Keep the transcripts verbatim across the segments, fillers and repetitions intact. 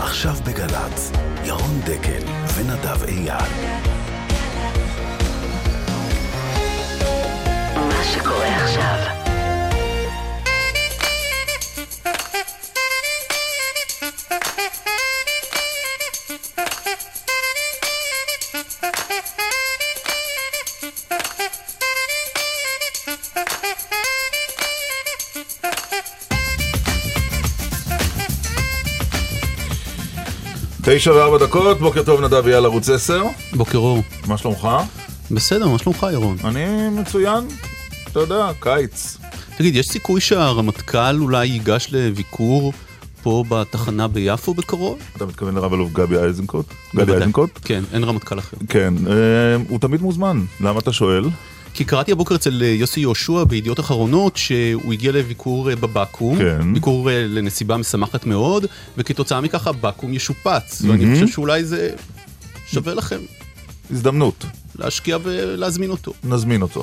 עכשיו בגלץ, ירון דקל ונדב אייל. מה שקורה עכשיו. תשע וארבע דקות, בוקר טוב נדב אייל, ערוץ עשר. בוקר אור. מה שלומך? בסדר, מה שלומך ירון? אני מצוין, אתה יודע, קיץ. תגיד, יש סיכוי שהרמטכ"ל אולי ייגש לביקור פה בתחנה ביפו בקרוב? אתה מתכוון לרב אלוף גבי איזנקוט? גבי איזנקוט? כן, אין רמטכ"ל אחר. כן, הוא תמיד מוזמן, למה אתה שואל? כי קראתי הבוקר אצל יוסי יהושע בידיעות אחרונות שהוא הגיע לביקור בבקו"ם, כן. ביקור לנסיבה משמחת מאוד, וכתוצאה מכך הבקו"ם ישופץ, ואני חושב שאולי זה שווה לכם הזדמנות. להשקיע ולהזמין אותו. נזמין אותו.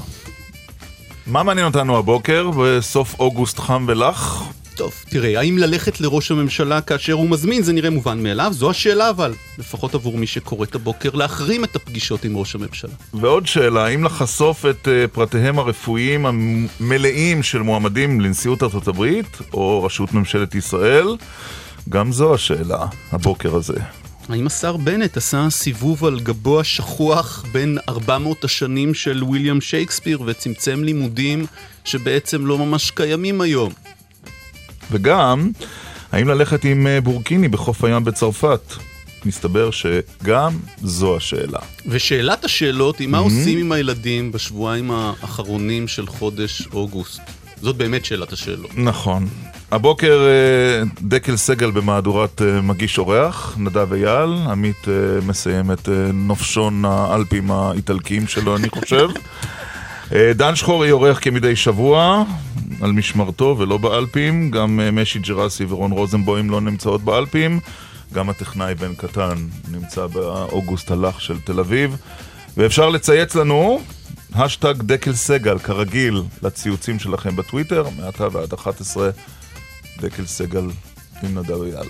מה מעניין אותנו הבוקר בסוף אוגוסט חם ולח? טוב, תראה, האם ללכת לראש הממשלה כאשר הוא מזמין, זה נראה מובן מאליו, זו השאלה, אבל לפחות עבור מי שקורא את הבוקר, להחרים את הפגישות עם ראש הממשלה. ועוד שאלה, האם לחשוף את פרטיהם הרפואיים המלאים של מועמדים לנשיאות ארצות הברית, או ראשות ממשלת ישראל? גם זו השאלה, הבוקר הזה. האם השר בנט עשה סיבוב על גבו השכוח בין ארבע מאות השנים של וויליאם שייקספיר, וצמצם לימודים שבעצם לא ממש קיימים היום? וגם, האם ללכת עם בורקיני בחוף הים בצרפת? מסתבר שגם זו השאלה. ושאלת השאלות היא מה mm-hmm. עושים עם הילדים בשבועיים האחרונים של חודש אוגוסט. זאת באמת שאלת השאלות. נכון. הבוקר דקל סגל במהדורת מגיש אורח, נדב אייל, עמית מסיים את נופשון האלפים האיטלקיים שלו, אני חושב. דן שחורי עורך כמדי שבוע על משמרתו ולא באלפים, גם משי ג'רסי ורון רוזנבוים לא נמצאות באלפים, גם הטכנאי בן קטן נמצא באוגוסט הלך של תל אביב, ואפשר לצייץ לנו השטג דקל סגל כרגיל לציוצים שלכם בטוויטר, מעתה ועד אחת עשרה דקל סגל עם נדב אייל.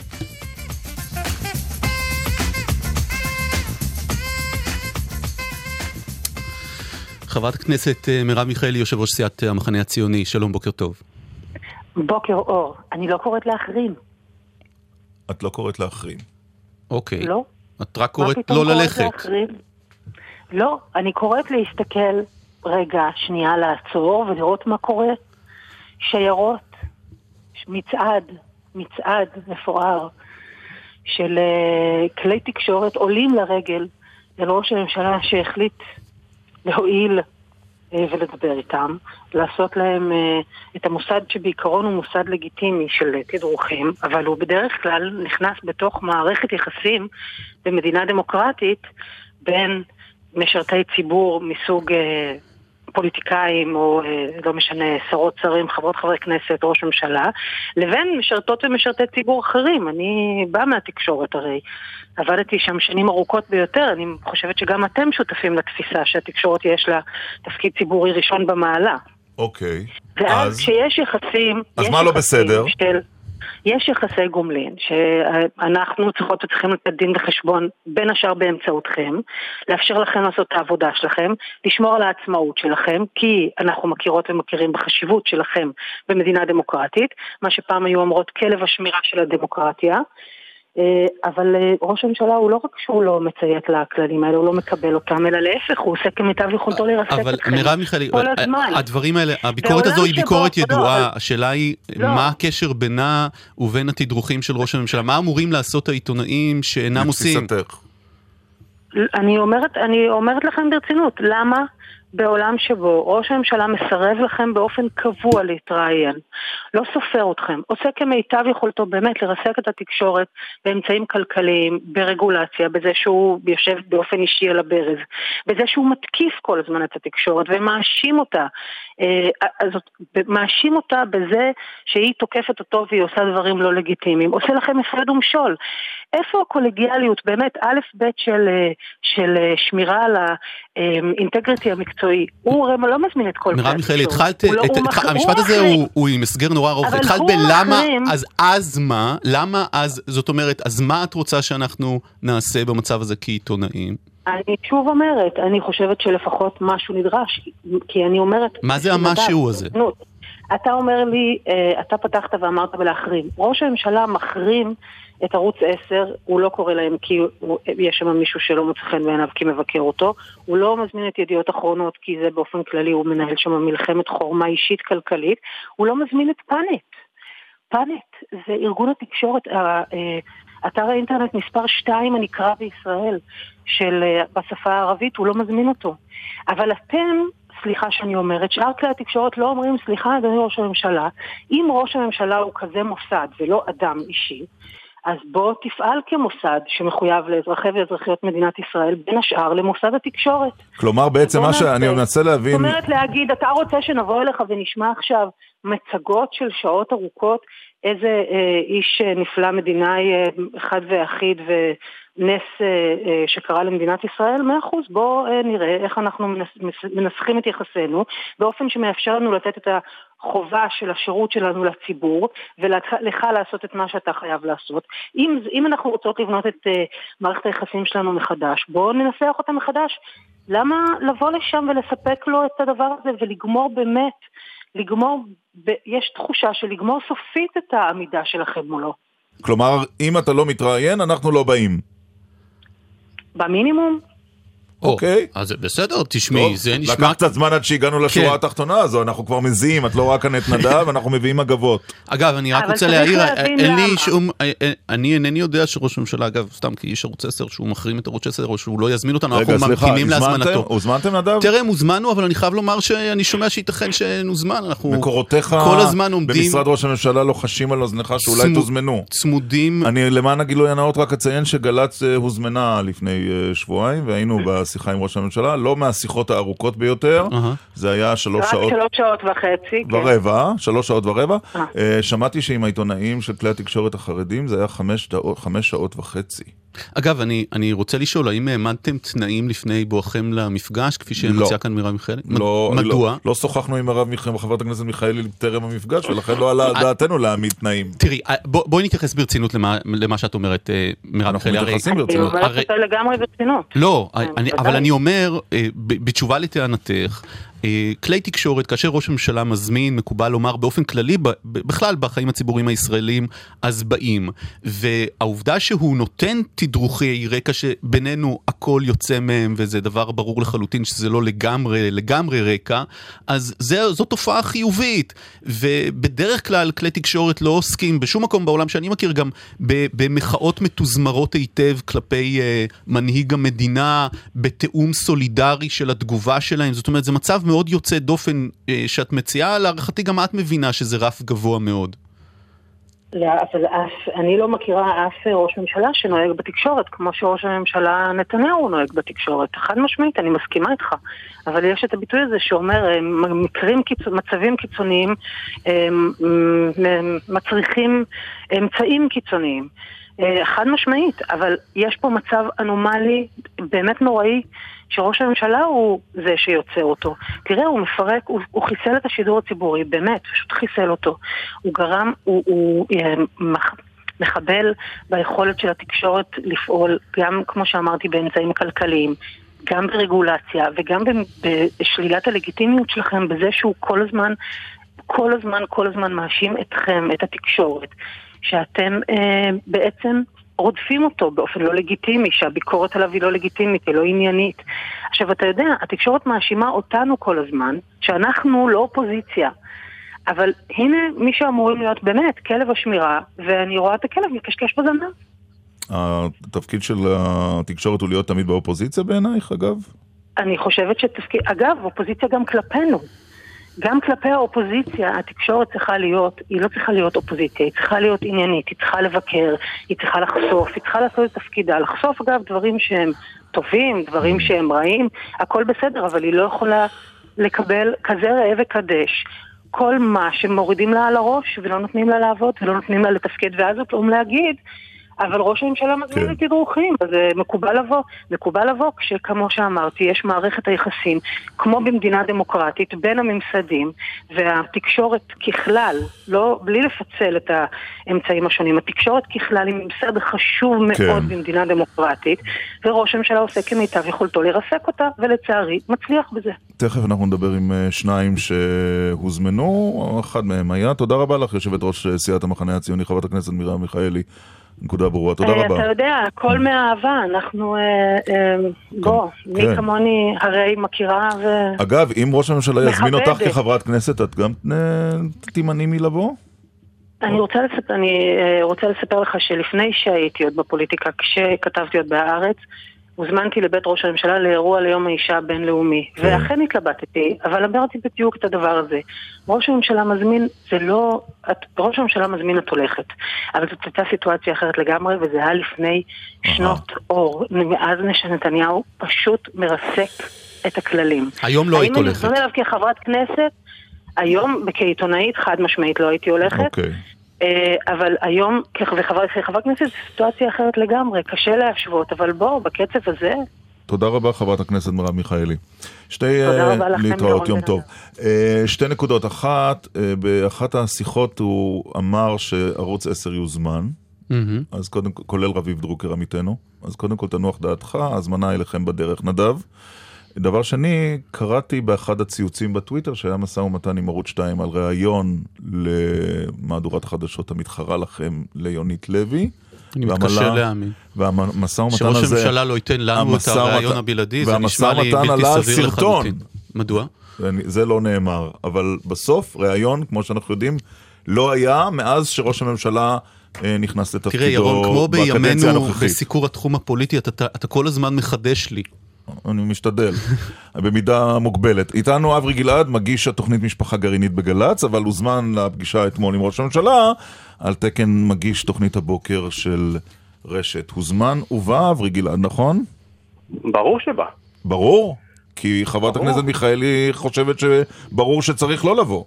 חברת הכנסת מרב מיכאלי, יושב ראש סיעת המחנה הציוני, שלום, בוקר טוב. בוקר אור. אני לא קוראת להחרים. את לא קוראת להחרים. אוקיי. לא. את רק קוראת לא ללכת. להחרים? לא, אני קוראת להסתכל רגע, שנייה לעצור ולראות מה קורה. שיירות, מצעד, מצעד מפואר של uh, כלי תקשורת עולים לרגל אל ראש הממשלה שהחליט להועיל ולדבר איתם, לעשות להם את המוסד שבעיקרון הוא מוסד לגיטימי של תדרוכים, אבל הוא בדרך כלל נכנס בתוך מערכת יחסים במדינה דמוקרטית בין משרתי ציבור מסוג פוליטיקאים או לא משנה, שרות שרים, חברות חברי כנסת, ראש ממשלה, לבין משרתות ומשרתי ציבור אחרים. אני באה מהתקשורת הרי, עבדתי שם שנים ארוכות ביותר, אני חושבת שגם אתם שותפים לתפיסה שהתקשורת יש לה תפקיד ציבורי ראשון במעלה. אוקיי. ואז אז... שיש יחסים... אז מה לא בסדר? של... יש יחסי גומלין, שאנחנו צריכות וצריכים לתת דין וחשבון בין השאר באמצעותכם, לאפשר לכם לעשות את העבודה שלכם, לשמור על העצמאות שלכם, כי אנחנו מכירות ומכירים בחשיבות שלכם במדינה דמוקרטית, מה שפעם היו אומרות כלב השמירה של הדמוקרטיה, אבל ראש הממשלה הוא לא רק שהוא לא מציית לכללים האלה, הוא לא מקבל אותם, אלא להפך, הוא עושה כמיטב יכולתו לרסק אתכם. אבל מרב מיכאלי, כל הזמן. הדברים האלה, הביקורת הזו היא ביקורת ידועה, השאלה היא מה הקשר בינה ובין התדרוכים של ראש הממשלה, מה אמורים לעשות העיתונאים שאינם עושים? אני אומרת, אני אומרת לכם ברצינות, למה? בעולם שבו ראש הממשלה מסרב לכם באופן קבוע להתראיין, לא סופר אתכם, עושה כמיטב יכולתו באמת לרסק את התקשורת באמצעים כלכליים, ברגולציה, בזה שהוא יושב באופן אישי על הברז, בזה שהוא מתקיף כל הזמן את התקשורת ומאשים אותה, אז מאשים אותה בזה שהיא תוקפת אותו והיא עושה דברים לא לגיטימיים, עושה לכם הפרד ומשול. איפה הקולגיאליות באמת, א' ב' של, של שמירה על האינטגריטי המקצועי. הוא לא מזמין את כל כלי התקשורת. מרב מיכאלי, התחלת, המשפט הזה הוא עם מסגר נורא ארוך, התחלת בלמה, אז אז מה? למה אז, זאת אומרת, אז מה את רוצה שאנחנו נעשה במצב הזה כעיתונאים? אני שוב אומרת, אני חושבת שלפחות משהו נדרש, כי אני אומרת... מה זה המשהו הזה? אתה אומר לי, אתה פתחת ואמרת בלהחרים. ראש הממשלה מחרים את ערוץ עשר, הוא לא קורא להם כי יש שם מישהו שלא מוצא חן בעיניו כי מבקר אותו, הוא לא מזמין את ידיעות אחרונות כי זה באופן כללי, הוא מנהל שם מלחמת חורמה אישית כלכלית, הוא לא מזמין את פאנט. פאנט זה ארגון התקשורת, אתר האינטרנט מספר שתיים הנקרא בישראל, של בשפה הערבית, הוא לא מזמין אותו. אבל אתם, סליחה שאני אומרת, שאר כלי התקשורת לא אומרים, סליחה אדוני ראש הממשלה, אם ראש הממשלה הוא כזה מוסד ולא אדם אישי, אז בוא תפעל כמוסד שמחויב לאזרחי ואזרחיות מדינת ישראל, בין השאר למוסד התקשורת. כלומר, בעצם מה שאני מנסה להבין... זאת אומרת להגיד, אתה רוצה שנבוא אליך ונשמע עכשיו מצגות של שעות ארוכות, איזה אה, איש נפלא מדינאי אה, אחד ואחיד ונס אה, אה, שקרה למדינת ישראל, מאה אחוז, בוא אה, נראה איך אנחנו מנס, מנסחים את יחסנו, באופן שמאפשר לנו לתת את החובה של השירות שלנו לציבור, ולך לעשות את מה שאתה חייב לעשות. אם, אם אנחנו רוצות לבנות את אה, מערכת היחסים שלנו מחדש, בוא ננסח אותה מחדש. למה לבוא לשם ולספק לו את הדבר הזה ולגמור באמת, לגמור, יש תחושה של לגמור סופית את העמידה שלכם מולו. כלומר, אם אתה לא מתראיין, אנחנו לא באים. במינימום. אוקיי. אז בסדר, תשמעי, זה נשמע... לקח קצת זמן עד שהגענו לשורה התחתונה הזו, אנחנו כבר מזיעים, את לא רק ענת נדב, אנחנו מביאים אגבות. אגב, אני רק רוצה להעיר, אני אינני יודע שראש הממשלה, אגב, סתם כי יש ערוץ עשר שהוא מחרים את ערוץ עשר, או שהוא לא יזמין אותנו, אנחנו ממתינים להזמנתו. הוזמנתם נדב? תראה, מוזמנו, אבל אני חייב לומר שאני שומע שייתכן שנוזמן, אנחנו מקורותיך במשרד ראש הממשלה לא חשים על אוזנך שאולי תוזמנו. צמודים. אני למען הגילוי הנאות רק אציין שגל"צ הוזמנה לפני שבועיים, והיינו בשיחה עם ראש הממשלה, לא מהשיחות הארוכות ביותר, זה היה שלוש שעות... שלוש שעות וחצי. ורבע, שלוש שעות ורבע. שמעתי שעם העיתונאים של כלי התקשורת החרדים, זה היה חמש שעות וחצי. אגב, אני, אני רוצה לשאול, האם העמדתם תנאים לפני בואכם למפגש, כפי שמציעה כאן מרב מיכאלי? לא, מדוע? לא, לא שוחחנו עם מרב מיכאלי, חברת הכנסת מיכאלי טרם המפגש, ולכן לא עלה דעתנו להעמיד תנאים. תראי, בוא, בואי נתייחס ברצינות למה, למה שאת אומרת, מרב מיכאלי. אנחנו מתייחסים ברצינות. אני אומרת אותה לגמרי ברצינות. לא, אני, אבל אני אומר, בתשובה לטענתך, כלי תקשורת, כאשר ראש הממשלה מזמין, מקובל לומר באופן כללי, בכלל בחיים הציבוריים הישראלים, אז באים. והעובדה שהוא נותן תדרוכי רקע שבינינו הכל יוצא מהם, וזה דבר ברור לחלוטין שזה לא לגמרי, לגמרי רקע, אז זה, זו תופעה חיובית. ובדרך כלל כלי תקשורת לא עוסקים בשום מקום בעולם שאני מכיר גם במחאות מתוזמרות היטב כלפי uh, מנהיג המדינה, בתאום סולידרי של התגובה שלהם. זאת אומרת, זה מצב מאוד יוצא דופן שאת מציעה, להערכתי גם את מבינה שזה רף גבוה מאוד. לא, אבל אף, אני לא מכירה אף ראש ממשלה שנוהג בתקשורת, כמו שראש הממשלה נתניהו נוהג בתקשורת. חד משמעית, אני מסכימה איתך. אבל יש את הביטוי הזה שאומר, מקרים, מצבים קיצוניים, מצריכים אמצעים קיצוניים. חד משמעית, אבל יש פה מצב אנומלי באמת נוראי, שראש הממשלה הוא זה שיוצא אותו. תראה, הוא מפרק, הוא, הוא חיסל את השידור הציבורי, באמת, פשוט חיסל אותו. הוא גרם, הוא, הוא מח, מחבל ביכולת של התקשורת לפעול, גם, כמו שאמרתי, באמצעים הכלכליים, גם ברגולציה, וגם בשלילת הלגיטימיות שלכם, בזה שהוא כל הזמן, כל הזמן, כל הזמן מאשים אתכם, את התקשורת, שאתם אה, בעצם רודפים אותו באופן לא לגיטימי, שהביקורת עליו היא לא לגיטימית, היא לא עניינית. עכשיו, אתה יודע, התקשורת מאשימה אותנו כל הזמן, שאנחנו לא אופוזיציה. אבל הנה מי שאמורים להיות באמת כלב השמירה, ואני רואה את הכלב מקשקש בזנב. התפקיד של התקשורת הוא להיות תמיד באופוזיציה בעינייך, אגב? אני חושבת שתפקיד, אגב, אופוזיציה גם כלפינו. גם כלפי האופוזיציה, התקשורת צריכה להיות, היא לא צריכה להיות אופוזיציה, היא צריכה להיות עניינית, היא צריכה לבקר, היא צריכה לחשוף, היא צריכה לעשות את תפקידה, לחשוף אגב דברים שהם טובים, דברים שהם רעים, הכל בסדר, אבל היא לא יכולה לקבל כזה ראה וקדש, כל מה שמורידים לה על הראש ולא נותנים לה לעבוד ולא נותנים לה לתפקד, ואז אומרים להגיד, אבל ראש הממשלה מזמין לתדרוכים, אז מקובל לבוא, מקובל לבוא כשכמו שאמרתי, יש מערכת היחסים, כמו במדינה דמוקרטית, בין הממסדים, והתקשורת ככלל, לא, בלי לפצל את האמצעים השונים, התקשורת ככלל היא ממסד חשוב מאוד כן. במדינה דמוקרטית, וראש הממשלה עושה כמיטב יכולתו לרסק אותה, ולצערי מצליח בזה. תכף אנחנו נדבר עם שניים שהוזמנו, אחד מהם היה. תודה רבה לך, יושבת ראש סיעת המחנה הציוני, חברת הכנסת מרב מיכאלי. נקודה ברורה, תודה רבה. אתה יודע, הכל מאהבה, אנחנו, בוא, מי כמוני הרי מכירה ו... אגב, אם ראש הממשלה יזמין אותך כחברת כנסת, את גם תימני מלבוא? אני רוצה לספר, אני רוצה לספר לך שלפני שהייתי עוד בפוליטיקה, כשכתבתי עוד בהארץ, הוזמנתי לבית ראש הממשלה לאירוע ליום האישה הבינלאומי, ואכן התלבטתי, אבל אמרתי בדיוק את הדבר הזה. ראש הממשלה מזמין, זה לא, ראש הממשלה מזמין את הולכת, אבל זאת הייתה סיטואציה אחרת לגמרי, וזה היה לפני שנות אור, מאז שנתניהו פשוט מרסק את הכללים. היום לא היית הולכת. האם אני מזמין אליו כחברת כנסת? היום, כעיתונאית, חד משמעית לא הייתי הולכת. אוקיי. אבל היום, כחברת כנסת, זו סיטואציה אחרת לגמרי, קשה להשוות, אבל בואו, בקצב הזה... תודה רבה, חברת הכנסת מרב מיכאלי. שתי להתראות, יום טוב. שתי נקודות. אחת, באחת השיחות הוא אמר שערוץ עשר יוזמן, אז קודם, כולל רביב דרוקר עמיתנו, אז קודם כל תנוח דעתך, הזמנה אליכם בדרך נדב. דבר שני, קראתי באחד הציוצים בטוויטר שהיה משא ומתן עם ערוץ שתיים על ראיון למהדורת החדשות המתחרה לכם ליונית לוי. אני מתקשר להאמין. והמשא ומתן שראש הזה... הממשלה לא ייתן לנו את הרעיון הבלעדי, זה נשמע לי בלתי סביר לחלוטין. מדוע? זה לא נאמר, אבל בסוף ראיון, כמו שאנחנו יודעים, לא היה מאז שראש הממשלה נכנס לתפקידו תראה ירון, כמו בימינו הנוכחית. בסיקור התחום הפוליטי, אתה, אתה כל הזמן מחדש לי. אני משתדל, במידה מוגבלת. איתנו אברי גלעד, מגיש התוכנית משפחה גרעינית בגלץ, אבל הוא זמן לפגישה אתמול עם ראש הממשלה, על תקן מגיש תוכנית הבוקר של רשת. הוא זמן ובא אברי גלעד, נכון? ברור שבא. ברור? כי חברת הכנסת מיכאלי חושבת שברור שצריך לא לבוא.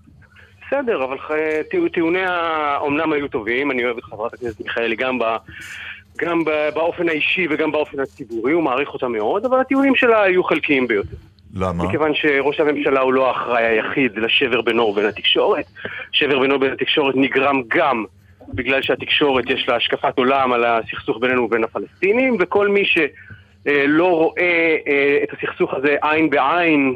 בסדר, אבל טיעוני האומנם היו טובים, אני אוהב את חברת הכנסת מיכאלי גם ב... גם באופן האישי וגם באופן הציבורי, הוא מעריך אותה מאוד, אבל הטיעונים שלה היו חלקיים ביותר. למה? מכיוון שראש הממשלה הוא לא האחראי היחיד לשבר בינו ובין התקשורת. שבר בינו ובין התקשורת נגרם גם בגלל שהתקשורת יש לה השקפת עולם על הסכסוך בינינו ובין הפלסטינים, וכל מי שלא רואה את הסכסוך הזה עין בעין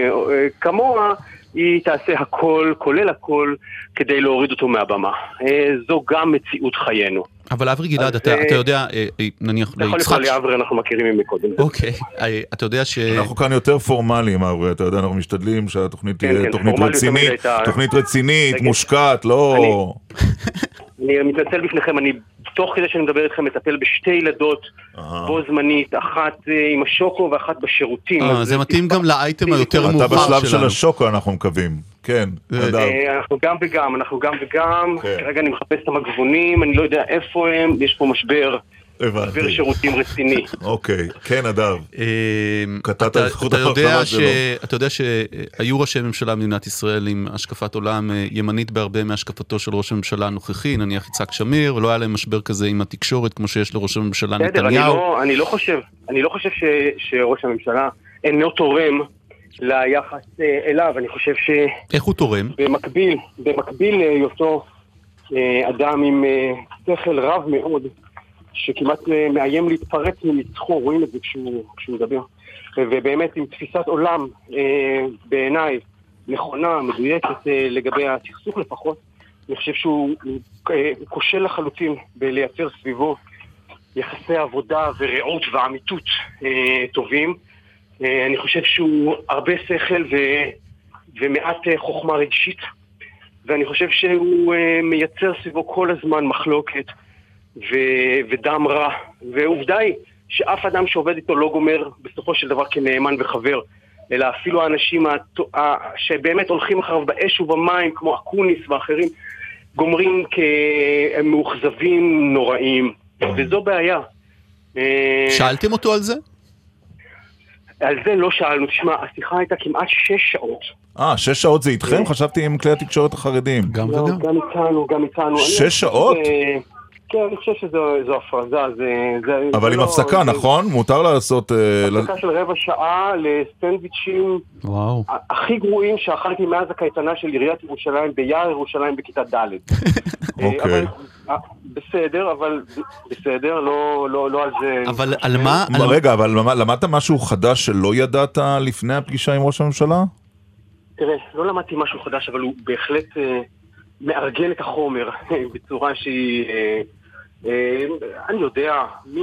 כמוה, היא תעשה הכל, כולל הכל, כדי להוריד אותו מהבמה. זו גם מציאות חיינו. אבל אברי גלעד, אתה יודע, נניח ליצחק... יכול לקרוא אברי, אנחנו מכירים מקודם. אוקיי, אתה יודע ש... אנחנו כאן יותר פורמליים, אברי, אתה יודע, אנחנו משתדלים שהתוכנית תהיה תוכנית רצינית, תוכנית רצינית, מושקעת, לא... אני מתנצל בפניכם, אני תוך כדי שאני מדבר איתכם מטפל בשתי ילדות בו זמנית, אחת עם השוקו ואחת בשירותים. זה מתאים גם לאייטם היותר מאוחר שלנו. אתה בשלב של השוקו אנחנו מקווים, כן. אנחנו גם וגם, אנחנו גם וגם, כרגע אני מחפש את המגבונים, אני לא יודע איפה הם, יש פה משבר. משבר שירותים רציני. אוקיי, כן אדב. קטעת זכות החלטה שלו. אתה יודע שהיו ראשי ממשלה במדינת ישראל עם השקפת עולם ימנית בהרבה מהשקפתו של ראש הממשלה הנוכחי, נניח יצחק שמיר, ולא היה להם משבר כזה עם התקשורת כמו שיש לראש הממשלה נתניהו. אני לא חושב, אני לא חושב שראש הממשלה אינו תורם ליחס אליו, אני חושב ש... איך הוא תורם? במקביל, במקביל להיותו אדם עם שכל רב מאוד, שכמעט מאיים להתפרץ ממצחו, רואים את זה כשהוא, כשהוא מדבר. ובאמת עם תפיסת עולם בעיניי נכונה, מדויקת לגבי הסכסוך לפחות, אני חושב שהוא כושל לחלוטין בלייצר סביבו יחסי עבודה ורעות ועמיתות טובים. אני חושב שהוא הרבה שכל ו... ומעט חוכמה רגשית, ואני חושב שהוא מייצר סביבו כל הזמן מחלוקת ו- ודם רע, ועובדה היא שאף אדם שעובד איתו לא גומר בסופו של דבר כנאמן וחבר, אלא אפילו האנשים שבאמת הולכים אחריו באש ובמים כמו אקוניס ואחרים גומרים כמאוכזבים נוראים, וזו בעיה. שאלתם אותו על זה? על זה לא שאלנו, תשמע, השיחה הייתה כמעט שש שעות. אה, שש שעות זה איתכם? חשבתי עם כלי התקשורת החרדים. גם וגם. גם איתנו, גם איתנו. שש שעות? כן, אני חושב שזו הפרזה, זה... אבל עם הפסקה, נכון? מותר לעשות... הפסקה של רבע שעה לסטנדוויצ'ים הכי גרועים שאכלתי מאז הקייטנה של עיריית ירושלים, ביער ירושלים בכיתה ד'. אוקיי. בסדר, אבל בסדר, לא על זה... אבל על מה... רגע, אבל למדת משהו חדש שלא ידעת לפני הפגישה עם ראש הממשלה? תראה, לא למדתי משהו חדש, אבל הוא בהחלט מארגן את החומר בצורה שהיא... אני יודע,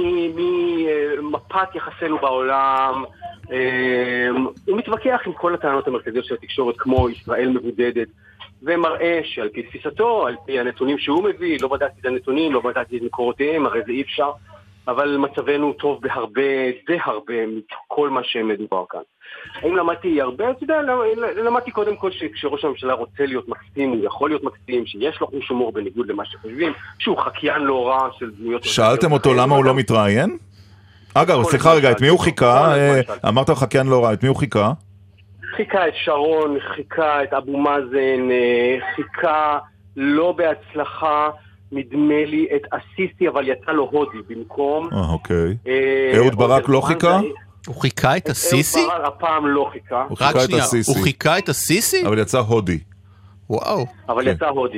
ממפת יחסינו בעולם, הוא מתווכח עם כל הטענות המרכזיות של התקשורת, כמו ישראל מבודדת, ומראה שעל פי תפיסתו, על פי הנתונים שהוא מביא, לא בדקתי את הנתונים, לא בדקתי את מקורותיהם, הרי זה אי אפשר, אבל מצבנו טוב בהרבה, די הרבה, מכל מה שמדובר כאן. האם למדתי הרבה? אתה יודע, למדתי קודם כל שכשראש הממשלה רוצה להיות מקסים, הוא יכול להיות מקסים, שיש לו חוש הומור בניגוד למה שחושבים, שהוא חקיין לא רע של דמויות... שאלתם אותו למה הוא לא מתראיין? אגב, סליחה רגע, את מי הוא חיכה? אמרת חקיין לא רע, את מי הוא חיכה? חיכה את שרון, חיכה את אבו מאזן, חיכה לא בהצלחה, נדמה לי את אסיסי, אבל יצא לו הודי במקום. אה, אוקיי. אהוד ברק לא חיכה? הוא חיכה את הסיסי? אהוד ברק הפעם לא חיכה. רק שנייה, הוא חיכה את הסיסי? אבל יצא הודי. וואו. אבל יצא הודי.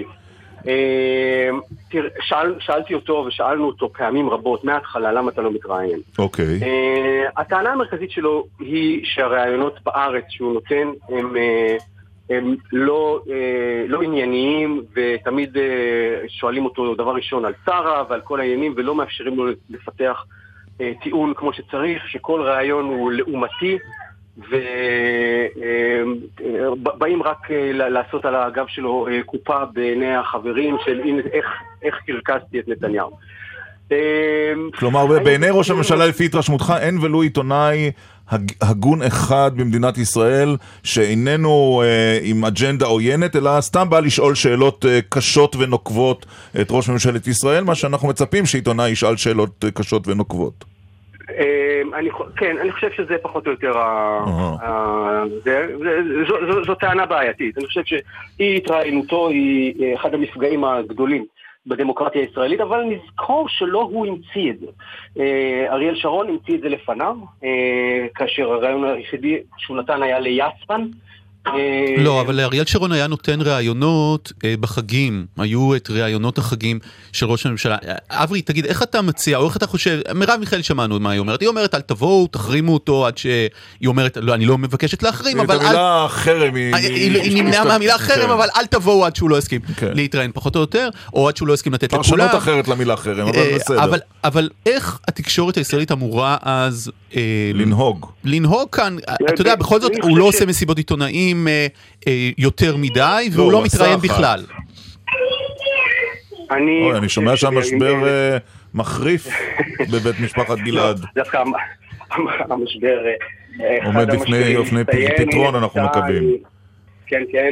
שאלתי אותו ושאלנו אותו פעמים רבות מההתחלה למה אתה לא מתראיין. אוקיי. הטענה המרכזית שלו היא שהרעיונות בארץ שהוא נותן הם הם לא לא ענייניים, ותמיד שואלים אותו דבר ראשון על שרה ועל כל העניינים ולא מאפשרים לו לפתח טיעון כמו שצריך, שכל רעיון הוא לעומתי ובאים רק לעשות על הגב שלו קופה בעיני החברים של איך, איך קרקסתי את נתניהו. כלומר, בעיני ראש הממשלה לפי התרשמותך אין ולו עיתונאי הגון אחד במדינת ישראל שאיננו אה, עם אג'נדה עוינת, אלא סתם בא לשאול שאלות אה, קשות ונוקבות את ראש ממשלת ישראל, מה שאנחנו מצפים שעיתונאי ישאל שאלות אה, קשות ונוקבות. אני, כן, אני חושב שזה פחות או יותר זו טענה בעייתית. אני חושב שהיא התראיינותו היא אחד המפגעים הגדולים בדמוקרטיה הישראלית, אבל נזכור שלא הוא המציא את זה. אריאל שרון המציא את זה לפניו, כאשר הרעיון היחידי שהוא נתן היה ליספן. לא, אבל אריאל שרון היה נותן ראיונות בחגים, היו את ראיונות החגים של ראש הממשלה. אברי, תגיד, איך אתה מציע, או איך אתה חושב, מרב מיכאל שמענו מה היא אומרת, היא אומרת אל תבואו, תחרימו אותו, עד שהיא אומרת, לא, אני לא מבקשת להחרים, אבל... את המילה חרם היא נמנעה מהמילה חרם, אבל אל תבואו עד שהוא לא הסכים להתראיין פחות או יותר, או עד שהוא לא הסכים לתת לכולם. פרשנות אחרת למילה חרם, אבל בסדר. אבל איך התקשורת הישראלית אמורה אז... לנהוג. לנהוג כאן, אתה יודע, בכל זאת, הוא לא עושה מסיבות עיתונאים יותר מדי, והוא לא מתראיין בכלל. אני שומע שהמשבר מחריף בבית משפחת גלעד. דווקא המשבר עומד לפני פתרון, אנחנו מקווים. כן, כן.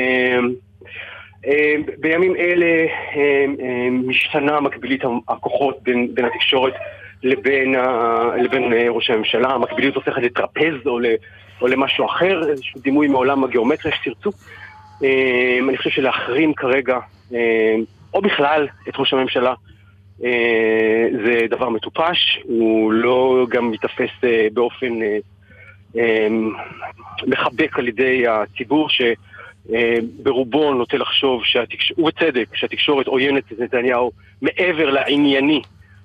בימים אלה משתנה מקבילית הכוחות בין התקשורת לבין ראש הממשלה. המקביליות הופכת לטרפז או ל... או למשהו אחר, איזשהו דימוי מעולם הגיאומטריה שתרצו. אני חושב שלהחרים כרגע, או בכלל את ראש הממשלה, זה דבר מטופש, הוא לא גם מתאפס באופן מחבק על ידי הציבור, שברובו נוטה לחשוב, ובצדק, שהתקשורת עוינת את נתניהו מעבר לענייני,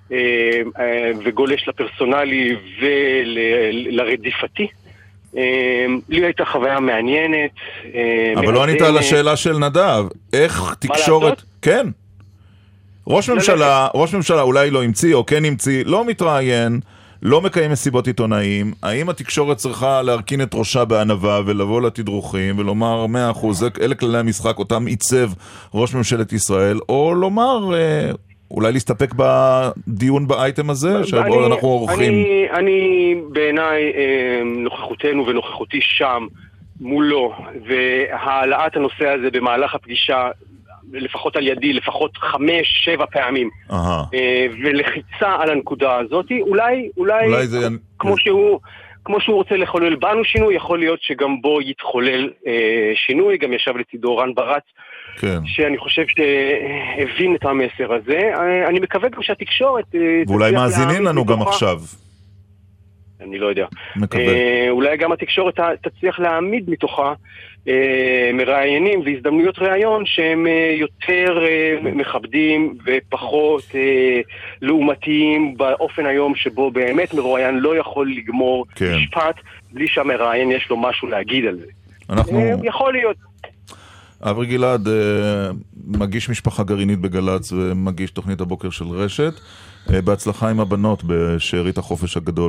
וגולש לפרסונלי ולרדיפתי. לי הייתה חוויה מעניינת. אבל לא ענית על השאלה של נדב, איך תקשורת... כן. ראש ממשלה, ראש ממשלה אולי לא המציא או כן המציא, לא מתראיין, לא מקיים מסיבות עיתונאים. האם התקשורת צריכה להרכין את ראשה בענווה ולבוא לתדרוכים ולומר מאה אחוז, אלה כללי המשחק, אותם עיצב ראש ממשלת ישראל, או לומר... אולי להסתפק בדיון באייטם הזה, שבו אנחנו עורכים? אני, אני בעיניי, נוכחותנו ונוכחותי שם מולו, והעלאת הנושא הזה במהלך הפגישה, לפחות על ידי, לפחות חמש, שבע פעמים, ולחיצה על הנקודה הזאת, אולי, אולי, אולי זה... כמו שהוא... כמו שהוא רוצה לחולל בנו שינוי, יכול להיות שגם בו יתחולל אה, שינוי. גם ישב לצידו רן ברץ, כן. שאני חושב שהבין את המסר הזה. אה, אני מקווה גם שהתקשורת... אה, ואולי מאזינים לנו מתוכה. גם עכשיו. אני לא יודע. אה, אולי גם התקשורת תצליח להעמיד מתוכה אה, מראיינים והזדמנויות ראיון שהם אה, יותר אה, מכבדים ופחות אה, לעומתיים באופן היום שבו באמת מרואיין לא יכול לגמור כן. משפט בלי שהמראיין יש לו משהו להגיד על זה. אנחנו... אה, יכול להיות. אברי גלעד, אה, מגיש משפחה גרעינית בגלץ ומגיש תוכנית הבוקר של רשת. אה, בהצלחה עם הבנות בשארית החופש הגדול.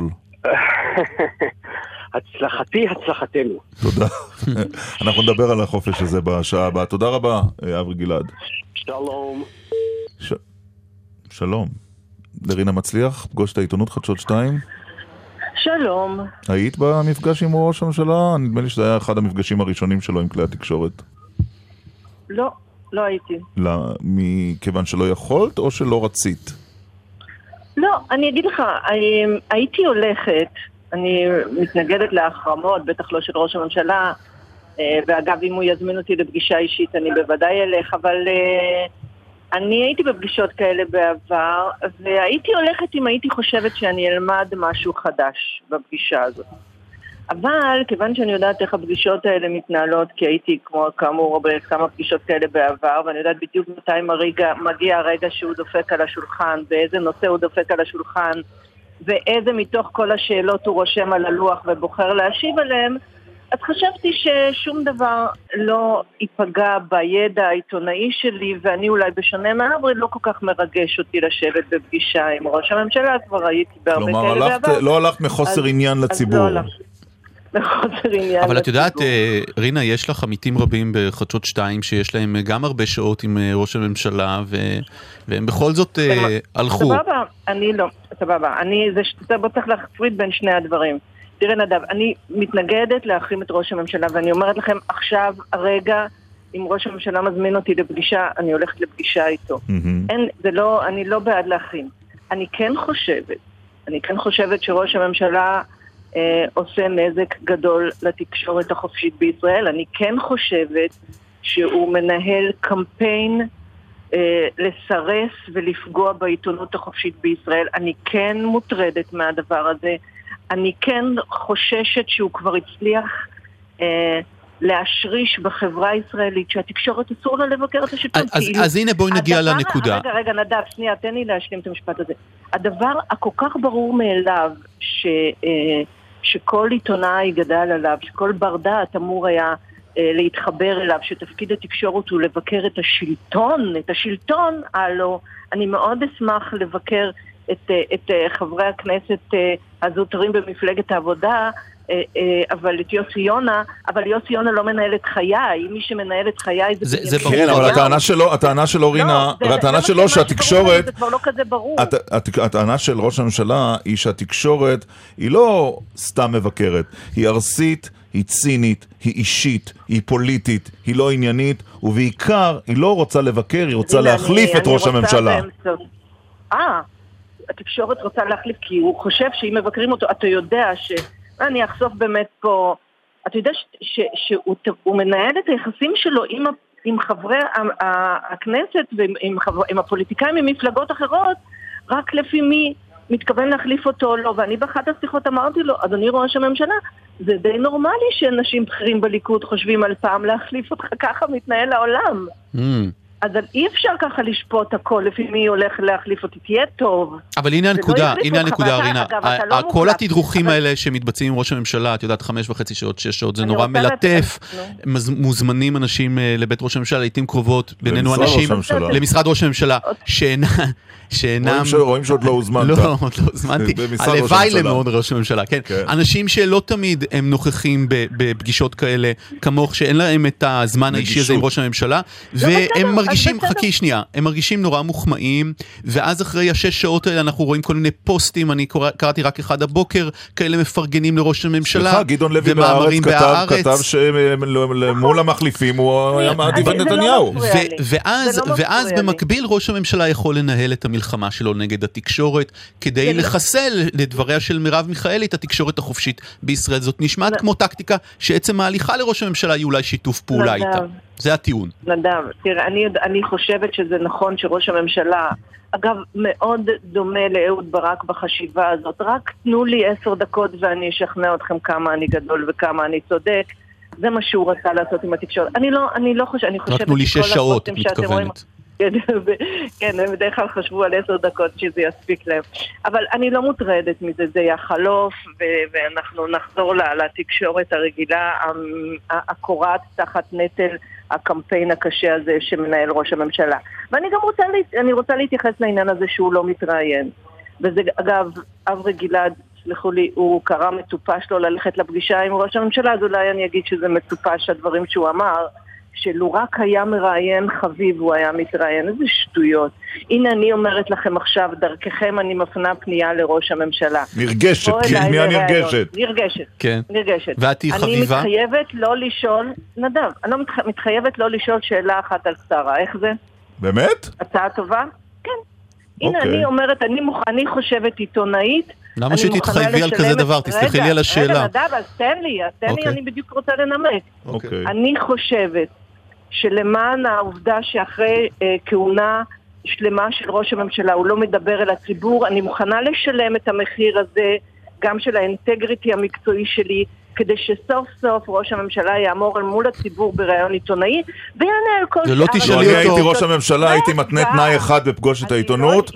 הצלחתי, הצלחתנו. תודה. אנחנו נדבר על החופש הזה בשעה הבאה. תודה רבה, אברי גלעד. שלום. ש... שלום. לרינה מצליח, פגוש את העיתונות חדשות שתיים. שלום. היית במפגש עם ראש הממשלה? נדמה לי שזה היה אחד המפגשים הראשונים שלו עם כלי התקשורת. לא, לא הייתי. לא, מכיוון שלא יכולת או שלא רצית? לא, אני אגיד לך, הייתי הולכת, אני מתנגדת להחרמות, בטח לא של ראש הממשלה, ואגב, אם הוא יזמין אותי לפגישה אישית, אני בוודאי אלך, אבל אני הייתי בפגישות כאלה בעבר, והייתי הולכת אם הייתי חושבת שאני אלמד משהו חדש בפגישה הזאת. אבל כיוון שאני יודעת איך הפגישות האלה מתנהלות, כי הייתי כמו כאמור בכמה פגישות כאלה בעבר, ואני יודעת בדיוק מתי מרגע, מגיע הרגע שהוא דופק על השולחן, באיזה נושא הוא דופק על השולחן, ואיזה מתוך כל השאלות הוא רושם על הלוח ובוחר להשיב עליהם, אז חשבתי ששום דבר לא ייפגע בידע העיתונאי שלי, ואני אולי בשונה מאברי לא כל כך מרגש אותי לשבת בפגישה עם ראש הממשלה, כבר הייתי בהרבה כאלה בעבר. כלומר, הלכת, לא הלכת מחוסר אז, עניין לציבור. אז לא הלכת. אבל את יודעת, רינה, יש לך עמיתים רבים בחדשות שתיים שיש להם גם הרבה שעות עם ראש הממשלה, והם בכל זאת הלכו. סבבה, אני לא, סבבה. אני, זה בוא צריך להפריד בין שני הדברים. תראה נדב, אני מתנגדת להחרים את ראש הממשלה, ואני אומרת לכם עכשיו, הרגע, אם ראש הממשלה מזמין אותי לפגישה, אני הולכת לפגישה איתו. אין, זה לא, אני לא בעד להחרים. אני כן חושבת, אני כן חושבת שראש הממשלה אה, עושה נזק גדול לתקשורת החופשית בישראל. אני כן חושבת שהוא מנהל קמפיין אה, לסרס ולפגוע בעיתונות החופשית בישראל. אני כן מוטרדת מהדבר הזה. אני כן חוששת שהוא כבר הצליח אה, להשריש בחברה הישראלית שהתקשורת אסור לה לבקר את השלטון. אז, כאילו, אז הנה בואי נגיע הדבר, לנקודה. רגע, רגע, נדב, שנייה, תן לי להשלים את המשפט הזה. הדבר הכל כך ברור מאליו ש, אה, שכל עיתונאי גדל עליו, שכל בר דעת אמור היה אה, להתחבר אליו, שתפקיד התקשורת הוא לבקר את השלטון, את השלטון, הלו, אני מאוד אשמח לבקר את, את חברי הכנסת הזוטרים במפלגת העבודה, אבל את יוסי יונה, אבל יוסי יונה לא מנהל את חיי, מי שמנהל את חיי זה... זה ברור. כן, אבל הטענה שלו, הטענה שלו, רינה, הטענה שלו שהתקשורת... זה כבר לא כזה ברור. הטענה של ראש הממשלה היא שהתקשורת היא לא סתם מבקרת, היא ארסית, היא צינית, היא אישית, היא פוליטית, היא לא עניינית, ובעיקר היא לא רוצה לבקר, היא רוצה להחליף את ראש הממשלה. אה, התקשורת רוצה להחליף, כי הוא חושב שאם מבקרים אותו, אתה יודע ש... אני אחשוף באמת פה... אתה יודע ש... ש... שהוא מנהל את היחסים שלו עם, עם חברי הכנסת ועם חבר... עם הפוליטיקאים ממפלגות אחרות, רק לפי מי מתכוון להחליף אותו או לא. ואני באחת השיחות אמרתי לו, אדוני ראש הממשלה, זה די נורמלי שאנשים בכירים בליכוד חושבים על פעם להחליף אותך, ככה מתנהל העולם. Mm. אז אי אפשר ככה לשפוט הכל לפי מי הולך להחליף אותי, תהיה טוב. אבל הנה הנקודה, הנה הנקודה, רינה. כל התדרוכים האלה שמתבצעים עם ראש הממשלה, את יודעת, חמש וחצי שעות, שש שעות, זה נורא מלטף. מוזמנים אנשים לבית ראש הממשלה, לעתים קרובות, בינינו אנשים, למשרד ראש הממשלה, שאינם... רואים שעוד לא הוזמנת. לא, עוד לא הוזמנתי. הלוואי למאוד ראש הממשלה, כן. אנשים שלא תמיד הם נוכחים בפגישות כאלה, כמוך, שאין להם את הזמן האישי הזה עם ראש הממשלה, והם מרגישים, חכי שנייה, הם מרגישים נורא מוחמאים, ואז אחרי השש שעות האלה אנחנו רואים כל מיני פוסטים, אני קראתי רק אחד הבוקר, כאלה מפרגנים לראש הממשלה, סליחה, גדעון לוי בארץ כתב, כתב שמול המחליפים הוא היה מעדיף את נתניהו. ואז במקביל ראש הממשלה יכול לנהל את המלחמה שלו נגד התקשורת, כדי לחסל לדבריה של מרב מיכאלי את התקשורת החופשית בישראל. זאת נשמעת כמו טקטיקה שעצם ההליכה לראש הממשלה היא אולי שיתוף פעולה איתה. זה הטיעון. נדב, תראה, אני, אני חושבת שזה נכון שראש הממשלה, אגב, מאוד דומה לאהוד ברק בחשיבה הזאת. רק תנו לי עשר דקות ואני אשכנע אתכם כמה אני גדול וכמה אני צודק. זה מה שהוא רצה לעשות עם התקשורת. אני לא, אני לא חושבת, אני חושבת... רק תנו לי שש שעות, מתכוונת. כן, הם בדרך כלל חשבו על עשר דקות שזה יספיק להם. אבל אני לא מוטרדת מזה, זה יחלוף, ואנחנו נחזור לתקשורת הרגילה, הקוראת תחת נטל הקמפיין הקשה הזה שמנהל ראש הממשלה. ואני גם רוצה, אני רוצה להתייחס לעניין הזה שהוא לא מתראיין. וזה, אגב, אברי גלעד, סליחו לי, הוא קרא מטופש לו ללכת לפגישה עם ראש הממשלה, אז אולי אני אגיד שזה מטופש הדברים שהוא אמר, שלו רק היה מראיין חביב הוא היה מתראיין. איזה שטויות. הנה אני אומרת לכם עכשיו, דרככם אני מפנה פנייה לראש הממשלה. נרגשת, כן, מי הנרגשת? נרגשת, כן. נרגשת. ואת היא חביבה? אני מתחייבת לא לשאול, נדב, אני לא מתח... מתחייבת לא לשאול שאלה אחת על שרה. איך זה? באמת? הצעה טובה? כן. הנה אני אומרת, אני, מוכ... אני חושבת עיתונאית, למה שתתחייבי על כזה דבר? תסלחי לי על השאלה. רגע, נדב, אז תן לי, אז תן לי, אני בדיוק רוצה לנמק. אני חושבת שלמען העובדה שאחרי אה, כהונה שלמה של ראש הממשלה הוא לא מדבר אל הציבור, אני מוכנה לשלם את המחיר הזה גם של האינטגריטי המקצועי שלי, כדי שסוף סוף ראש הממשלה יאמור אל מול הציבור בראיון עיתונאי ויענה על כל זה לא תשאלי אותו. אני הייתי ראש הממשלה, הייתי מתנה תנאי אחד בפגושת העיתונות.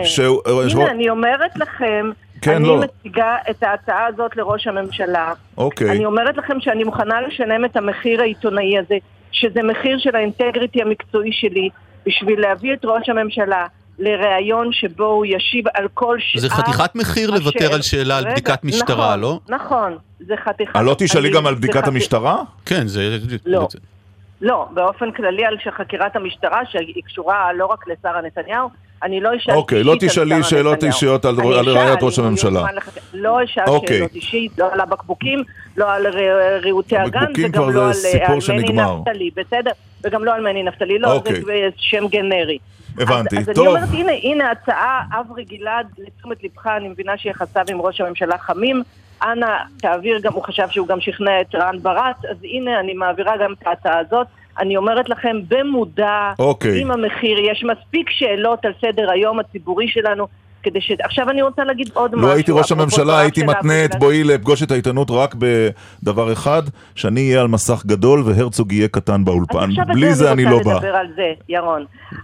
הנה, אני אומרת לכם, אני מציגה את ההצעה הזאת לראש הממשלה. אני אומרת לכם שאני מוכנה לשלם את המחיר העיתונאי הזה, שזה מחיר של האינטגריטי המקצועי שלי, בשביל להביא את ראש הממשלה לראיון שבו הוא ישיב על כל שאר... זה חתיכת מחיר לוותר על שאלה על בדיקת משטרה, לא? נכון, זה חתיכת... לא תשאלי גם על בדיקת המשטרה? כן, זה... לא, לא, באופן כללי על חקירת המשטרה, שהיא קשורה לא רק לשרה נתניהו, אני לא אשאל... אוקיי, לא תשאלי שאלות אישיות על ראיית ראש הממשלה. לא אשאל שאלות אישית, לא על הבקבוקים, לא על ריהוטי הגן, וגם לא על מני נפתלי, בסדר? וגם לא על מני נפתלי, לא, זה שם גנרי. הבנתי, אז טוב. אני אומרת, הנה, הנה הצעה, אברי גלעד, לתשומת לבך, אני מבינה שיחסיו עם ראש הממשלה חמים, אנא, תעביר גם, הוא חשב שהוא גם שכנע את רן ברט, אז הנה, אני מעבירה גם את ההצעה הזאת. אני אומרת לכם, במודע, אוקיי. עם המחיר, יש מספיק שאלות על סדר היום הציבורי שלנו, כדי ש... עכשיו אני רוצה להגיד עוד משהו. לא הייתי ראש הממשלה, הייתי מתנה את בואי לפגוש את העיתונות רק בדבר אחד, שאני אהיה על מסך גדול והרצוג יהיה קטן באולפן. בלי זה אני לא בא. אני רוצה לדבר על זה, ירון.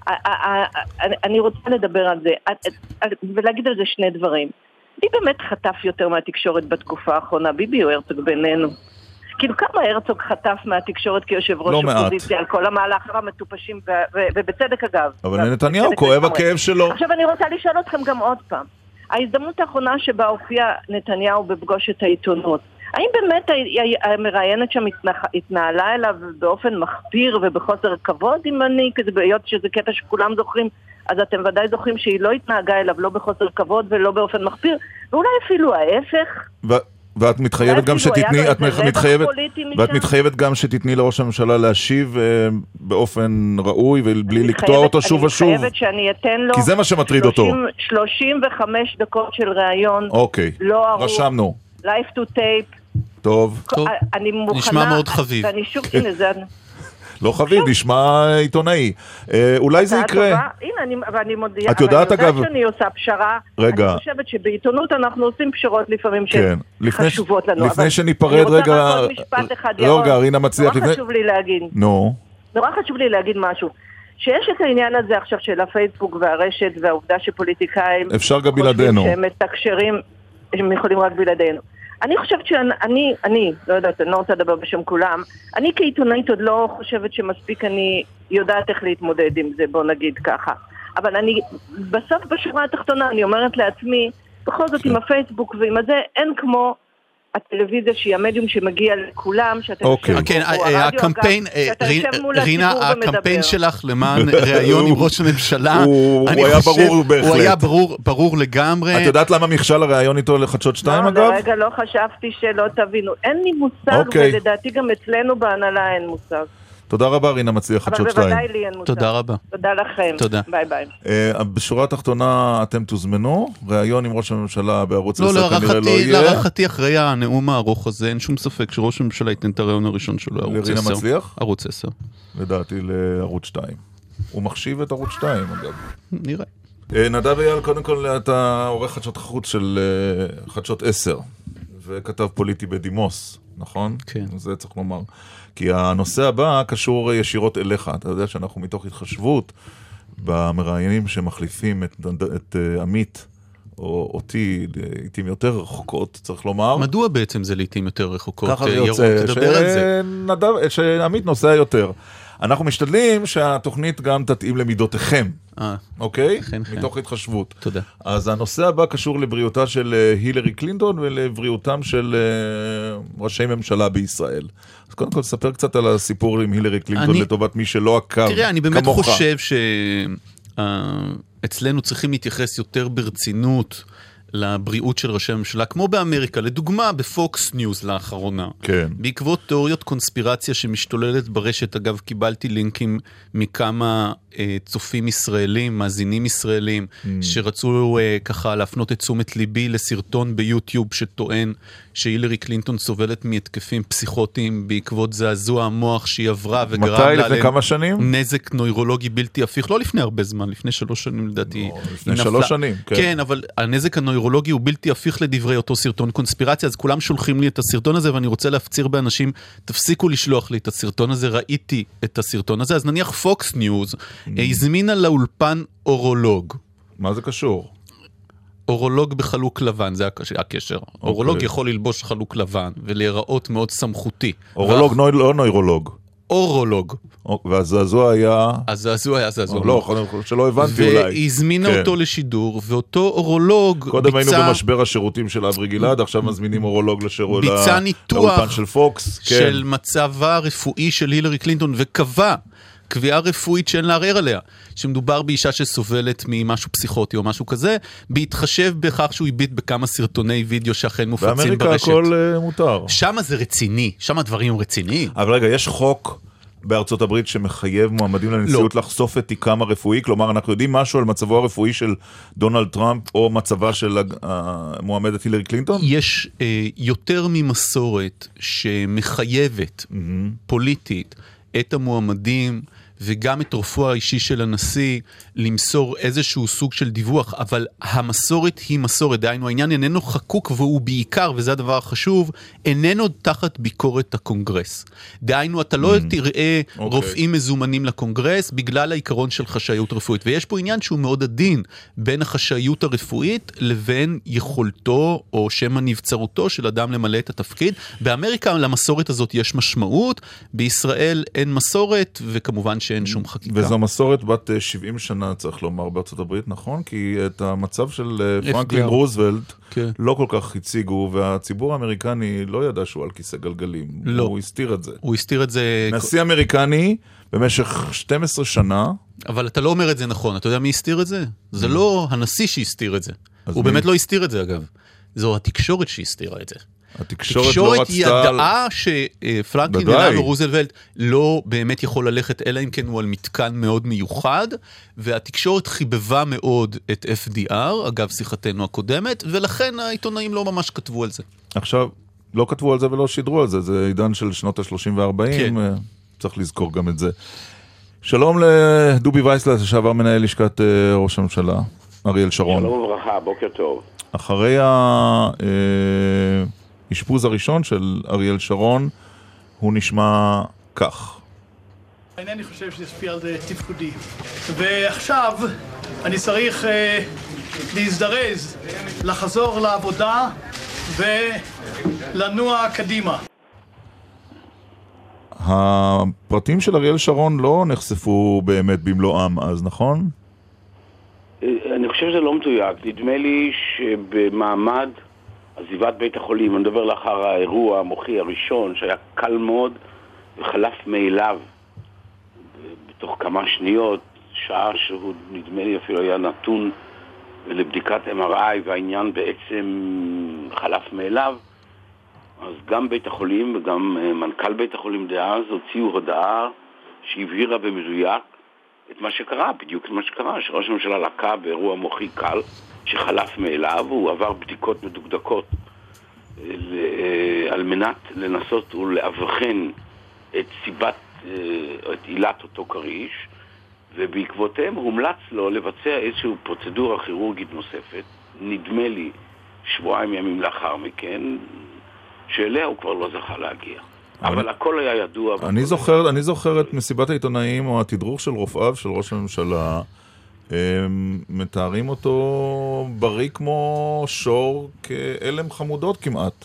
אני רוצה לדבר על זה, ולהגיד על זה שני דברים. מי באמת חטף יותר מהתקשורת בתקופה האחרונה? ביבי או הרצוג בינינו? כאילו כמה הרצוג חטף מהתקשורת כיושב ראש אופוזיציה על כל המהלך המטופשים, ובצדק אגב. אבל נתניהו כואב הכאב שלו. עכשיו אני רוצה לשאול אתכם גם עוד פעם. ההזדמנות האחרונה שבה הופיע נתניהו בפגושת העיתונות, האם באמת המראיינת שם התנהלה אליו באופן מחפיר ובחוסר כבוד? אם אני, כזה בהיות שזה קטע שכולם זוכרים, אז אתם ודאי זוכרים שהיא לא התנהגה אליו לא בחוסר כבוד ולא באופן מחפיר, ואולי אפילו ההפך. ו... ואת מתחייבת גם שתתני, את מתחייבת, ואת מתחייבת גם שתתני לראש הממשלה להשיב באופן ראוי ובלי לקטוע אותו שוב ושוב. אני מתחייבת שאני אתן לו, כי זה מה שמטריד אותו. שלושים וחמש דקות של ראיון. אוקיי, לא ארוך. רשמנו. Live to tape. טוב. טוב, נשמע מאוד חביב. ואני שוב, הנה זה... לא חביב, נשמע עיתונאי. אולי זה יקרה. הנה, ואני מודיעה, את יודעת אגב... שאני עושה פשרה. רגע. אני חושבת שבעיתונות אנחנו עושים פשרות לפעמים שחשובות לנו. לפני שניפרד רגע... אני רוצה רק עוד משפט אחד, ירון. רגע, רינה מצליח. נורא חשוב לי להגיד. נו. נורא חשוב לי להגיד משהו. שיש את העניין הזה עכשיו של הפייסבוק והרשת והעובדה שפוליטיקאים... אפשר גם בלעדינו. שהם מתקשרים, הם יכולים רק בלעדינו. אני חושבת שאני, אני, לא יודעת, אני לא רוצה לדבר בשם כולם, אני כעיתונאית עוד לא חושבת שמספיק אני יודעת איך להתמודד עם זה, בוא נגיד ככה. אבל אני, בסוף בשורה התחתונה, אני אומרת לעצמי, בכל זאת עם הפייסבוק ועם הזה, אין כמו הטלוויזיה שהיא המדיום שמגיע לכולם, שאתה אוקיי. יושב כן, פה, הרדיו, הקמפיין, אגב, שאתה יושב מול רינה, הציבור ומדבר. הקמפיין שלך למען ראיון עם ראש הממשלה, הוא אני היה חושב, ברור בהחלט. הוא היה ברור, ברור לגמרי. את יודעת למה מכשל הראיון איתו לחדשות שתיים, לא, אגב? לרגע לא חשבתי שלא תבינו. אין לי מושג, אוקיי. ולדעתי גם אצלנו בהנהלה אין מושג. תודה רבה, רינה מצליח, חדשות אבל שתיים. בוודאי לי אין מושג. תודה רבה. תודה לכם. תודה. ביי ביי. Uh, בשורה התחתונה אתם תוזמנו, ראיון עם ראש הממשלה בערוץ לא, עשר כנראה לא להערכתי, יהיה. להערכתי אחרי הנאום הארוך הזה, אין שום ספק שראש הממשלה ייתן את הראיון הראשון שלו, ערוץ לרינה עשר. מצליח? ערוץ עשר. לדעתי לערוץ שתיים. הוא מחשיב את ערוץ שתיים, אגב. נראה. Uh, נדב אייל, קודם כל אתה עורך חדשות החוץ של uh, חדשות עשר, וכתב פוליטי בדימוס, נכון? כן. זה צריך לומר. כי הנושא הבא קשור ישירות אליך. אתה יודע שאנחנו מתוך התחשבות במראיינים שמחליפים את, את uh, עמית או אותי, לעתים יותר רחוקות, צריך לומר. מדוע בעצם זה לעתים יותר רחוקות? ככה זה ירוק, יוצא, תדבר על זה. שנדב, שעמית נוסע יותר. אנחנו משתדלים שהתוכנית גם תתאים למידותיכם, אה, אוקיי? כן, כן. מתוך התחשבות. תודה. אז הנושא הבא קשור לבריאותה של הילרי קלינטון ולבריאותם של uh, ראשי ממשלה בישראל. אז קודם כל, ספר קצת על הסיפור עם הילרי קלינטון אני, לטובת מי שלא עקב כמוך. תראה, אני באמת כמוך. חושב שאצלנו צריכים להתייחס יותר ברצינות לבריאות של ראשי הממשלה, כמו באמריקה, לדוגמה בפוקס ניוז לאחרונה. כן. בעקבות תיאוריות קונספירציה שמשתוללת ברשת, אגב, קיבלתי לינקים מכמה אה, צופים ישראלים, מאזינים ישראלים, mm. שרצו אה, ככה להפנות את תשומת ליבי לסרטון ביוטיוב שטוען שהילרי קלינטון סובלת מהתקפים פסיכוטיים בעקבות זעזוע המוח שהיא עברה וגרם לה... מתי? לפני כמה שנים? נזק נוירולוגי בלתי הפיך, לא לפני הרבה זמן, לפני שלוש שנים לדעתי. לא, לפני שלוש שנים, כן. כן, אבל הנזק הנוירולוגי הוא בלתי הפיך לדברי אותו סרטון קונספירציה, אז כולם שולחים לי את הסרטון הזה, ואני רוצה להפציר באנשים, תפסיקו לשלוח לי את הסרטון הזה, ראיתי את הסרטון הזה, אז נניח פוקס ניוז, הזמינה לאולפן אורולוג. מה זה קשור? אורולוג בחלוק לבן, זה הקשר. אורולוג יכול ללבוש חלוק לבן, ולהיראות מאוד סמכותי. אורולוג, לא נוירולוג. אורולוג. והזעזוע היה... הזעזוע היה זעזוע. לא, שלא הבנתי אולי. והזמינה אותו לשידור, ואותו אורולוג ביצע... קודם היינו במשבר השירותים של אברי גלעד, עכשיו מזמינים אורולוג לשירות... ביצע ניתוח של פוקס. של מצבה הרפואי של הילרי קלינטון, וקבע קביעה רפואית שאין לערער עליה, שמדובר באישה שסובלת ממשהו פסיכוטי או משהו כזה, בהתחשב בכך שהוא הביט בכמה סרטוני וידאו שאכן מופצים ברשת. באמריקה הכל מותר. שם זה רציני, שם הדברים הם רציניים. אבל רגע, יש חוק בארצות הברית שמחייב מועמדים לנשיאות לא. לחשוף את תיקם הרפואי, כלומר אנחנו יודעים משהו על מצבו הרפואי של דונלד טראמפ או מצבה של המועמדת הילרי קלינטון? יש אה, יותר ממסורת שמחייבת mm-hmm. פוליטית את המועמדים וגם את רפואו האישי של הנשיא למסור איזשהו סוג של דיווח, אבל המסורת היא מסורת, דהיינו העניין איננו חקוק והוא בעיקר, וזה הדבר החשוב, איננו תחת ביקורת הקונגרס. דהיינו אתה לא mm. תראה okay. רופאים מזומנים לקונגרס בגלל העיקרון של חשאיות רפואית, ויש פה עניין שהוא מאוד עדין בין החשאיות הרפואית לבין יכולתו או שם הנבצרותו של אדם למלא את התפקיד. באמריקה למסורת הזאת יש משמעות, בישראל אין מסורת וכמובן שאין שום חקיקה. וזו מסורת בת שבעים שנה, צריך לומר, בארצות הברית, נכון? כי את המצב של פרנקלין רוזוולט כן. לא כל כך הציגו, והציבור האמריקני לא ידע שהוא על כיסא גלגלים. לא. הוא הסתיר את זה. הוא הסתיר את זה... נשיא אמריקני במשך שתים עשרה שנה... אבל אתה לא אומר את זה נכון. אתה יודע מי הסתיר את זה? זה לא הנשיא שהסתיר את זה. הוא באמת לא הסתיר את זה, אגב. זו התקשורת שהסתירה את זה. התקשורת לא רצתה... היא ידעה שפרנקלין דלאנו רוזוולט לא באמת יכול ללכת, אלא אם כן הוא על מתקן מאוד מיוחד, והתקשורת חיבבה מאוד את אף די אר, אגב שיחתנו הקודמת, ולכן העיתונאים לא ממש כתבו על זה. עכשיו, לא כתבו על זה ולא שידרו על זה, זה עידן של שנות ה-שלושים וה-ארבעים, כן. צריך לזכור גם את זה. שלום לדובי וייסלר, שעבר מנהל לשכת ראש הממשלה, אריאל שרון. שלום וברכה, בוקר טוב. אחרי ה... האשפוז הראשון של אריאל שרון, הוא נשמע כך. אינני חושב שזה השפיע על תפקודי. ועכשיו אני צריך אה, להזדרז, לחזור לעבודה ולנוע קדימה. הפרטים של אריאל שרון לא נחשפו באמת במלואם אז, נכון? אני חושב שזה לא מדויק. נדמה לי שבמעמד עזיבת בית החולים, אני מדבר לאחר האירוע המוחי הראשון, שהיה קל מאוד וחלף מאליו בתוך כמה שניות, שעה שהוא נדמה לי אפילו היה נתון לבדיקת אם אר איי, והעניין בעצם חלף מאליו. אז גם בית החולים וגם מנכ"ל בית החולים דאז הוציאו הודעה שהבהירה במדויק את מה שקרה, בדיוק את מה שקרה, שראש הממשלה לקה באירוע מוחי קל שחלף מאליו, הוא עבר בדיקות מדוקדקות על מנת לנסות ולאבחן את סיבת, את עילת אותו קריש, ובעקבותיהם הומלץ לו לבצע איזושהי פרוצדורה כירורגית נוספת, נדמה לי שבועיים ימים לאחר מכן, שאליה הוא כבר לא זכה להגיע. אבל, אבל הכל היה ידוע. אני זוכר, אני זוכר את מסיבת העיתונאים או התדרוך של רופאיו של ראש הממשלה, הם מתארים אותו בריא כמו שור, כאלם חמודות כמעט.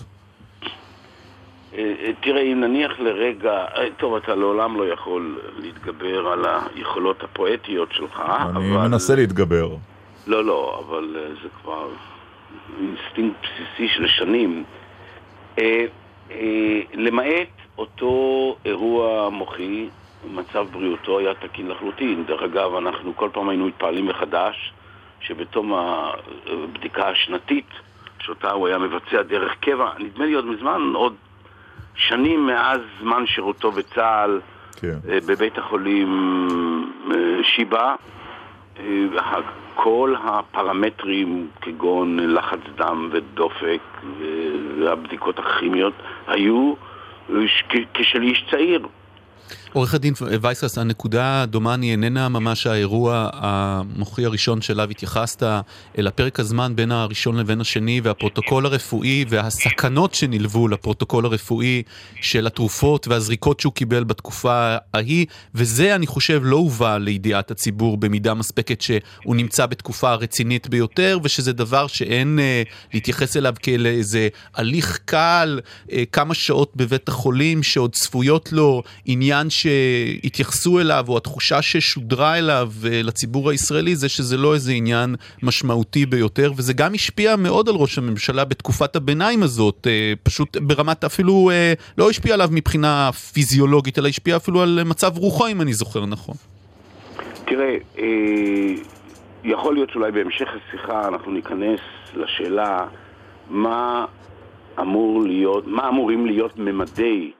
תראה, אם נניח לרגע, טוב, אתה לעולם לא יכול להתגבר על היכולות הפואטיות שלך. אני אבל... מנסה להתגבר. לא, לא, אבל זה כבר אינסטינקט בסיסי של שנים. אה, אה, למעט אותו אירוע מוחי, מצב בריאותו היה תקין לחלוטין. דרך אגב, אנחנו כל פעם היינו מתפעלים מחדש, שבתום הבדיקה השנתית, שאותה הוא היה מבצע דרך קבע, נדמה לי עוד מזמן, עוד שנים מאז זמן שירותו בצה"ל, כן. בבית החולים שיבא, כל הפרמטרים כגון לחץ דם ודופק והבדיקות הכימיות היו כשל איש צעיר. עורך הדין וייסרס, הנקודה דומני איננה ממש האירוע המוחי הראשון שאליו התייחסת, אלא פרק הזמן בין הראשון לבין השני, והפרוטוקול הרפואי והסכנות שנלוו לפרוטוקול הרפואי של התרופות והזריקות שהוא קיבל בתקופה ההיא, וזה אני חושב לא הובא לידיעת הציבור במידה מספקת שהוא נמצא בתקופה רצינית ביותר, ושזה דבר שאין אה, להתייחס אליו כאל איזה הליך קל, אה, כמה שעות בבית החולים שעוד צפויות לו, עניין שהתייחסו אליו, או התחושה ששודרה אליו לציבור הישראלי, זה שזה לא איזה עניין משמעותי ביותר, וזה גם השפיע מאוד על ראש הממשלה בתקופת הביניים הזאת, פשוט ברמת אפילו, לא השפיע עליו מבחינה פיזיולוגית, אלא השפיע אפילו על מצב רוחו, אם אני זוכר נכון. תראה, יכול להיות שאולי בהמשך השיחה אנחנו ניכנס לשאלה מה אמור להיות, מה אמורים להיות ממדי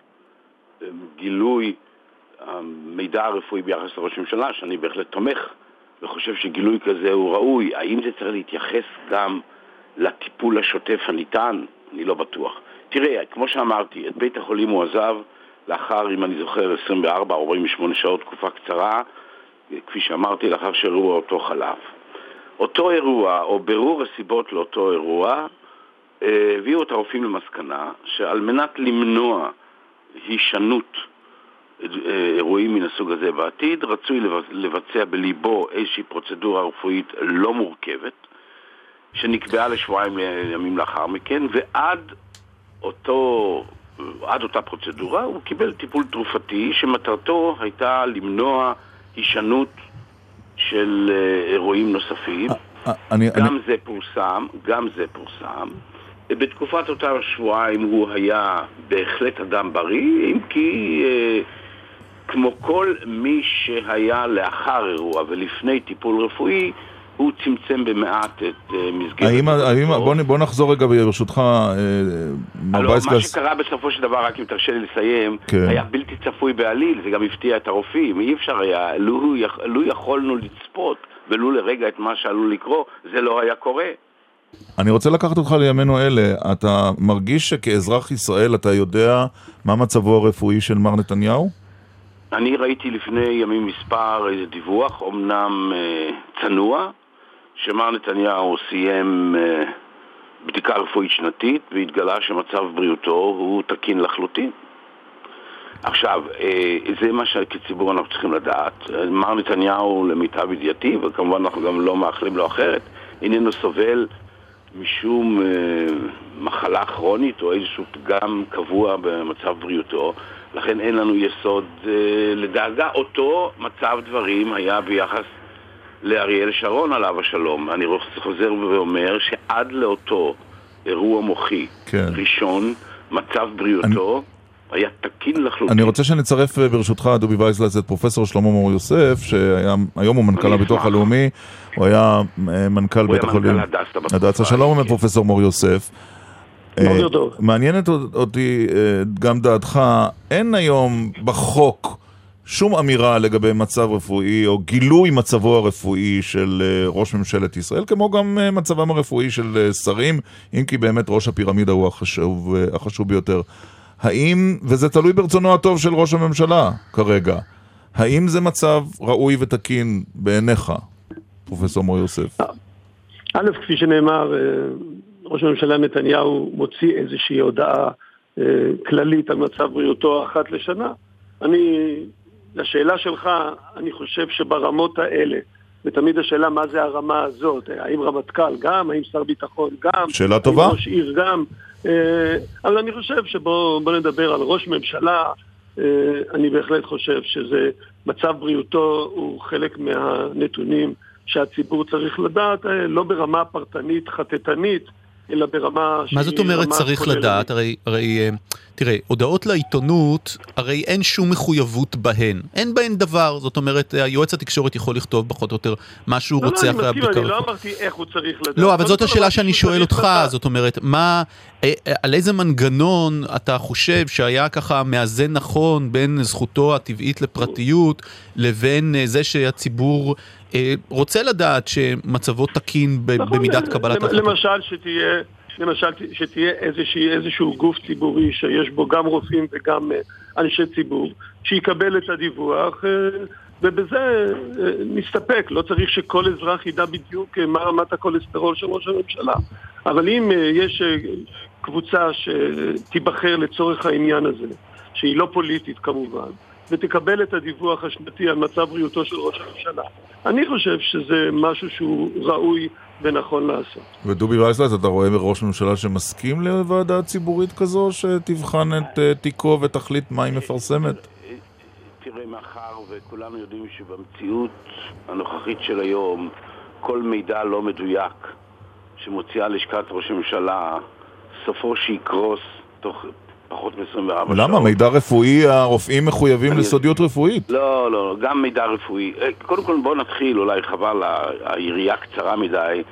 גילוי המידע הרפואי ביחס לראש הממשלה, שאני בהחלט תומך וחושב שגילוי כזה הוא ראוי. האם זה צריך להתייחס גם לטיפול השוטף הניתן? אני לא בטוח. תראה, כמו שאמרתי, את בית החולים הוא עזב לאחר, אם אני זוכר, עשרים וארבע ארבעים ושמונה שעות, תקופה קצרה, כפי שאמרתי, לאחר שאירוע אותו חלף. אותו אירוע, או ברור הסיבות לאותו אירוע, הביאו את הרופאים למסקנה שעל מנת למנוע הישנות אירועים מן הסוג הזה בעתיד, רצוי לבצע בליבו איזושהי פרוצדורה רפואית לא מורכבת, שנקבעה לשבועיים ימים לאחר מכן, ועד אותו, עד אותה פרוצדורה הוא קיבל טיפול תרופתי שמטרתו הייתה למנוע הישנות של אירועים נוספים. אני, גם אני... זה פורסם, גם זה פורסם. בתקופת אותם שבועיים הוא היה בהחלט אדם בריא, אם כי אה, כמו כל מי שהיה לאחר אירוע ולפני טיפול רפואי, הוא צמצם במעט את אה, מסגרת. האם, האם, בוא, בוא נחזור רגע ברשותך, אה, מר וייסגלס. מה שקרה בסופו של דבר, רק אם תרשה לי לסיים, כן. היה בלתי צפוי בעליל, זה גם הפתיע את הרופאים, אי אפשר היה, לו, לו יכולנו לצפות ולו לרגע את מה שעלול לקרוא, זה לא היה קורה. אני רוצה לקחת אותך לימינו אלה. אתה מרגיש שכאזרח ישראל אתה יודע מה מצבו הרפואי של מר נתניהו? אני ראיתי לפני ימים מספר איזה דיווח, אומנם אה, צנוע, שמר נתניהו סיים אה, בדיקה רפואית שנתית והתגלה שמצב בריאותו הוא תקין לחלוטין. עכשיו, אה, זה מה שכציבור אנחנו צריכים לדעת. מר נתניהו למיטב ידיעתי, וכמובן אנחנו גם לא מאחלים לו אחרת, איננו סובל משום אה, מחלה כרונית או איזשהו פגם קבוע במצב בריאותו, לכן אין לנו יסוד אה, לדאגה. אותו מצב דברים היה ביחס לאריאל שרון עליו השלום. אני חוזר ואומר שעד לאותו אירוע מוחי כן. ראשון, מצב בריאותו אני... היה תקין לחלוטין. אני רוצה שנצרף ברשותך, דובי וייסלס, את פרופסור שלמה מור יוסף, שהיום הוא מנכ"ל הביטוח הלאומי, הוא היה מנכ"ל בית החולים הדסה. שלום פרופסור מור יוסף. מעניינת אותי גם דעתך, אין היום בחוק שום אמירה לגבי מצב רפואי או גילוי מצבו הרפואי של ראש ממשלת ישראל, כמו גם מצבם הרפואי של שרים, אם כי באמת ראש הפירמידה הוא החשוב, החשוב ביותר. האם, וזה תלוי ברצונו הטוב של ראש הממשלה כרגע, האם זה מצב ראוי ותקין בעיניך, פרופסור מור יוסף? א', כפי שנאמר, ראש הממשלה נתניהו מוציא איזושהי הודעה כללית על מצב בריאותו אחת לשנה. אני, לשאלה שלך, אני חושב שברמות האלה, ותמיד השאלה מה זה הרמה הזאת, האם רמטכ"ל גם, האם שר ביטחון גם, שאלה טובה. האם ראש עיר גם, אבל אני חושב שבוא נדבר על ראש ממשלה, אני בהחלט חושב שזה מצב בריאותו הוא חלק מהנתונים שהציבור צריך לדעת, לא ברמה פרטנית, חטטנית, אלא ברמה... מה זאת אומרת צריך לדעת? הרי, הרי, תראה, הודעות לעיתונות, הרי אין שום מחויבות בהן. אין בהן דבר, זאת אומרת, היועץ התקשורת יכול לכתוב פחות או יותר מה שהוא רוצה אחרי הבדיקה. אני לא אמרתי איך הוא צריך לדעת. לא, אבל זאת השאלה שאני שואל אותך, זאת אומרת, מה, על איזה מנגנון אתה חושב שהיה ככה מאזן נכון בין זכותו הטבעית לפרטיות, לבין זה שהציבור רוצה לדעת שמצבו תקין במידת קבלת החלטות? למשל שתהיה... למשל שתהיה איזושהי, איזשהו גוף ציבורי שיש בו גם רופאים וגם אנשי ציבור, שיקבל את הדיווח, ובזה נסתפק. לא צריך שכל אזרח ידע בדיוק מה רמת הכולסטרול של ראש הממשלה. אבל אם יש קבוצה שתיבחר לצורך העניין הזה, שהיא לא פוליטית כמובן, ותקבל את הדיווח השנתי על מצב בריאותו של ראש הממשלה, אני חושב שזה משהו שהוא ראוי ונכון לעשות. ודובי וייסלס, אתה רואה ראש ממשלה שמסכים לוועדה ציבורית כזו שתבחן את תיקו ותחליט מה היא מפרסמת? תראה, מאחר וכולנו יודעים שבמציאות הנוכחית של היום כל מידע לא מדויק שמוציאה לשכת ראש הממשלה סופו שיקרוס תוך פחות מ-עשרים וארבע שעות. למה? מידע רפואי, הרופאים מחויבים לסודיות רפואית. לא, לא, גם מידע רפואי. קודם כל בוא נתחיל, אולי חבל, היריעה קצרה מדי.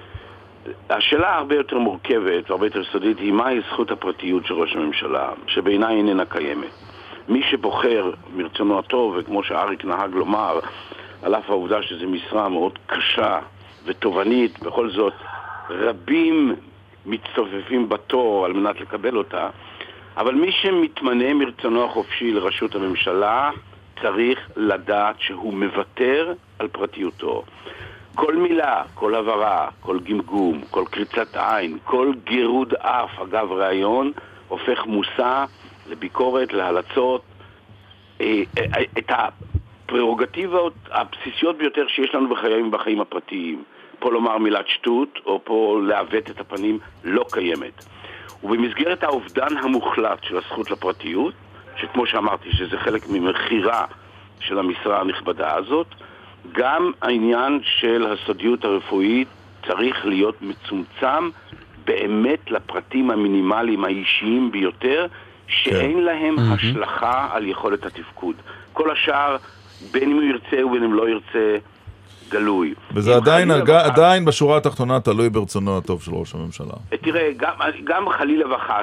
השאלה הרבה יותר מורכבת והרבה יותר סודית היא מהי זכות הפרטיות של ראש הממשלה, שבעיניי איננה קיימת. מי שבוחר מרצונו הטוב, וכמו שאריק נהג לומר, על אף העובדה שזו משרה מאוד קשה ותובנית, בכל זאת רבים מצטופפים בתור על מנת לקבל אותה, אבל מי שמתמנה מרצונו החופשי לראשות הממשלה צריך לדעת שהוא מוותר על פרטיותו. כל מילה, כל הברה, כל גמגום, כל קריצת עין, כל גירוד אף אגב רעיון הופך מושא לביקורת, להלצות. את הפררוגטיבות הבסיסיות ביותר שיש לנו בחיים, בחיים הפרטיים, פה לומר מילת שטות או פה לעוות את הפנים, לא קיימת. ובמסגרת האובדן המוחלט של הזכות לפרטיות, שכמו שאמרתי שזה חלק ממחירה של המשרה הנכבדה הזאת, גם העניין של הסודיות הרפואית צריך להיות מצומצם באמת לפרטים המינימליים האישיים ביותר, שאין להם השלכה על יכולת התפקוד. כל השאר, בין אם הוא ירצה ובין אם לא ירצה, גלוי. וזה עדיין, עדיין בשורה התחתונה תלוי ברצונו הטוב של ראש הממשלה. תראה, גם, גם חלילה וחס,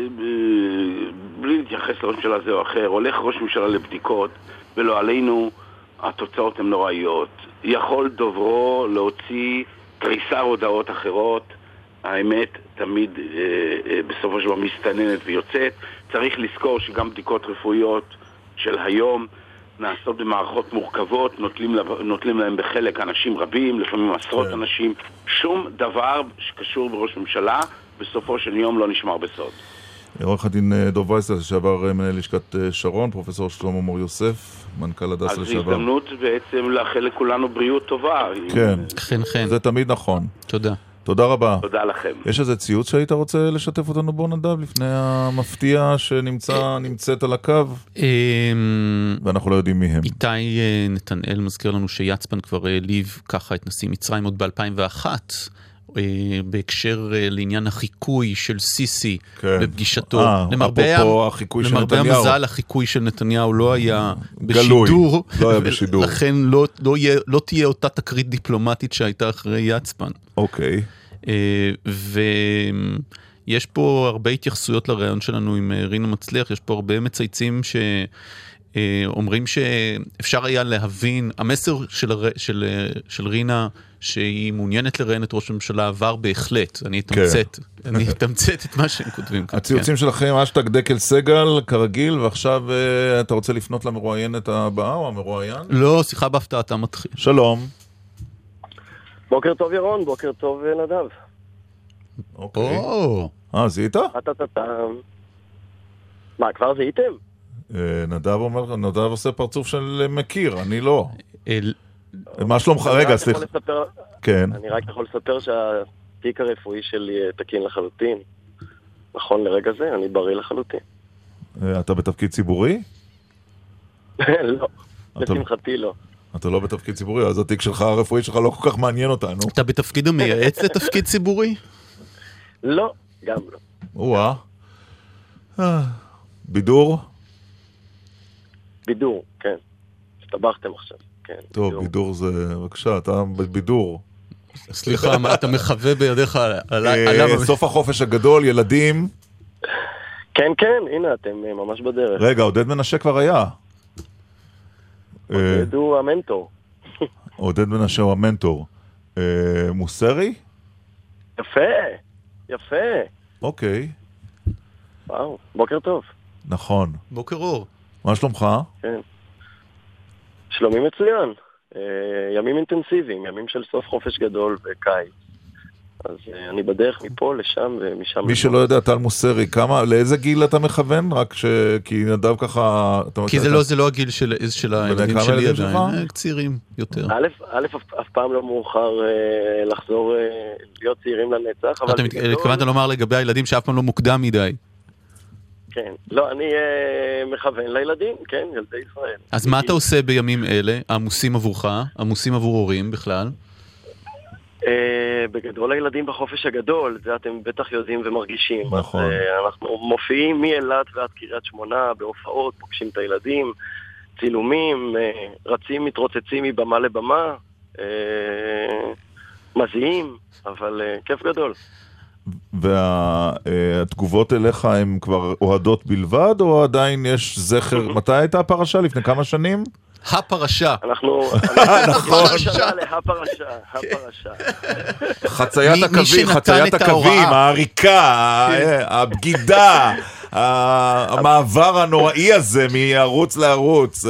בלי להתייחס לראש ממשלה זה או אחר, הולך ראש ממשלה לבדיקות, ולא עלינו, התוצאות הן נוראיות. יכול דוברו להוציא תריסר הודעות אחרות, האמת תמיד אה, אה, בסופו של דבר מסתננת ויוצאת. צריך לזכור שגם בדיקות רפואיות של היום נעשות במערכות מורכבות, נוטלים, נוטלים להם בחלק אנשים רבים, לפעמים עשרות כן. אנשים. שום דבר שקשור בראש ממשלה בסופו של יום לא נשמר בסוד. עורך הדין דוב וייסלס, לשעבר מנהל לשכת שרון, פרופסור שלמה מור יוסף, מנכ"ל הדסה לשעבר. אז הזדמנות בעצם לאחל לכולנו בריאות טובה. כן, חן חן. זה תמיד נכון. תודה. תודה רבה. תודה לכם. יש איזה ציוץ שהיית רוצה לשתף אותנו בו, נדב, לפני המפתיע שנמצאת על הקו? ואנחנו לא יודעים מי הם. איתי נתנאל מזכיר לנו שיצפן כבר העליב ככה את נשיא מצרים עוד ב-אלפיים ואחת, בהקשר לעניין החיקוי של סיסי כן. בפגישתו. אה, אפרופו החיקוי של נתניהו. למרבה המזל, החיקוי של נתניהו לא היה גלוי, בשידור. לא היה בשידור. לכן לא, לא, יהיה, לא תהיה אותה תקרית דיפלומטית שהייתה אחרי יצפן. אוקיי. ויש פה הרבה התייחסויות לרעיון שלנו עם רינה מצליח, יש פה הרבה מצייצים ש... אומרים שאפשר היה להבין, המסר של, הר... של, של רינה שהיא מעוניינת לראיין את ראש הממשלה עבר בהחלט, אני אתמצת, כן. אני אתמצת את מה שהם כותבים כאן. הציוצים כן. שלכם, אשטג דקל סגל, כרגיל, ועכשיו uh, אתה רוצה לפנות למרואיינת הבאה או המרואיין? לא, שיחה בהפתעה, אתה מתחיל. שלום. בוקר טוב ירון, בוקר טוב נדב. אוקיי. אה, זיהית? מה, כבר זיהיתם? נדב אומר, נדב עושה פרצוף של מכיר, אני לא. מה שלומך? רגע, סליחה. כן. אני רק יכול לספר שהתיק הרפואי שלי תקין לחלוטין. נכון לרגע זה, אני בריא לחלוטין. אתה בתפקיד ציבורי? לא, לשמחתי לא. אתה לא בתפקיד ציבורי, אז התיק שלך, הרפואי שלך לא כל כך מעניין אותנו. אתה בתפקיד המייעץ לתפקיד ציבורי? לא, גם לא. וואה. בידור? בידור, כן. הסתבכתם עכשיו, כן. טוב, בידור, בידור זה... בבקשה, אתה בבידור. סליחה, מה אתה מחווה בידיך על... סוף החופש הגדול, ילדים. כן, כן, הנה, אתם ממש בדרך. רגע, עודד מנשה כבר היה. עודד הוא המנטור. עודד מנשה הוא המנטור. מוסרי? יפה, יפה. אוקיי. וואו, בוקר טוב. נכון. בוקר אור. מה שלומך? כן. שלומי מצוין. ימים אינטנסיביים, ימים של סוף חופש גדול וקיץ. אז אני בדרך מפה לשם ומשם... מי שלא יודע, טל מוסרי, כמה, לאיזה גיל אתה מכוון? רק ש... כי נדב ככה... כי זה לא, זה לא הגיל של, של הילדים שלי עדיין, צעירים יותר. א', א', אף פעם לא מאוחר לחזור להיות צעירים לנצח, אבל... אתה מתכוונת לומר לגבי הילדים שאף פעם לא מוקדם מדי. כן, לא, אני מכוון לילדים, כן, ילדי ישראל. אז מה אתה עושה בימים אלה, עמוסים עבורך, עמוסים עבור הורים בכלל? בגדול הילדים בחופש הגדול, זה אתם בטח יודעים ומרגישים. נכון. אנחנו מופיעים מאילת ועד קריית שמונה, בהופעות, פוגשים את הילדים, צילומים, רצים, מתרוצצים מבמה לבמה, מזיעים, אבל כיף גדול. והתגובות אליך הן כבר אוהדות בלבד, או עדיין יש זכר? מתי הייתה הפרשה? לפני כמה שנים? הפרשה. אנחנו... נכון. הפרשה, הפרשה. חציית הקווים, חציית הקווים, העריקה, הבגידה, המעבר הנוראי הזה מערוץ לערוץ,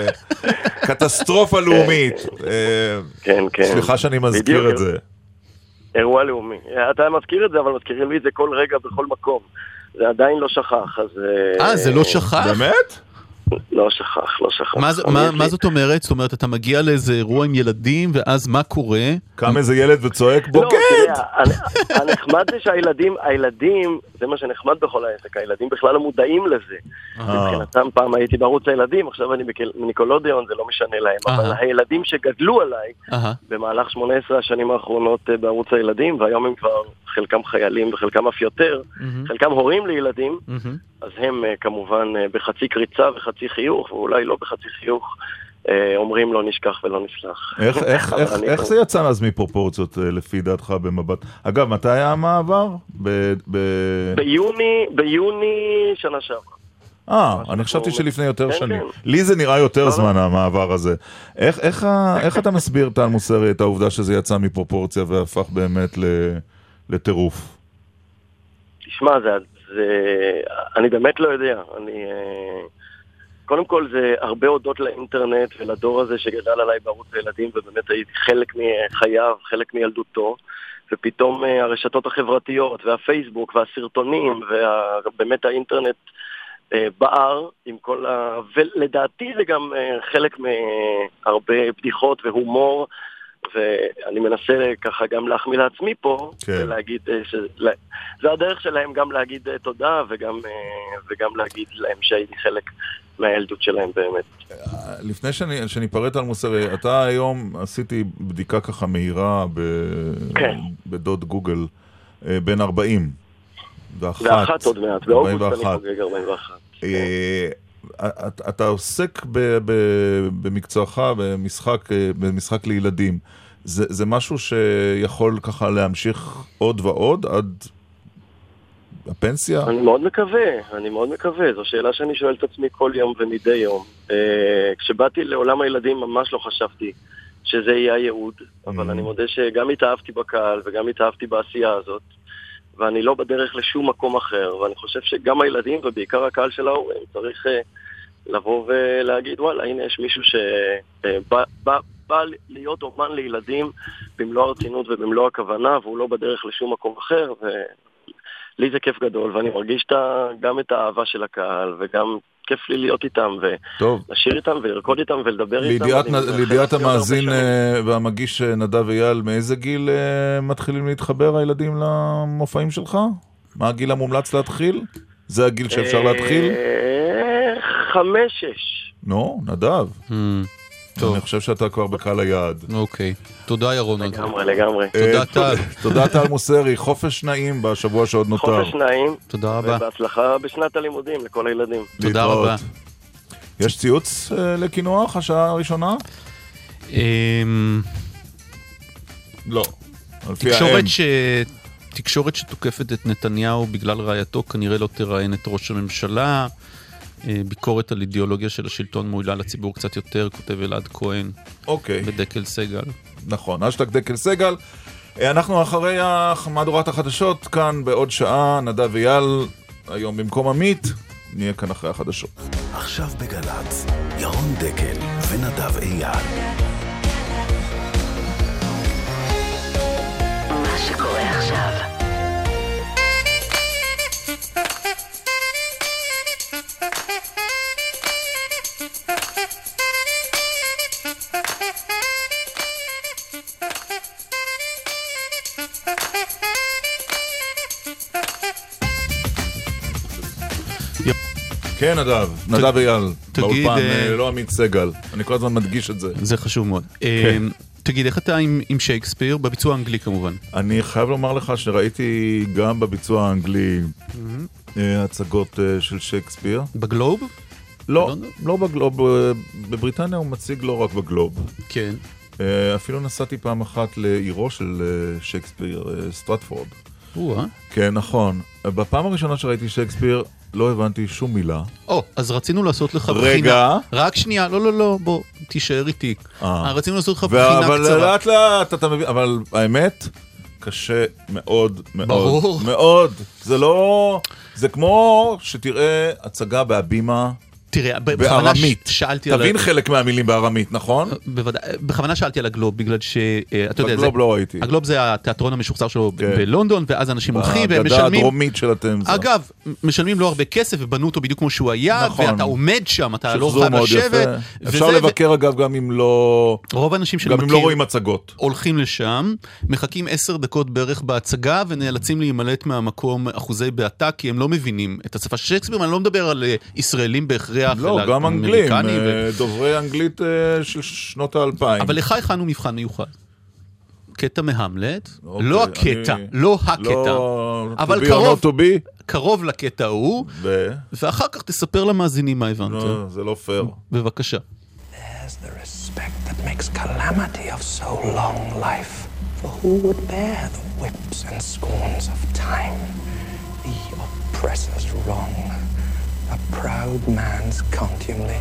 קטסטרופה לאומית. כן, כן. סליחה שאני מזכיר את זה. אירוע לאומי. אתה מזכיר את זה, אבל מזכירים לי את זה כל רגע בכל מקום. זה עדיין לא שכח, אז... אה, זה לא שכח? באמת? לא שכח, לא שכח. מה זאת אומרת? זאת אומרת, אתה מגיע לאיזה אירוע עם ילדים, ואז מה קורה? קם איזה ילד וצועק בוגד! לא, תראה, הנחמד זה שהילדים, הילדים, זה מה שנחמד בכל העסק, הילדים בכלל לא מודעים לזה. מבחינתם פעם הייתי בערוץ הילדים, עכשיו אני בניקולודיון, זה לא משנה להם, אבל הילדים שגדלו עליי, במהלך שמונה עשרה השנים האחרונות בערוץ הילדים, והיום הם כבר חלקם חיילים וחלקם אף יותר, חלקם הורים לילדים, אז הם כמובן בחצי קריצה וחצי חיוך, ואולי לא בחצי חיוך, אומרים לא נשכח ולא נסלח. איך, איך, איך, איך זה יצא אז מפרופורציות לפי דעתך במבט? אגב, מתי היה המעבר? ב, ב... ביוני, ביוני שנה שעברה. אה, אני חשבתי שלפני יותר שנים. לי זה נראה יותר זמן המעבר הזה. איך, איך, איך אתה מסביר, טל מוסרי, את העובדה שזה יצא מפרופורציה והפך באמת לטירוף? תשמע, זה, זה, אני באמת לא יודע. אני, קודם כל זה הרבה הודות לאינטרנט ולדור הזה שגדל עליי בערוץ הילדים, ובאמת הייתי חלק מחייו, חלק מילדותו, ופתאום הרשתות החברתיות והפייסבוק והסרטונים ובאמת האינטרנט בער עם כל ה... ולדעתי זה גם חלק מהרבה בדיחות והומור, ואני מנסה ככה גם להחמיא לעצמי פה, כן. ולהגיד, ש... זה הדרך שלהם גם להגיד תודה, וגם, וגם להגיד להם שהייתי חלק מהילדות שלהם באמת. לפני שאני, שאני פרט על מוסרי, אתה היום עשיתי בדיקה ככה מהירה ב, כן. בדוד גוגל, בין ארבעים ואחת. ואחת עוד מעט, באוגוסט אני חוגג ארבעים ואחת. אתה עוסק במקצועך, במשחק, במשחק לילדים. זה, זה משהו שיכול ככה להמשיך עוד ועוד עד הפנסיה? אני מאוד מקווה, אני מאוד מקווה. זו שאלה שאני שואל את עצמי כל יום ומדי יום. כשבאתי לעולם הילדים ממש לא חשבתי שזה יהיה הייעוד, אבל אני מודה שגם התאהבתי בקהל וגם התאהבתי בעשייה הזאת, ואני לא בדרך לשום מקום אחר, ואני חושב שגם הילדים ובעיקר הקהל של ההורים צריך לבוא ולהגיד, וואלה, הנה יש מישהו שבא בא, בא להיות אומן לילדים במלוא הרצינות ובמלוא הכוונה, והוא לא בדרך לשום מקום אחר, ולי זה כיף גדול, ואני מרגיש גם את האהבה של הקהל, וגם כיף לי להיות איתם, ולשיר איתם, ולרקוד איתם, ולדבר איתם. לידיעת המאזין והמגיש נדב אייל, מאיזה גיל מתחילים להתחבר הילדים למופעים שלך? מה הגיל המומלץ להתחיל? זה הגיל שאפשר להתחיל? חמש, שש. נו, נדב. אני חושב שאתה כבר בקהל היעד. אוקיי. תודה ירון. לגמרי, לגמרי. תודה טל. תודה טל מוסרי. חופש נעים בשבוע שעוד נותר. חופש נעים. תודה רבה. ובהצלחה בשנת הלימודים לכל הילדים. תודה רבה. יש ציוץ לכינוח השעה הראשונה? לא. תקשורת שתוקפת את נתניהו בגלל רעייתו כנראה לא תראיין את ראש הממשלה. ביקורת על אידיאולוגיה של השלטון מועילה לציבור קצת יותר, כותב אלעד כהן. אוקיי. בדקל סגל. נכון, אשטג דקל סגל. אנחנו אחרי מהדורת החדשות, כאן בעוד שעה, נדב אייל, היום במקום עמית, נהיה כאן אחרי החדשות. עכשיו בגלץ, ירון דקל ונדב אייל. מה שקורה עכשיו. כן, נדב, נדב אייל, באולפן, לא עמית סגל. אני כל הזמן מדגיש את זה. זה חשוב מאוד. תגיד, איך אתה עם שייקספיר? בביצוע האנגלי כמובן. אני חייב לומר לך שראיתי גם בביצוע האנגלי הצגות של שייקספיר. בגלוב? לא, לא בגלוב. בבריטניה הוא מציג לא רק בגלוב. כן. אפילו נסעתי פעם אחת לעירו של שייקספיר, סטרטפורד. וואה. כן, נכון. בפעם הראשונה שראיתי שייקספיר, לא הבנתי שום מילה. או, אז רצינו לעשות לך בחינה. רגע. רק שנייה, לא, לא, לא, בוא, תישאר איתי. רצינו לעשות לך בחינה קצרה. אבל לאט לאט, אתה מבין, אבל האמת, קשה מאוד, מאוד, ברור. מאוד. זה לא, זה כמו שתראה הצגה בהבימה, תראה, בארמית. שאלתי תבין חלק מהמילים בארמית, נכון? בוודאי, בכוונה שאלתי על הגלוב, בגלל ש... הגלוב לא ראיתי. הגלוב זה התיאטרון המשוחזר שלו בלונדון, ואז אנשים הולכים והם משלמים... הגדה הדרומית של התמזה. אגב, משלמים לא הרבה כסף, ובנו אותו בדיוק כמו שהוא היה, ואתה עומד שם, אתה לא חייב לשבת. אפשר לבקר אגב גם אם לא... רוב האנשים גם אם לא רואים הצגות. הולכים לשם, מחכים עשר דקות בערך בהצגה, ונאלצים להימלט מהמקום אחוזי בעתה, כי הם לא מבינים את השפה של שייקספיר. אני לא מדבר על ישראלים בהכרח, לא, גם אנגלים, דוברי אנגלית של שנות האלפיים. אבל לך הכנו מבחן מיוחד. קטע מהמלט, לא הקטע, לא הקטע, אבל קרוב לקטע הוא, ואחר כך תספר למאזינים מה הבנת. זה לא פייר. בבקשה. There's the respect that makes calamity of so long life, for who would bear the whips and scorns of time, the oppressor's wrong, a proud man's contumely,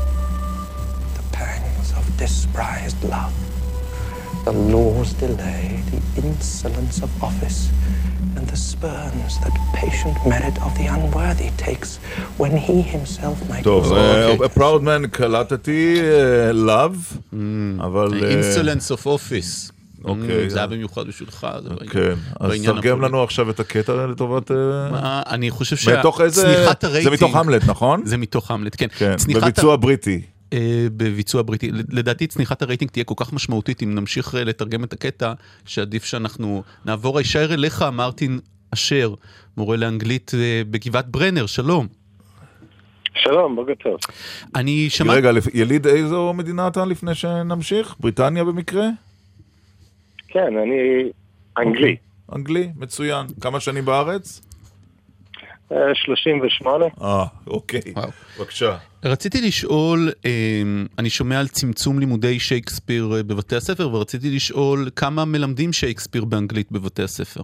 the pangs of despised love, the law's delay, the insolence of office, and the spurns that patient merit of the unworthy takes when he himself might... טוב, a proud man קלטתי, love, אבל... insolence of office. אוקיי. זה היה במיוחד בשבילך. כן, אז תרגם לנו עכשיו את הקטע לטובת... אני חושב שצניחת הרייטינג... זה מתוך המלט, נכון? זה מתוך המלט, כן. בביצוע בריטי. בביצוע בריטי. לדעתי צניחת הרייטינג תהיה כל כך משמעותית אם נמשיך לתרגם את הקטע, שעדיף שאנחנו נעבור הישר אליך, מרטין אשר, מורה לאנגלית בגבעת ברנר, שלום. שלום, בוקר טוב. אני שמע... רגע, יליד איזו מדינה אתה לפני שנמשיך? בריטניה במקרה? כן, אני אנגלי. אנגלי, מצוין. כמה שנים בארץ? שלושים ושמונה. אה, אוקיי. בבקשה. רציתי לשאול, אני שומע על צמצום לימודי שייקספיר בבתי הספר, ורציתי לשאול כמה מלמדים שייקספיר באנגלית בבתי הספר.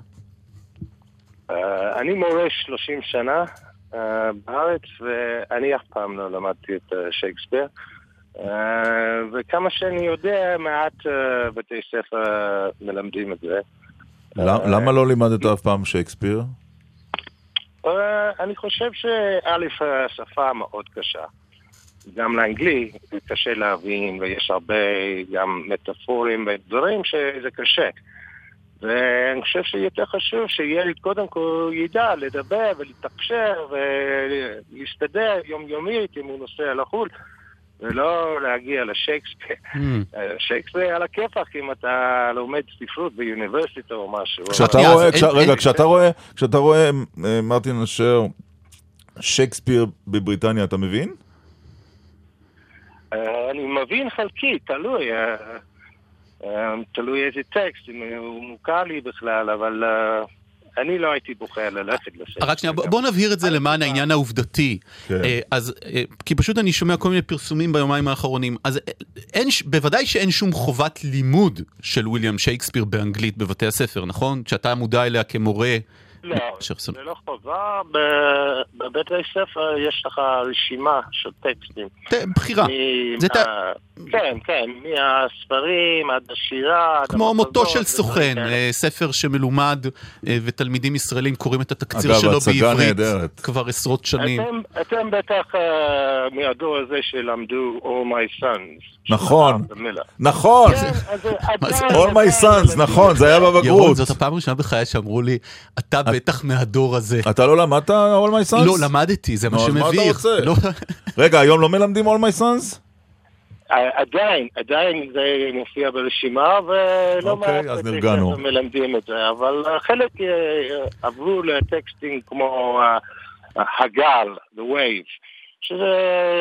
אני מורה שלושים שנה בארץ, ואני אף פעם לא למדתי את שייקספיר. וכמה שאני יודע, מעט בתי ספר מלמדים את זה. למה לא לימדת אף פעם שייקספיר? אני חושב שא' השפה מאוד קשה. גם לאנגלי קשה להבין, ויש הרבה גם מטאפורים ודברים שזה קשה. ואני חושב שיותר חשוב שילד קודם כל ידע לדבר ולהתקשר ולהסתדר יומיומית אם הוא נוסע לחו"ל, ולא להגיע לשייקספיר. שייקספיר על הכיפך אם אתה לומד ספרות באוניברסיטה או משהו. רגע, כשאתה רואה מרטין אשר שייקספיר בבריטניה, אתה מבין? אני מבין חלקי, תלוי. תלוי איזה טקסט, אם הוא מוכר לי בכלל, אבל אני לא הייתי בוחר ללכת לשייקספיר. רק שנייה, בוא נבהיר את זה למען העניין העובדתי. אז, כי פשוט אני שומע כל מיני פרסומים ביומיים האחרונים, אז בוודאי שאין שום חובת לימוד של וויליאם שייקספיר באנגלית בבתי הספר, נכון? שאתה מודע אליה כמורה... לא, זה לא חובה. בבית הספר יש לך רשימה של טקסטים. בחירה. כן, כן, מהספרים עד השירה. כמו מותו של סוכן, ספר שמלומד ותלמידים ישראלים קוראים את התקציר שלו בעברית כבר עשרות שנים. אתם בטח מהדור הזה שלמדו All My Sons. נכון, נכון. All My Sons, נכון, זה היה בבגרות. ירון, זאת הפעם הראשונה בחיי שאמרו לי, אתה בטח מהדור הזה. אתה לא למדת All My Sons? לא, למדתי, זה מה שמביך. רגע, היום לא מלמדים All My Sons? עדיין, עדיין זה מופיע ברשימה, ולא מעט מלמדים את זה, אבל חלק עברו לטקסטים כמו הגל, The Wave, שזה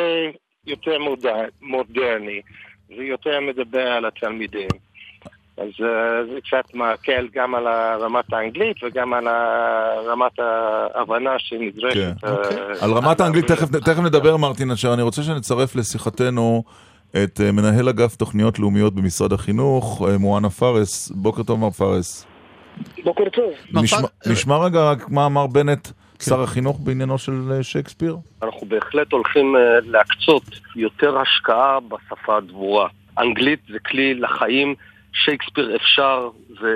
יותר מודרני, זה יותר מדבר על התלמידים. אז זה קצת מקל גם על רמת האנגלית וגם על רמת ההבנה שנדרשת. על רמת האנגלית תכף נדבר, מרטין אשר. אני רוצה שנצרף לשיחתנו את מנהל אגף תוכניות לאומיות במשרד החינוך, מואנה פארס. בוקר טוב, מר פארס. בוקר טוב. נשמע רגע רק מה אמר בנט, שר החינוך, בעניינו של שייקספיר. אנחנו בהחלט הולכים להקצות יותר השקעה בשפה הדבורה. אנגלית זה כלי לחיים, שייקספיר אפשר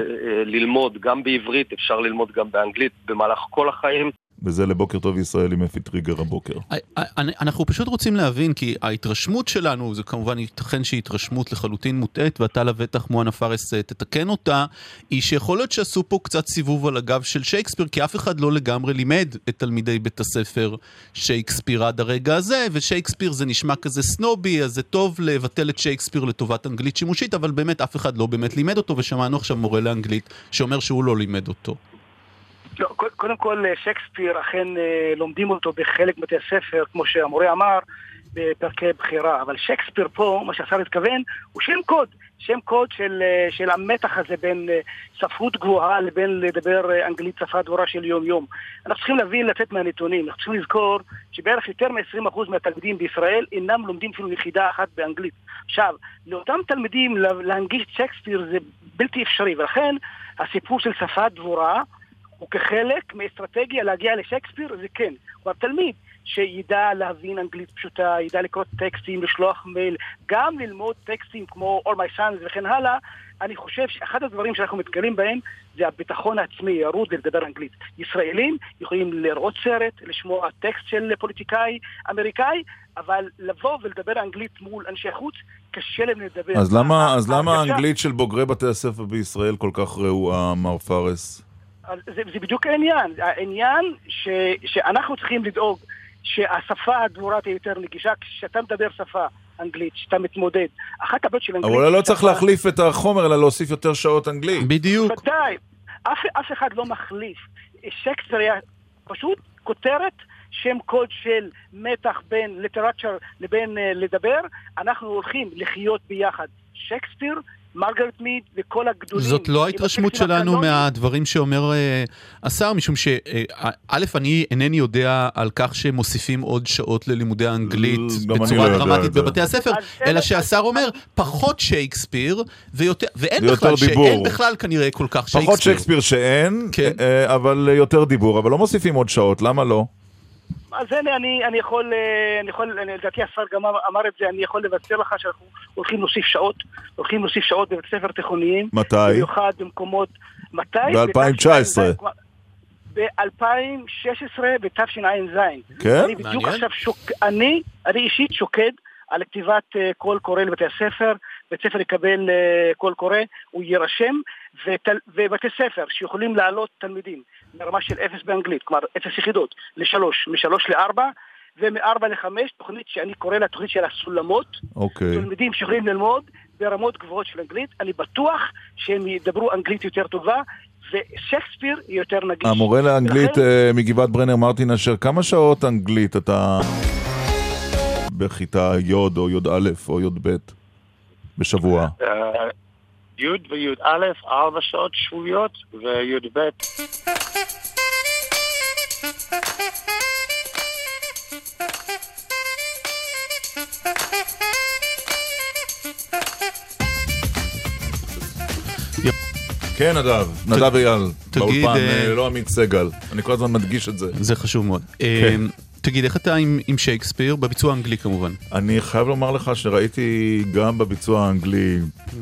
ללמוד גם בעברית, אפשר ללמוד גם באנגלית במהלך כל החיים. וזה לבוקר טוב ישראל עם אפי טריגר הבוקר. אנחנו פשוט רוצים להבין, כי ההתרשמות שלנו, זה כמובן ייתכן שהיא התרשמות לחלוטין מוטעת, ואתה לבטח מואנה פארס תתקן אותה, היא שיכול להיות שעשו פה קצת סיבוב על הגב של שייקספיר, כי אף אחד לא לגמרי לימד את תלמידי בית הספר שייקספיר עד הרגע הזה, ושייקספיר זה נשמע כזה סנובי, אז זה טוב לבטל את שייקספיר לטובת אנגלית שימושית, אבל באמת אף אחד לא באמת לימד אותו, ושמענו עכשיו מורה לאנגלית שאומר שהוא לא לימד אותו. לא, קודם כל, שייקספיר אכן לומדים אותו בחלק בתי הספר, כמו שהמורה אמר, בפרקי בחירה. אבל שייקספיר פה, מה שהשר התכוון, הוא שם קוד. שם קוד של, של המתח הזה בין ספרות גבוהה לבין לדבר אנגלית שפה דבורה של יום-יום. אנחנו צריכים להבין, לצאת מהנתונים. אנחנו צריכים לזכור שבערך יותר מ-עשרים אחוז מהתלמידים בישראל אינם לומדים אפילו יחידה אחת באנגלית. עכשיו, לאותם תלמידים להנגיש שייקספיר זה בלתי אפשרי, ולכן הסיפור של שפה דבורה וכחלק מאסטרטגיה להגיע לשייקספיר, זה כן. כלומר, תלמיד שידע להבין אנגלית פשוטה, ידע לקרוא טקסטים, לשלוח מייל, גם ללמוד טקסטים כמו All My Sons וכן הלאה, אני חושב שאחד הדברים שאנחנו מתקלים בהם זה הביטחון העצמי, ירוד לדבר אנגלית. ישראלים יכולים לראות סרט, לשמוע טקסט של פוליטיקאי אמריקאי, אבל לבוא ולדבר אנגלית מול אנשי חוץ, קשה להם לדבר. אז למה, אז למה האנגלית של בוגרי בתי הספר בישראל כל כך רעועה, מר פארס? זה, זה בדיוק העניין. העניין ש, שאנחנו צריכים לדאוג שהשפה הדבורה תהיה יותר נגישה. כשאתה מדבר שפה אנגלית, שאתה מתמודד, אחת הבעיות של אנגלית... אבל לא צריך להחליף את החומר, אלא להוסיף יותר שעות אנגלית. בדיוק. ודאי. אף, אף אחד לא מחליף. שייקספיר היה פשוט כותרת שם קוד של מתח בין ליטרצ'ר לבין uh, לדבר, אנחנו הולכים לחיות ביחד. שייקספיר, מרגרט מיד וכל הגדולים. זאת לא ההתרשמות שלנו מהדברים שאומר השר, משום שא' אני אינני יודע על כך שמוסיפים עוד שעות ללימודי האנגלית בצורה דרמטית בבתי הספר, אלא שהשר אומר פחות שייקספיר, ואין בכלל שאין בכלל כנראה כל כך שייקספיר. פחות שייקספיר שאין, אבל יותר דיבור, אבל לא מוסיפים עוד שעות, למה לא? אז הנה, אני, אני יכול, אני יכול, לדעתי השר גם אמר את זה, אני יכול לבשר לך שאנחנו הולכים להוסיף שעות, הולכים להוסיף שעות בבית ספר תיכוניים. מתי? במיוחד במקומות, מתי? ב-אלפיים תשע עשרה. ב-אלפיים שש עשרה בתשע"ז. כן? אני בדיוק עכשיו שוק, אני, אני אישית שוקד על כתיבת uh, קול קורא לבתי הספר, בית ספר יקבל uh, קול קורא, הוא יירשם, ותל, ובתי ספר שיכולים לעלות תלמידים ברמה של אפס באנגלית, כלומר אפס יחידות, לשלוש, משלוש לארבע, ומארבע לחמש, תוכנית שאני קורא לה תוכנית של הסולמות, אוקיי. תלמידים שיכולים ללמוד ברמות גבוהות של אנגלית, אני בטוח שהם ידברו אנגלית יותר טובה, ושייקספיר יותר נגיש. המורה לאנגלית ולכן... מגבעת ברנר מרטין אשר, כמה שעות אנגלית אתה בכיתה י' או י' א' או י' ב' בשבוע? י' וי' א', ארבע שעות שבועיות, וי' ב' כן, נדב, נדב אייל, באולפן, לא עמית סגל. אני כל הזמן מדגיש את זה. זה חשוב מאוד. תגיד, איך אתה עם שייקספיר? בביצוע האנגלי כמובן. אני חייב לומר לך שראיתי גם בביצוע האנגלי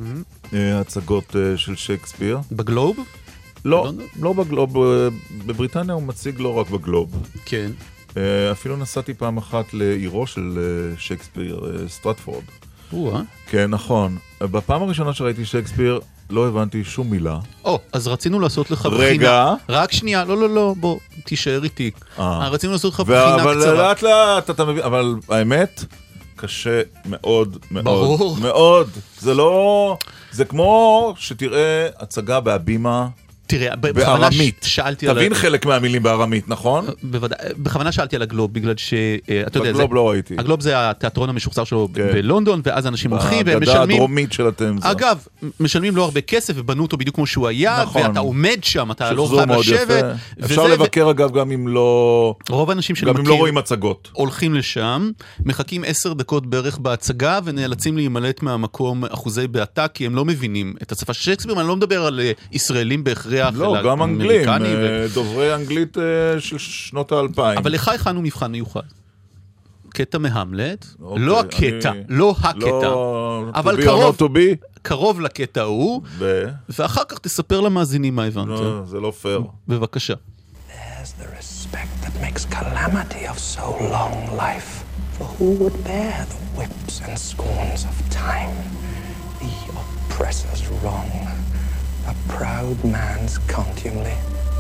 הצגות של שייקספיר. בגלוב? לא, לא בגלוב. בבריטניה הוא מציג לא רק בגלוב. כן. אפילו נסעתי פעם אחת לעירו של שייקספיר, סטרטפורד. וואה. כן, נכון. בפעם הראשונה שראיתי שייקספיר, לא הבנתי שום מילה. או, אז רצינו לעשות לך בחינה. רגע. רק שנייה, לא, לא, לא, בוא, תישאר איתי. רצינו לעשות לך בחינה קצרה. אבל לאט לאט, אתה מבין, אבל האמת, קשה מאוד, מאוד, ברור. מאוד. זה לא, זה כמו שתראה הצגה בהבימה, תראה, בארמית. שאלתי תבין חלק מהמילים בארמית, נכון? בוודאי, בכוונה שאלתי על הגלוב, בגלל שאתה יודע, הגלוב לא ראיתי. הגלוב זה התיאטרון המשוחזר שלו בלונדון, ואז אנשים הולכים והם משלמים. הגדה הדרומית של התמזה. אגב, משלמים לא הרבה כסף, ובנו אותו בדיוק כמו שהוא היה, ואתה עומד שם, אתה לא חייב לשבת. אפשר לבקר אגב גם אם לא... רוב האנשים גם אם לא רואים הצגות. הולכים לשם, מחכים עשר דקות בערך בהצגה, ונאלצים להימלט מהמקום אחוזי בעתה, כי הם לא מבינים את השפה של שייקספיר. אני לא מדבר על ישראלים בהכרח. לא, גם אנגלים, דוברי אנגלית של שנות האלפיים. אבל לך הכנו מבחן מיוחד. קטע מהמלט, לא הקטע, לא הקטע, אבל קרוב לקטע ההוא, ואחר כך תספר למאזינים מה הבנת. לא, זה לא פייר. בבקשה. There's the respect that makes calamity of so long life, for who would bear the whips and scorns of time, the oppressor's wrong, a proud man's contumely,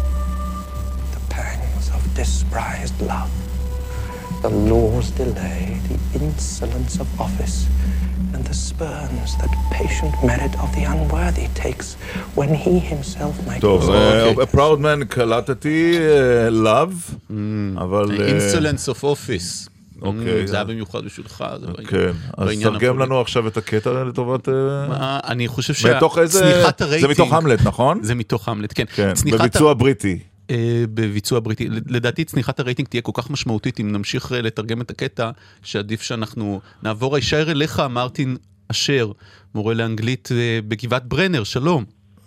the pangs of disprized love, the law's delay, the insolence of office, and the spurns that patient merit of the unworthy takes when he himself might... טוב, a proud man קלטתי, love, אבל... insolence of office. אוקיי. זה היה במיוחד בשבילך. כן, אז תרגם לנו עכשיו את הקטע לטובת... אני חושב שצניחת הרייטינג... זה מתוך המלט, נכון? זה מתוך המלט, כן. בביצוע בריטי. בביצוע בריטי. לדעתי צניחת הרייטינג תהיה כל כך משמעותית אם נמשיך לתרגם את הקטע, שעדיף שאנחנו נעבור הישר אליך, מרטין אשר, מורה לאנגלית בגבעת ברנר, שלום.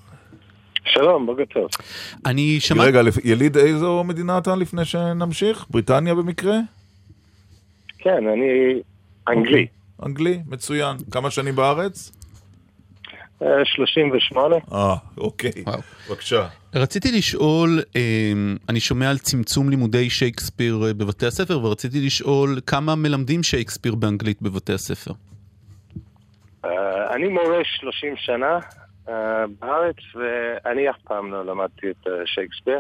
שלום, בוקר טוב. אני שמע... רגע, יליד איזו מדינה אתה לפני שנמשיך? בריטניה במקרה? כן, אני אנגלי. אנגלי, מצוין. כמה שנים בארץ? שלושים ושמונה. אה, אוקיי. בבקשה. רציתי לשאול, אני שומע על צמצום לימודי שייקספיר בבתי הספר, ורציתי לשאול כמה מלמדים שייקספיר באנגלית בבתי הספר. אני מורה שלושים שנה בארץ, ואני אף פעם לא למדתי את שייקספיר.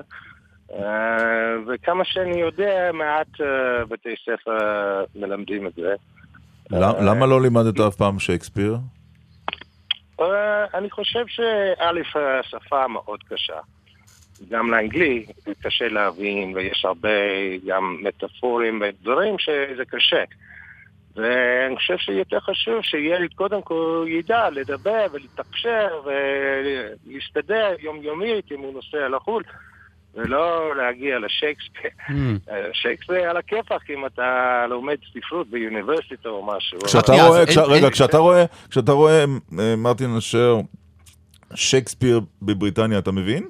וכמה שאני יודע, מעט בתי ספר מלמדים את זה. למה לא לימדת אף פעם שייקספיר? אני חושב שא' השפה מאוד קשה. גם לאנגלי קשה להבין, ויש הרבה גם מטאפורים ודברים שזה קשה. ואני חושב שיותר חשוב שילד קודם כל ידע לדבר ולהתקשר ולהסתדר יומיומית אם הוא נוסע לחו"ל, ולא להגיע לשייקספיר. שייקספיר על הכיפך אם אתה לומד ספרות באוניברסיטה או משהו. רגע, כשאתה רואה, מרטין אשר, שייקספיר בבריטניה, אתה מבין?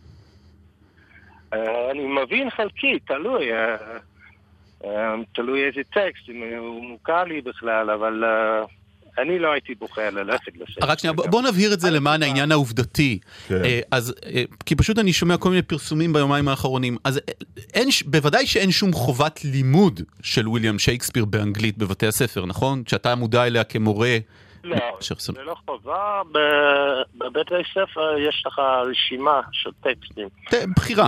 אני מבין חלקי, תלוי. תלוי איזה טקסט, אם הוא מוכר לי בכלל, אבל אני לא הייתי בוחר ללכת לשייקספיר. רק שנייה, בוא נבהיר את זה למען העניין העובדתי. אז, כי פשוט אני שומע כל מיני פרסומים ביומיים האחרונים, אז בוודאי שאין שום חובת לימוד של וויליאם שייקספיר באנגלית בבתי הספר, נכון? שאתה מודע אליה כמורה. לא, זה לא חובה. בבית הספר יש לך רשימה של טקסטים. בחירה.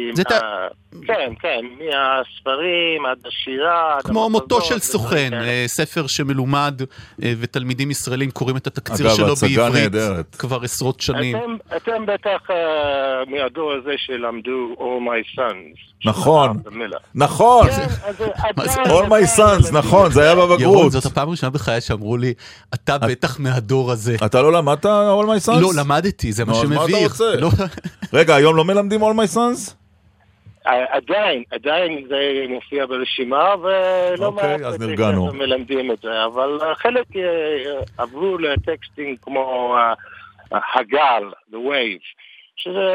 כן, כן, מהספרים עד השירה. כמו מותו של סוכן, ספר שמלומד ותלמידים ישראלים קוראים את התקציר שלו בעברית כבר עשרות שנים. אתם בטח מהדור הזה שלמדו All My Sons. נכון, נכון. All My Sons, נכון, זה היה בבגרות. ירון, זאת הפעם הראשונה בחיי שאמרו לי, אתה בטח מהדור הזה. אתה לא למדת All My Sons? לא, למדתי, זה מה שמביך. רגע, היום לא מלמדים All My Sons? עדיין, עדיין זה מופיע ברשימה, ולא מעט מלמדים את זה, אבל חלק עברו לטקסטים כמו הגל, The Wave, שזה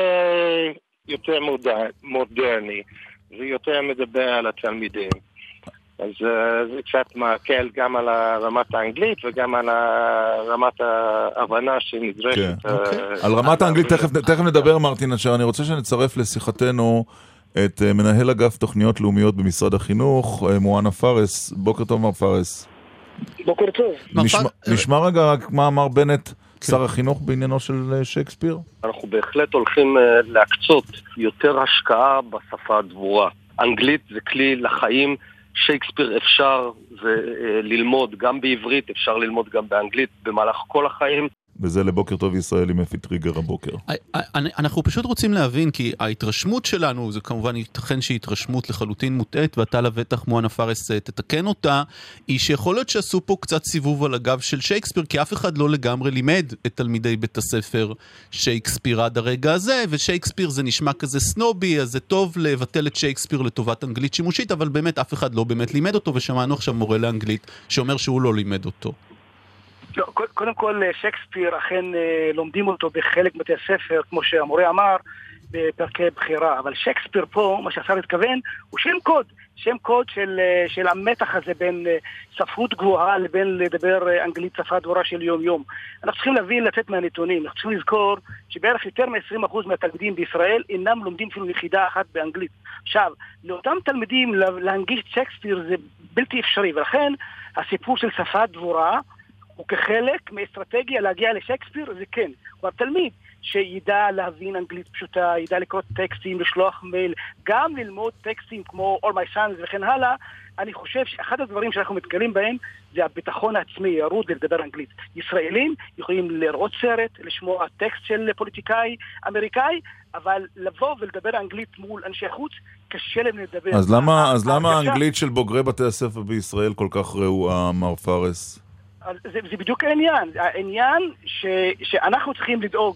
יותר מודרני, זה יותר מדבר על התלמידים. אז זה קצת מקל גם על רמת האנגלית וגם על רמת ההבנה שנדרשת. על רמת האנגלית תכף נדבר, מרטין אשר. אני רוצה שנצרף לשיחתנו את מנהל אגף תוכניות לאומיות במשרד החינוך, מואנה פארס. בוקר טוב, מר פארס. בוקר טוב. נשמע רגע רק מה אמר בנט, שר החינוך, בעניינו של שייקספיר. אנחנו בהחלט הולכים להקצות יותר השקעה בשפה הדבורה. אנגלית זה כלי לחיים, שייקספיר אפשר ללמוד גם בעברית, אפשר ללמוד גם באנגלית במהלך כל החיים. וזה לבוקר טוב ישראל עם אפי טריגר הבוקר. אנחנו פשוט רוצים להבין, כי ההתרשמות שלנו, זה כמובן ייתכן שהיא התרשמות לחלוטין מוטעת, ואתה לבטח מואנה פארס תתקן אותה, היא שיכול להיות שעשו פה קצת סיבוב על הגב של שייקספיר, כי אף אחד לא לגמרי לימד את תלמידי בית הספר שייקספיר עד הרגע הזה, ושייקספיר זה נשמע כזה סנובי, אז זה טוב לבטל את שייקספיר לטובת אנגלית שימושית, אבל באמת אף אחד לא באמת לימד אותו, ושמענו עכשיו מורה לאנגלית שאומר שהוא לא לימד אותו. לא, קודם כל, שייקספיר אכן לומדים אותו בחלק בתי הספר, כמו שהמורה אמר, בפרקי בחירה. אבל שייקספיר פה, מה שהשר התכוון, הוא שם קוד. שם קוד של, של המתח הזה בין ספרות גבוהה לבין לדבר אנגלית שפה דבורה של יום-יום. אנחנו צריכים להבין, לצאת מהנתונים. אנחנו צריכים לזכור שבערך יותר מ-עשרים אחוז מהתלמידים בישראל אינם לומדים אפילו יחידה אחת באנגלית. עכשיו, לאותם תלמידים להנגיש שייקספיר זה בלתי אפשרי, ולכן הסיפור של שפה דבורה וכחלק מאסטרטגיה להגיע לשייקספיר זה כן. כלומר, תלמיד שידע להבין אנגלית פשוטה, ידע לקרוא טקסטים, לשלוח מייל, גם ללמוד טקסטים כמו All My Sons וכן הלאה, אני חושב שאחד הדברים שאנחנו מתגלים בהם זה הביטחון העצמי, ירוד לדבר אנגלית. ישראלים יכולים לראות סרט, לשמוע טקסט של פוליטיקאי אמריקאי, אבל לבוא ולדבר אנגלית מול אנשי חוץ, קשה להם לדבר. אז למה, אז למה האנגלית של בוגרי בתי הספר בישראל כל כך רעועה, מר פארס? זה, זה בדיוק העניין. העניין ש, שאנחנו צריכים לדאוג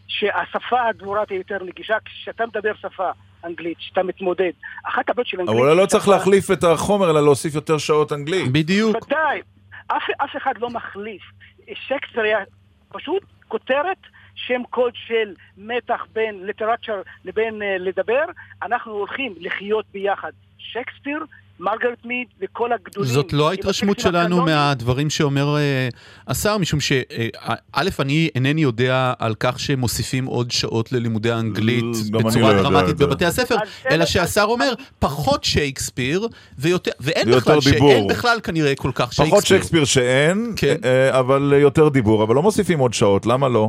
שהשפה הדבורה תהיה יותר נגישה. כשאתה מדבר שפה אנגלית, שאתה מתמודד, אחת הבעיות של אנגלית... אבל לא צריך להחליף את החומר, אלא להוסיף יותר שעות אנגלית. בדיוק. ודאי. אף, אף אחד לא מחליף. שייקספיר היה פשוט כותרת, שם קוד של מתח בין ליטרצ'ר לבין uh, לדבר. אנחנו הולכים לחיות ביחד. שייקספיר, מרגרט מיד וכל הגדולים. זאת לא ההתרשמות שלנו מהדברים שאומר השר, משום שא' אני אינני יודע על כך שמוסיפים עוד שעות ללימודי האנגלית בצורה דרמטית בבתי הספר, אלא שהשר אומר פחות שייקספיר, ואין בכלל כנראה כל כך שייקספיר. פחות שייקספיר שאין, אבל יותר דיבור, אבל לא מוסיפים עוד שעות, למה לא?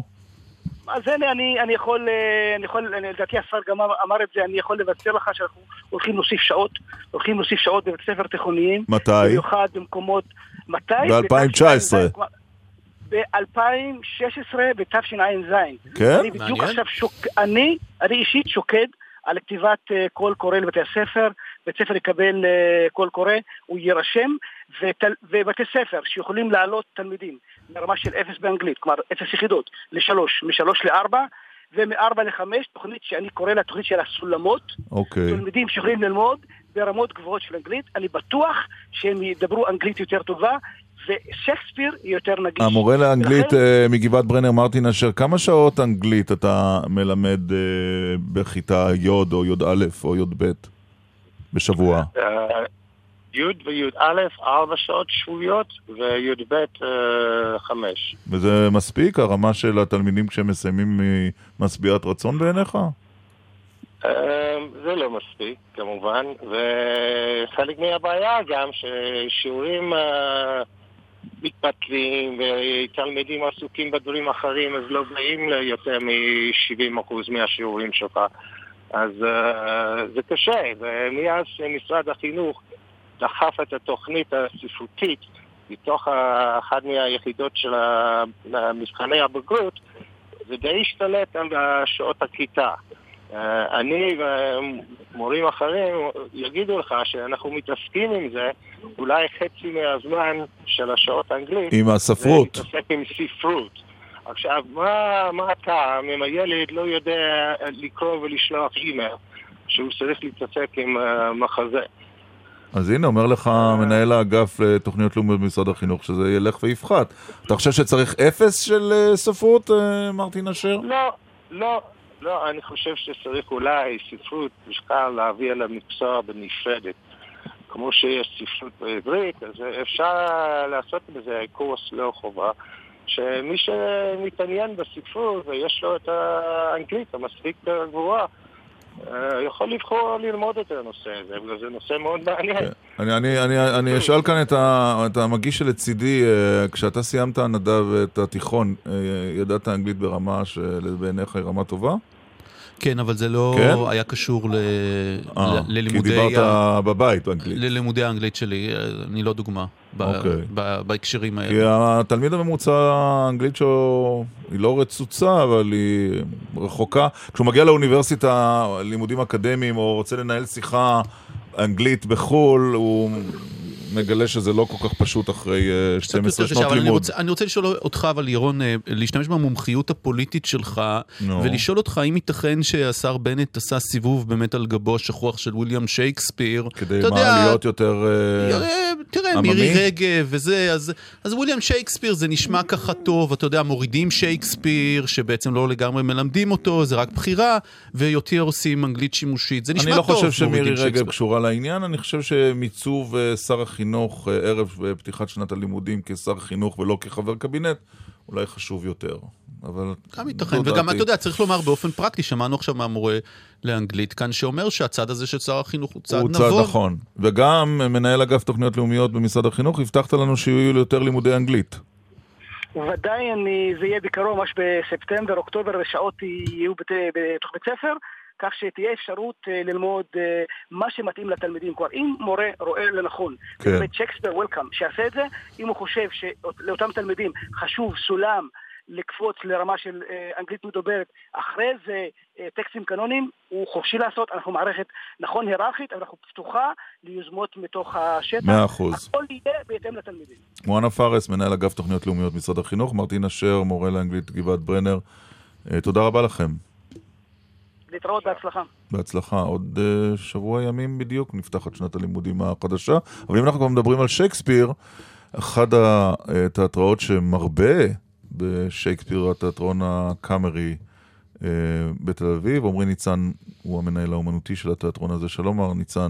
אז הנה, אני, אני יכול, אני יכול, לדעתי השר גם אמר את זה, אני יכול לבשר לך שאנחנו הולכים להוסיף שעות, הולכים להוסיף שעות בבית ספר תיכוניים. מתי? במיוחד במקומות, מתי? ב-אלפיים תשע עשרה. ב-אלפיים ושש עשרה בתשע"ז. כן? אני בדיוק עכשיו שוק... אני, אני אישית שוקד על כתיבת uh, קול קורא לבתי הספר, בית ספר יקבל uh, קול קורא, הוא יירשם, ותל... ובתי ספר שיכולים לעלות תלמידים מרמה של אפס באנגלית, כלומר אפס יחידות, לשלוש, משלוש לארבע, ומארבע לחמש, תוכנית שאני קורא לה תוכנית של הסולמות, אוקיי. תלמידים שיכולים ללמוד ברמות גבוהות של אנגלית, אני בטוח שהם ידברו אנגלית יותר טובה, ושייקספיר יותר נגיש. המורה לאנגלית ולכן... מגבעת ברנר, מרטין אשר, כמה שעות אנגלית אתה מלמד בכיתה י' או י' א' או י' ב' בשבוע? י' וי' א', ארבע שעות שבועיות, וי' ב' חמש. וזה מספיק? הרמה של התלמידים כשהם מסיימים משביעת רצון בעיניך? זה לא מספיק, כמובן, וחלק מהבעיה גם ששיעורים מתפתלים ותלמידים עסוקים בדברים אחרים, אז לא באים ליותר מ-שבעים אחוז מהשיעורים שלך. אז זה קשה, ומאז משרד החינוך דחף את התוכנית הספרותית מתוך אחת מהיחידות של מבחני הבגרות, זה די השתלט על שעות הכיתה. אני ומורים אחרים יגידו לך שאנחנו מתעסקים עם זה, אולי חצי מהזמן של השעות האנגלית עם הספרות. זה מתעסק עם ספרות. עכשיו, מה, מה הטעם אם הילד לא יודע לקרוא ולשלוח אימייל שהוא צריך להתעסק עם uh, מחזה? אז הנה, אומר לך מנהל האגף לתוכניות לאומיות במשרד החינוך שזה ילך ויפחת. אתה חושב שצריך אפס של ספרות, מרטין אשר? לא, לא. לא, אני חושב שצריך אולי ספרות משקל להביא על המקצוע בנפרדת. כמו שיש ספרות בעברית, אז אפשר לעשות בזה קורס לא חובה, שמי שמתעניין בספרות ויש לו את האנגלית המספיק גבוהה, יכול לבחור ללמוד את הנושא הזה, וזה נושא מאוד מעניין. אני, אני, אני, אני אשאל כאן את, ה, את המגיש שלצידי, כשאתה סיימת נדב את התיכון, ידעת אנגלית ברמה שבעיניך היא רמה טובה? כן, אבל זה לא כן? היה קשור ל... 아, ללימודי... כי דיברת ה... בבית באנגלית. ללימודי האנגלית שלי, אני לא דוגמה ב... אוקיי. ב... בהקשרים האלה. כי התלמיד הממוצע האנגלית שלו היא לא רצוצה, אבל היא רחוקה. כשהוא מגיע לאוניברסיטה, לימודים אקדמיים, או רוצה לנהל שיחה אנגלית בחול, הוא מגלה שזה לא כל כך פשוט אחרי שתים עשרה שנות לימוד. אני רוצה, אני רוצה לשאול אותך, אבל ירון, להשתמש במומחיות הפוליטית שלך, no. ולשאול אותך האם ייתכן שהשר בנט עשה סיבוב באמת על גבו השכוח של וויליאם שייקספיר. כדי מה, יודע, להיות יותר uh, תראה, עממי? מירי רגב וזה, אז, אז וויליאם שייקספיר זה נשמע ככה טוב, אתה יודע, מורידים שייקספיר, שבעצם לא לגמרי מלמדים אותו, זה רק בחירה, ויותר עושים אנגלית שימושית. זה נשמע טוב. אני לא חושב שמירי רגב קשורה לעניין, אני חושב שמיצוב שר החינוך ערב פתיחת שנת הלימודים כשר חינוך ולא כחבר קבינט, אולי חשוב יותר. אבל גם ייתכן, וגם אתה יודע, צריך לומר באופן פרקטי, שמענו עכשיו מהמורה לאנגלית כאן, שאומר שהצד הזה של שר החינוך הוא צד נבון. הוא צד נכון. וגם מנהל אגף תוכניות לאומיות במשרד החינוך, הבטחת לנו שיהיו יותר לימודי אנגלית. ודאי, אני, זה יהיה בקרוב, ממש בספטמבר, אוקטובר, ושעות יהיו בתוך בית ספר, כך שתהיה אפשרות ללמוד מה שמתאים לתלמידים. כבר אם מורה רואה לנכון, באמת שייקספיר וולקאם, שיעשה את זה, אם הוא חושב שלאותם תלמידים חשוב סולם לקפוץ לרמה של אנגלית מדוברת, אחרי זה טקסטים קנונים, הוא חופשי לעשות, אנחנו מערכת נכון היררכית, אבל אנחנו פתוחה ליוזמות מתוך השטח. מאה אחוז. הכל יהיה בהתאם לתלמידים. מואנה פארס, מנהל אגף תוכניות לאומיות משרד החינוך, מרטין אשר, מורה לאנגלית גבעת ברנר, תודה רבה לכם. להתראות, בהצלחה. בהצלחה. עוד uh, שבוע ימים בדיוק נפתחת שנת הלימודים החדשה. אבל אם אנחנו כבר מדברים על שייקספיר, אחד התיאטראות שמרבה בשייקספיר, התיאטרון הקאמרי uh, בתל אביב, עמרי ניצן הוא המנהל האומנותי של התיאטרון הזה. שלום מר ניצן.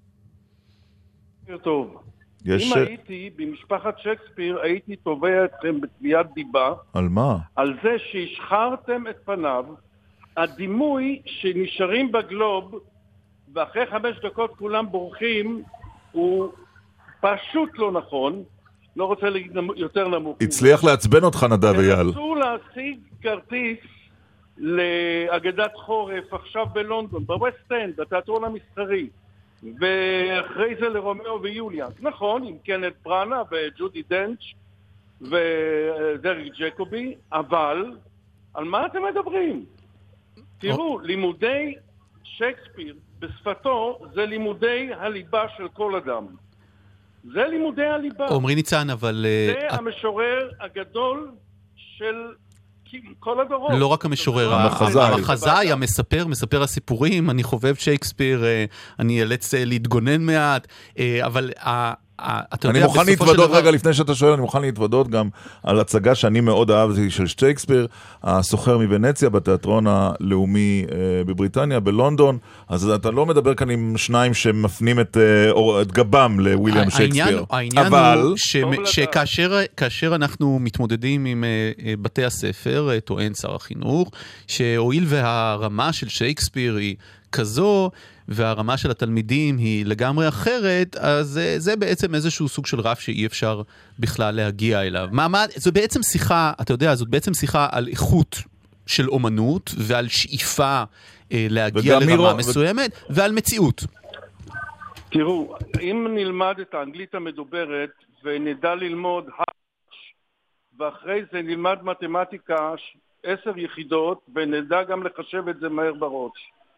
טוב. יש... אם הייתי במשפחת שייקספיר, הייתי תובע אתכם בתביעת דיבה. על מה? על זה שהשחרתם את פניו, הדימוי שנשארים בגלוב ואחרי חמש דקות כולם בורחים הוא פשוט לא נכון, לא רוצה להגיד יותר נמוך. הצליח לעצבן אותך נדב אייל. רצו להשיג כרטיס לאגדת חורף עכשיו בלונדון, בווסט אנד, בתיאטרון המסחרי, ואחרי זה לרומאו ויוליה. נכון, עם קנט בראנה וג'ודי דנץ', ודרק ג'קובי, אבל על מה אתם מדברים? תראו, לימודי שייקספיר בשפתו זה לימודי הליבה של כל אדם. זה לימודי הליבה. עומרי ניצן, אבל... זה המשורר הגדול של כל הדורות. לא רק המשורר, המחזאי, המספר, מספר הסיפורים, אני חובב שייקספיר, אני אאלץ להתגונן מעט, אבל... אני מוכן להתוודות, רגע לפני שאתה שואל, אני מוכן להתוודות גם על הצגה שאני מאוד אהבתי של שייקספיר, הסוחר מוונציה בתיאטרון הלאומי בבריטניה, בלונדון. אז אתה לא מדבר כאן עם שניים שמפנים את גבם לוויליאם שייקספיר. העניין הוא שכאשר אנחנו מתמודדים עם בתי הספר, טוען שר החינוך, שהואיל והרמה של שייקספיר היא כזו, והרמה של התלמידים היא לגמרי אחרת, אז זה בעצם איזשהו סוג של רף שאי אפשר בכלל להגיע אליו. מה, מה, זו בעצם שיחה, אתה יודע, זאת בעצם שיחה על איכות של אומנות, ועל שאיפה אה, להגיע לרמה מירו, מסוימת, ו... ועל מציאות. תראו, אם נלמד את האנגלית המדוברת, ונדע ללמוד ואחרי זה נלמד מתמטיקה עשר יחידות, ונדע גם לחשב את זה מהר בראש.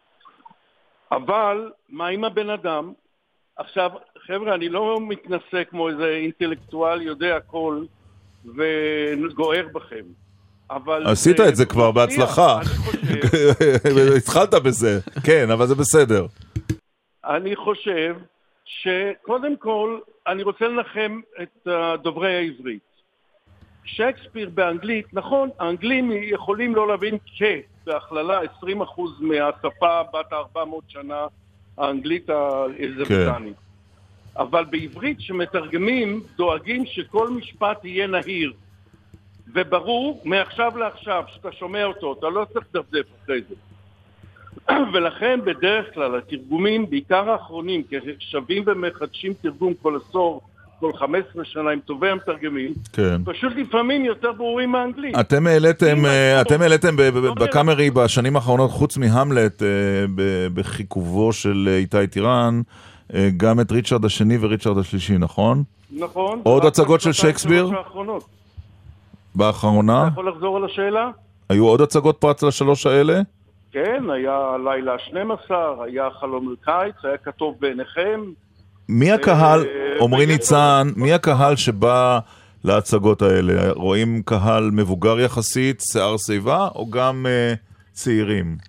אבל מה עם הבן אדם? עכשיו, חבר'ה, אני לא מתנסה כמו איזה אינטלקטואל יודע הכל וגוער בכם. אבל עשית את זה כבר בהצלחה. התחלת בזה. כן, אבל זה בסדר. אני חושב שקודם כל אני רוצה לנחם את דוברי העברית. שייקספיר באנגלית, נכון, האנגלים יכולים לא להבין כ... בהכללה עשרים אחוז מהשפה בת ארבע מאות שנה האנגלית האזרבטנית. כן. אבל בעברית שמתרגמים דואגים שכל משפט יהיה נהיר. וברור מעכשיו לעכשיו שאתה שומע אותו, אתה לא צריך לדפדף אחרי זה. ולכן בדרך כלל התרגומים, בעיקר האחרונים, כשווים ומחדשים תרגום כל עשור, כל חמש עשרה שנה עם טובי המתרגמים, כן. פשוט לפעמים יותר ברורים מהאנגלית. אתם העליתם, אתם העליתם בקאמרי בשנים האחרונות, חוץ מהמלט, בחיכובו של איתי טירן, גם את ריצ'רד השני וריצ'רד השלישי, נכון? נכון. עוד הצגות של שייקספיר? באחרונה? אתה יכול לחזור על השאלה? היו עוד הצגות פרץ לשלוש האלה? כן, היה לילה שנים עשר, היה חלום לקיץ, היה כתוב בעיניכם. מי הקהל, עומרי ניצן, מי הקהל שבא להצגות האלה? רואים קהל מבוגר יחסית, שיער שיבה, או גם uh, צעירים?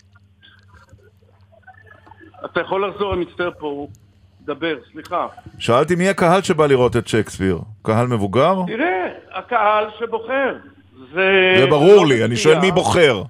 אתה יכול לחזור, אני מצטער פה, דבר, סליחה. שאלתי מי הקהל שבא לראות את שייקספיר? קהל מבוגר? תראה, הקהל שבוחר. זה, זה ברור לי, אני שואל מי בוחר.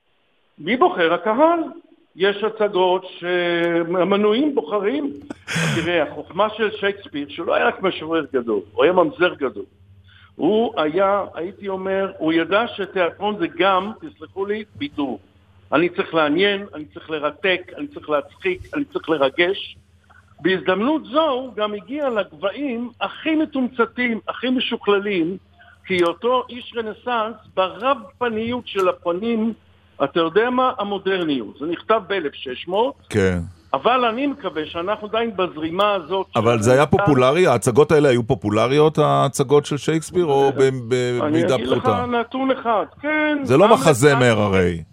מי בוחר? הקהל. יש הצגות שהמנויים בוחרים. תראה, החוכמה של שייקספיר, שהוא לא היה רק משורר גדול, הוא היה ממזר גדול. הוא היה, הייתי אומר, הוא ידע שתיאטרון זה גם, תסלחו לי, בידור. אני צריך לעניין, אני צריך לרתק, אני צריך להצחיק, אני צריך לרגש. בהזדמנות זו הוא גם הגיע לגבהים הכי מתומצתים, הכי משוכללים, כי אותו איש רנסנס ברב פניות של הפנים, אתה יודע מה? המודרניות. זה נכתב ב-אלף ושש מאות. כן. אבל אני מקווה שאנחנו עדיין בזרימה הזאת... אבל זה היה פופולרי? ההצגות האלה היו פופולריות, ההצגות של שייקספיר, או במידה פחותה? אני אגיד לך נתון אחד, כן. זה לא מחזמר הרי.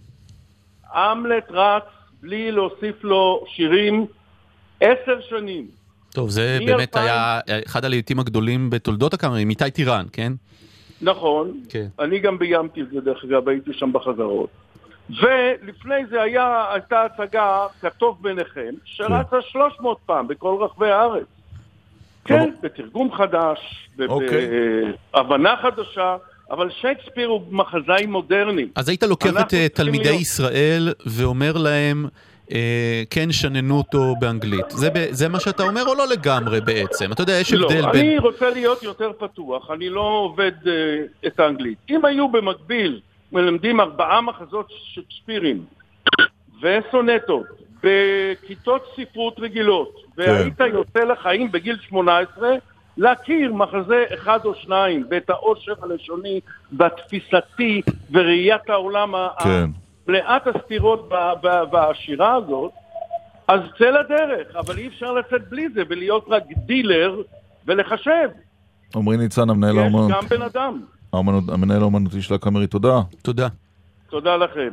המלט רץ בלי להוסיף לו שירים עשר שנים. טוב, זה באמת היה אחד הלעיתים הגדולים בתולדות הקאמרי, עם איתי טירן, כן? נכון. אני גם ביימתי את זה דרך אגב, הייתי שם בחזרות. ולפני זה היה, הייתה הצגה כתוב ביניכם, שרצה שלוש מאות פעם בכל רחבי הארץ. כן, בתרגום חדש, בהבנה חדשה, אבל שייקספיר הוא מחזאי מודרני. אז היית לוקח את תלמידי ישראל ואומר להם, כן, שננו אותו באנגלית. זה מה שאתה אומר או לא לגמרי בעצם? אתה יודע, יש הבדל בין... לא, אני רוצה להיות יותר פתוח, אני לא עובד את האנגלית. אם היו במקביל מלמדים ארבעה מחזות שייקספירים וסונטות בכיתות ספרות רגילות, והיית יוצא לחיים בגיל שמונה עשרה, להכיר מחזה אחד או שניים, ואת העושר הלשוני והתפיסתי וראיית העולם המלאת הסתירות והשירה הזאת, אז צא לדרך, אבל אי אפשר לצאת בלי זה, ולהיות רק דילר ולחשב. עומרי ניצן, המנהל האומנות. יש גם בן אדם. המנהל האומנותי של הקאמרי, תודה. תודה. תודה לכם.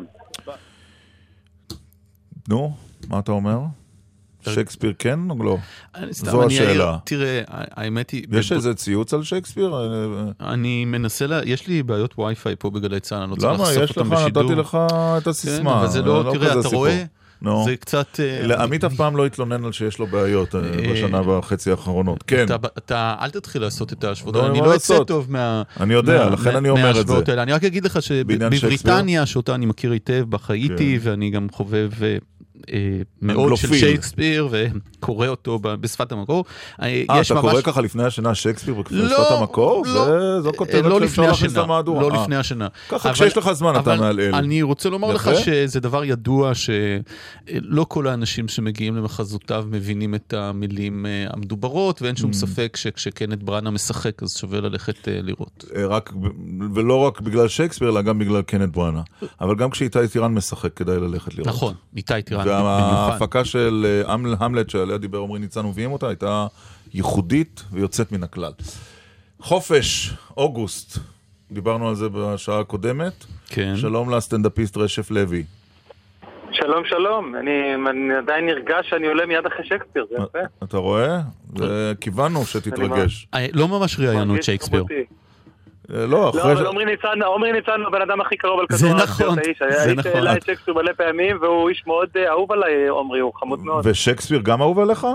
נו, מה אתה אומר? שייקספיר כן או לא? זו השאלה. תראה, האמת היא... יש איזה ציוץ על שייקספיר? אני מנסה, יש לי בעיות וי-פיי פה בגלי צהל, אני לא צריך לחשוף אותם בשידור. למה? יש לך, נתתי לך את הסיסמה. אבל זה לא, תראה, אתה רואה... זה קצת... לעמית אף פעם לא התלונן על שיש לו בעיות בשנה וחצי האחרונות. כן. אתה אל תתחיל לעשות את ההשוואות. אני לא אצא טוב מה... אני יודע, לכן אני אומר את זה. אני רק אגיד לך שבבריטניה, שאותה אני מכיר היטב, בחייתי, ואני גם חובב... מאוד של שייקספיר וקורא אותו בשפת המקור. אה, אתה קורא ככה לפני השנה שייקספיר בשפת המקור? זו כותרת שאפשר להכניס למהדורה. לא לפני השנה. ככה כשיש לך זמן אתה מעלל. אני רוצה לומר לך שזה דבר ידוע שלא כל האנשים שמגיעים למחזותיו מבינים את המילים המדוברות, ואין שום ספק שכשקנת בראנה משחק אז שווה ללכת לראות. ולא רק בגלל שייקספיר אלא גם בגלל קנת בראנה. אבל גם כשאיתי טירן משחק כדאי ללכת לראות. נכון, איתי טירן. וההפקה של המלט שעליה דיבר עומרי ניצן וביאים אותה הייתה ייחודית ויוצאת מן הכלל. חופש, אוגוסט, דיברנו על זה בשעה הקודמת. כן. שלום לסטנדאפיסט רשף לוי. שלום שלום, אני, אני עדיין נרגש שאני עולה מיד אחרי שייקספיר, זה יפה. אתה רואה? כיוונו שתתרגש. לא ממש ראיינו את שייקספיר. לא, אחרי... לא, אבל עומרי ניצן, עומרי ניצן הוא הבן אדם הכי קרוב על כדור. זה נכון, זה נכון. הייתי אליי שייקספיר מלא פעמים, והוא איש מאוד אהוב עליי, עומרי, הוא חמוד מאוד. ושייקספיר גם אהוב עליך?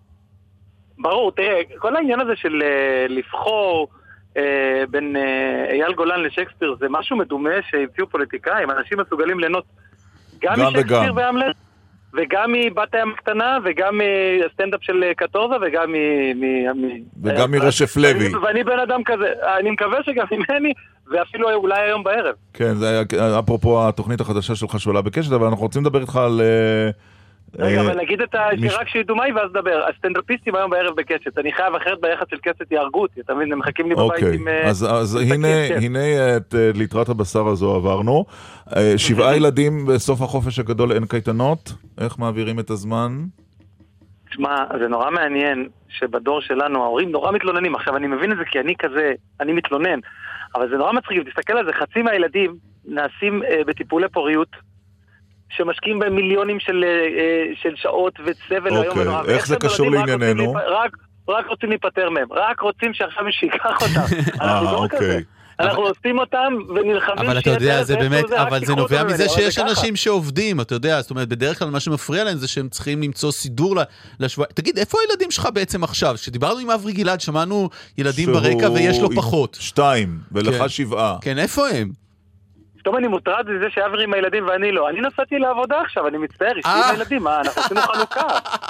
ברור, תראה, כל העניין הזה של לבחור בין אייל גולן לשייקספיר, זה משהו מדומה שהמציאו פוליטיקאים, אנשים מסוגלים ליהנות גם משייקספיר והמלט, וגם מבת הים הקטנה, וגם הסטנדאפ של קטורזה, וגם מ... וגם מרשף לוי. ואני בן אדם כזה, אני מקווה שגם ממני, ואפילו אולי היום בערב. כן, זה היה, אפרופו התוכנית החדשה שלך שעולה בקשת, אבל אנחנו רוצים לדבר איתך על... רגע, אבל נגיד את רק שידעו מהי ואז דבר. הסטנדאפיסטים היום בערב בקשת, אני חייב אחרת ביחס של כסת יהרגו אותי, אתה מבין, הם מחכים לי בבית עם... אוקיי, אז הנה את ליטרת הבשר הזו עברנו. שבעה ילדים בסוף החופש הגדול, אין קייטנות, איך מעבירים את הזמן? תשמע, זה נורא מעניין שבדור שלנו ההורים נורא מתלוננים. עכשיו אני מבין את זה כי אני כזה, אני מתלונן, אבל זה נורא מצחיק, תסתכל על זה, חצי מהילדים נעשים בטיפולי פוריות, שמשקיעים בהם מיליונים של, של שעות וסבל היום ונורא. איך זה קשור לענייננו? רק, רק רוצים להיפטר מהם, רק רוצים שעכשיו מישהו ייקח אותם. אנחנו דור כזה. אנחנו עושים אותם ונלחמים. אבל אתה יודע, זה באמת, אבל זה נובע מזה שיש אנשים שעובדים, אתה יודע, זאת אומרת, בדרך כלל מה שמפריע להם זה שהם צריכים למצוא סידור לשבוע. תגיד, איפה הילדים שלך בעצם עכשיו? שדיברנו עם אברי גלעד, שמענו ילדים ברקע ויש לו פחות. שתיים, ולך שבעה. כן, איפה הם? פתאום אני מוטרד מזה שאברי עם הילדים ואני לא. אני נסעתי לעבודה עכשיו, אני מצטער, אשתי עם הילדים, מה, אנחנו עשינו חלוקה.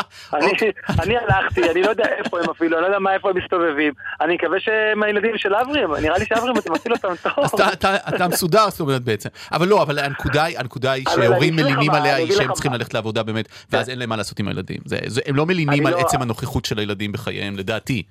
אני הלכתי, אני לא יודע איפה הם אפילו, אני לא יודע מה איפה הם מסתובבים. אני מקווה שהם הילדים של אברי, נראה לי שאברי אתם עשו אותם טוב. אתה מסודר, זאת אומרת בעצם. אבל לא, אבל הנקודה היא שהורים מלינים עליה היא שהם צריכים ללכת לעבודה באמת, ואז אין להם מה לעשות עם הילדים. הם לא מלינים על עצם הנוכחות של הילדים בחייהם, לדעתי.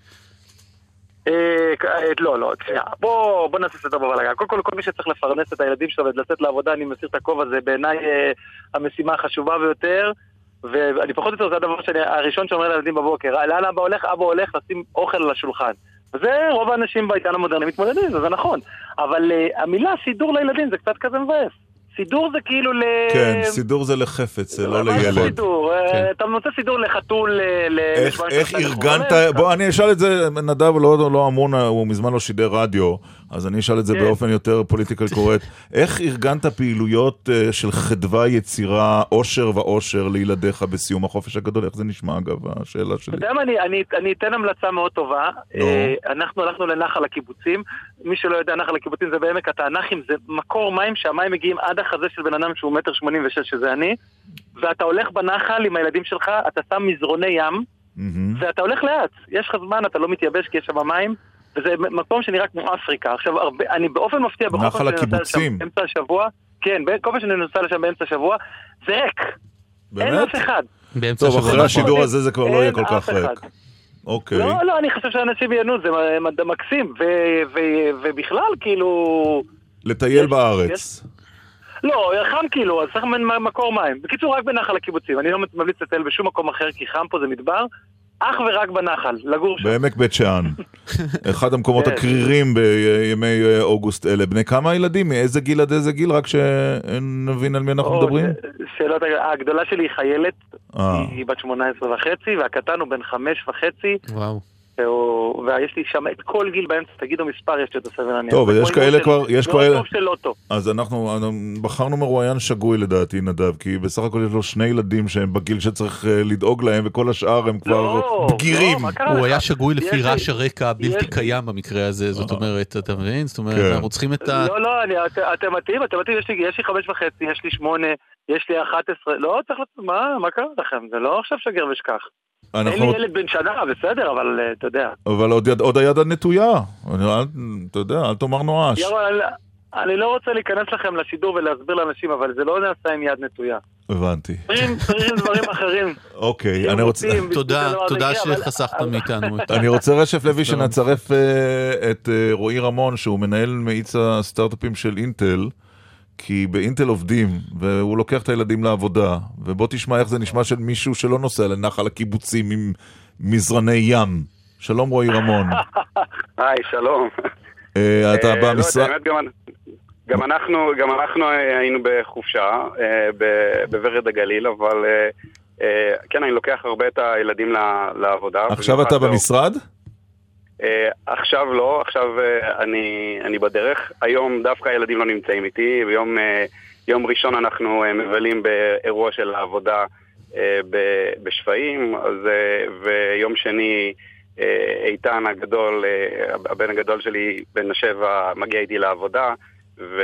לא, לא, בוא, בוא נעשה סדר בבלגה. קודם כל, כל מי שצריך לפרנס את הילדים שלו ולצאת לעבודה, אני מסיר את הכובע, זה בעיניי המשימה החשובה ביותר, ואני פחות יותר, זה הדבר שאני, הראשון שאומר לילדים בבוקר, לאן אבא הולך? אבא הולך לשים אוכל על השולחן. וזה רוב האנשים בעידן המודרני מתמודדים, וזה נכון. אבל המילה סידור לילדים זה קצת כזה מבאס. סידור זה כאילו ל... כן, סידור זה לחפץ, זה לא לילד. סידור, אתה מוצא סידור לחתול, ל... איך ארגנת... בוא, אני אשאל את זה, נדב לא אמון, הוא מזמן לא שידר רדיו, אז אני אשאל את זה באופן יותר פוליטיקל קורט. איך ארגנת פעילויות של חדווה, יצירה, אושר ואושר לילדיך בסיום החופש הגדול? איך זה נשמע, אגב, השאלה שלי? אתה יודע מה, אני אתן המלצה מאוד טובה. אנחנו הלכנו לנחל הקיבוצים. מי שלא יודע, נחל הקיבוצים זה בעמק התענכים, זה מקור מים שהמים מגיעים עד החזה של בן אדם שהוא מטר שמונים ושש, שזה אני, ואתה הולך בנחל עם הילדים שלך, אתה שם מזרוני ים, ואתה הולך לאט. יש לך זמן, אתה לא מתייבש כי יש שם מים, וזה מקום שנראה כמו אפריקה. עכשיו, הרבה, אני באופן מפתיע, נחל הקיבוצים. באמצע השבוע, כן, כל פעם שאני נוסע לשם באמצע השבוע, זה ריק. באמת? אין אף אחד. טוב, אחרי השידור הזה זה כבר לא יהיה כל כך ריק. אוקיי. לא, לא, אני חושב שאנשים ייהנו, זה מקסים, ובכלל, כאילו... לטייל בארץ. לא, חם כאילו, אז צריך מקור מים. בקיצור, רק בנחל הקיבוצים. אני לא ממליץ לטייל בשום מקום אחר, כי חם פה זה מדבר. אך ורק בנחל, לגור שם. בעמק בית שאן. אחד המקומות הקרירים בימי אוגוסט אלה. בני כמה ילדים? מאיזה גיל עד איזה גיל? רק שנבין על מי אנחנו מדברים? שאלות, הגדולה שלי היא חיילת, היא בת שמונה עשרה וחצי, והקטן הוא בן חמש וחצי. וואו. ויש לי שם את כל גיל באמצע, תגידו מספר, יש לי את הסבל העניין. טוב, יש כאלה כבר, יש כאלה... טוב של אוטו. אז אנחנו בחרנו מרואיין שגוי לדעתי, נדב, כי בסך הכל יש לו שני ילדים שהם בגיל שצריך לדאוג להם, וכל השאר הם כבר בגירים. הוא היה שגוי לפי רעש הרקע הבלתי קיים במקרה הזה, זאת אומרת, אתה מבין? זאת אומרת, אנחנו צריכים את ה... לא, לא, אתם מתאים, אתם מתאים, יש לי חמש וחצי, יש לי שמונה, יש לי אחת עשרה, לא, צריך לצאת, מה, מה קרה לכם? זה לא עכשיו שגר ושכח. אין לי ילד בן שנה, בסדר, אבל אתה יודע. אבל עוד היד הנטויה, אתה יודע, אל תאמר נואש. אני לא רוצה להיכנס לכם לשידור ולהסביר לאנשים, אבל זה לא נעשה עם יד נטויה. הבנתי. צריכים דברים אחרים. אוקיי, אני רוצה... תודה, תודה שחסכת מאיתנו. אני רוצה רשף לוי שנצרף את רועי רמון, שהוא מנהל מאיץ הסטארט-אפים של אינטל, כי באינטל עובדים, והוא לוקח את הילדים לעבודה, ובוא תשמע איך זה נשמע של מישהו שלא נוסע לנחל הקיבוצים עם מזרני ים. שלום רועי רמון. היי, שלום. אתה במשרד... גם אנחנו, גם אנחנו היינו בחופשה בוורד הגליל, אבל כן, אני לוקח הרבה את הילדים לעבודה. עכשיו אתה במשרד? עכשיו לא, עכשיו אני, אני בדרך. היום דווקא הילדים לא נמצאים איתי, ביום יום ראשון אנחנו מבלים באירוע של העבודה בשפעים, אז, ויום שני איתן הגדול, הבן הגדול שלי בן השבע מגיע איתי לעבודה. ו...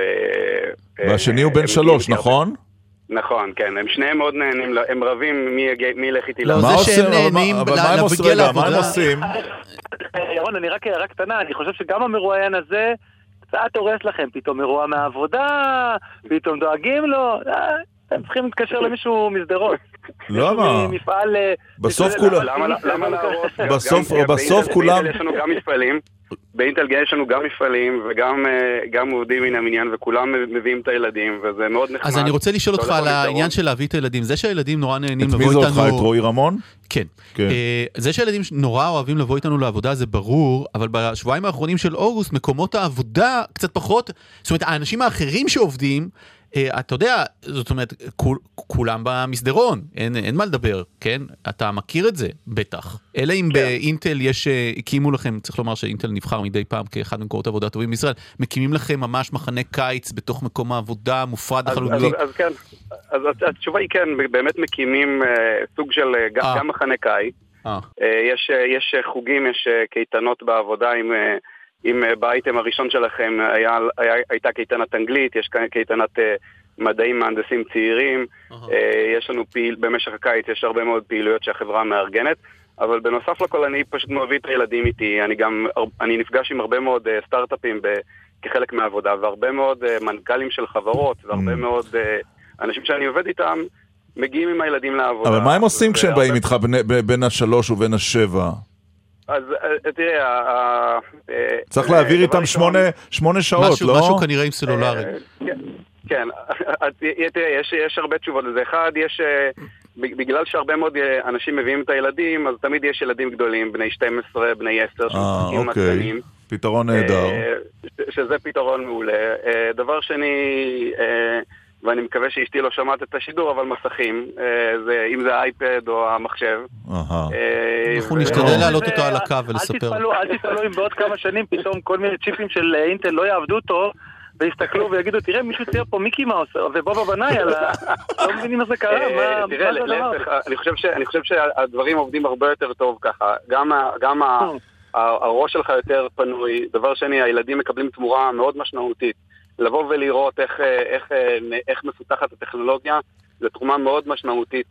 והשני הוא בן שלוש, נכון? נכון, כן, הם שניהם מאוד נהנים, הם רבים מי ילך איתי לעבודה. לא, זה שהם נהנים להגיע לעבודה. מה הם עושים? ירון, אני רק הערה קטנה, אני חושב שגם המרואיין הזה קצת הורס לכם, פתאום מרואיין מהעבודה, פתאום דואגים לו, אתם צריכים להתקשר למישהו מסדרות. למה? מפעל... בסוף כולם... למה להרוס? בסוף כולם... יש לנו גם מפעלים, באינטל יש לנו גם מפעלים וגם עובדים מן המניין, וכולם מביאים את הילדים, וזה מאוד נחמד. אז אני רוצה לשאול אותך על העניין של להביא את הילדים. זה שהילדים נורא נהנים לבוא איתנו... את מי זה אותך? את רועי רמון? כן. זה שהילדים נורא אוהבים לבוא איתנו לעבודה זה ברור, אבל בשבועיים האחרונים של אוגוסט, מקומות העבודה קצת פחות, זאת אומרת, האנשים האחרים שעובדים, אתה יודע, זאת אומרת, כול, כולם במסדרון, אין, אין מה לדבר, כן? אתה מכיר את זה, בטח. אלא אם כן. באינטל יש, הקימו לכם, צריך לומר שאינטל נבחר מדי פעם כאחד ממקורות עבודה טובים בישראל, מקימים לכם ממש מחנה קיץ בתוך מקום העבודה, מופרד לחלוטין. אז, אז, אז כן, אז התשובה היא כן, באמת מקימים uh, סוג של uh, גם, גם מחנה קיץ. Uh, יש, uh, יש חוגים, יש uh, קייטנות בעבודה עם... Uh, אם באייטם הראשון שלכם היה, היה, הייתה קייטנת אנגלית, יש קייטנת uh, מדעים מהנדסים צעירים, uh-huh. uh, יש לנו פעיל, במשך הקיץ יש הרבה מאוד פעילויות שהחברה מארגנת, אבל בנוסף לכל אני פשוט מביא את הילדים איתי, אני גם, אני נפגש עם הרבה מאוד uh, סטארט-אפים ב, כחלק מהעבודה, והרבה מאוד uh, מנכ"לים של חברות, והרבה uh-huh. מאוד uh, אנשים שאני עובד איתם, מגיעים עם הילדים לעבודה. אבל מה הם עושים כשהם באים איתך בין השלוש ובין השבע? אז תראה, צריך להעביר איתם שמונה שעות, לא? משהו כנראה עם סלולרי. כן, תראה, יש הרבה תשובות לזה. אחד, יש, בגלל שהרבה מאוד אנשים מביאים את הילדים, אז תמיד יש ילדים גדולים, בני שתים עשרה, בני עשר, שמשחקים מתקנים. פתרון נהדר. שזה פתרון מעולה. דבר שני... ואני מקווה שאשתי לא שמעת את השידור, אבל מסכים, זה, אם זה האייפד או המחשב. אנחנו נשתדל להעלות אותו על הקו ולספר. אל תתפלו אם בעוד כמה שנים פתאום כל מיני צ'יפים של אינטל לא יעבדו טוב, ויסתכלו ויגידו, תראה, מישהו צייר פה מיקי מאוס, ובובה בנאי, לא מבינים מה זה קרה, מה זה הדבר? אני חושב שהדברים עובדים הרבה יותר טוב ככה, גם הראש שלך יותר פנוי, דבר שני, הילדים מקבלים תמורה מאוד משמעותית. לבוא ולראות איך, איך, איך מפותחת הטכנולוגיה, זו תחומה מאוד משמעותית.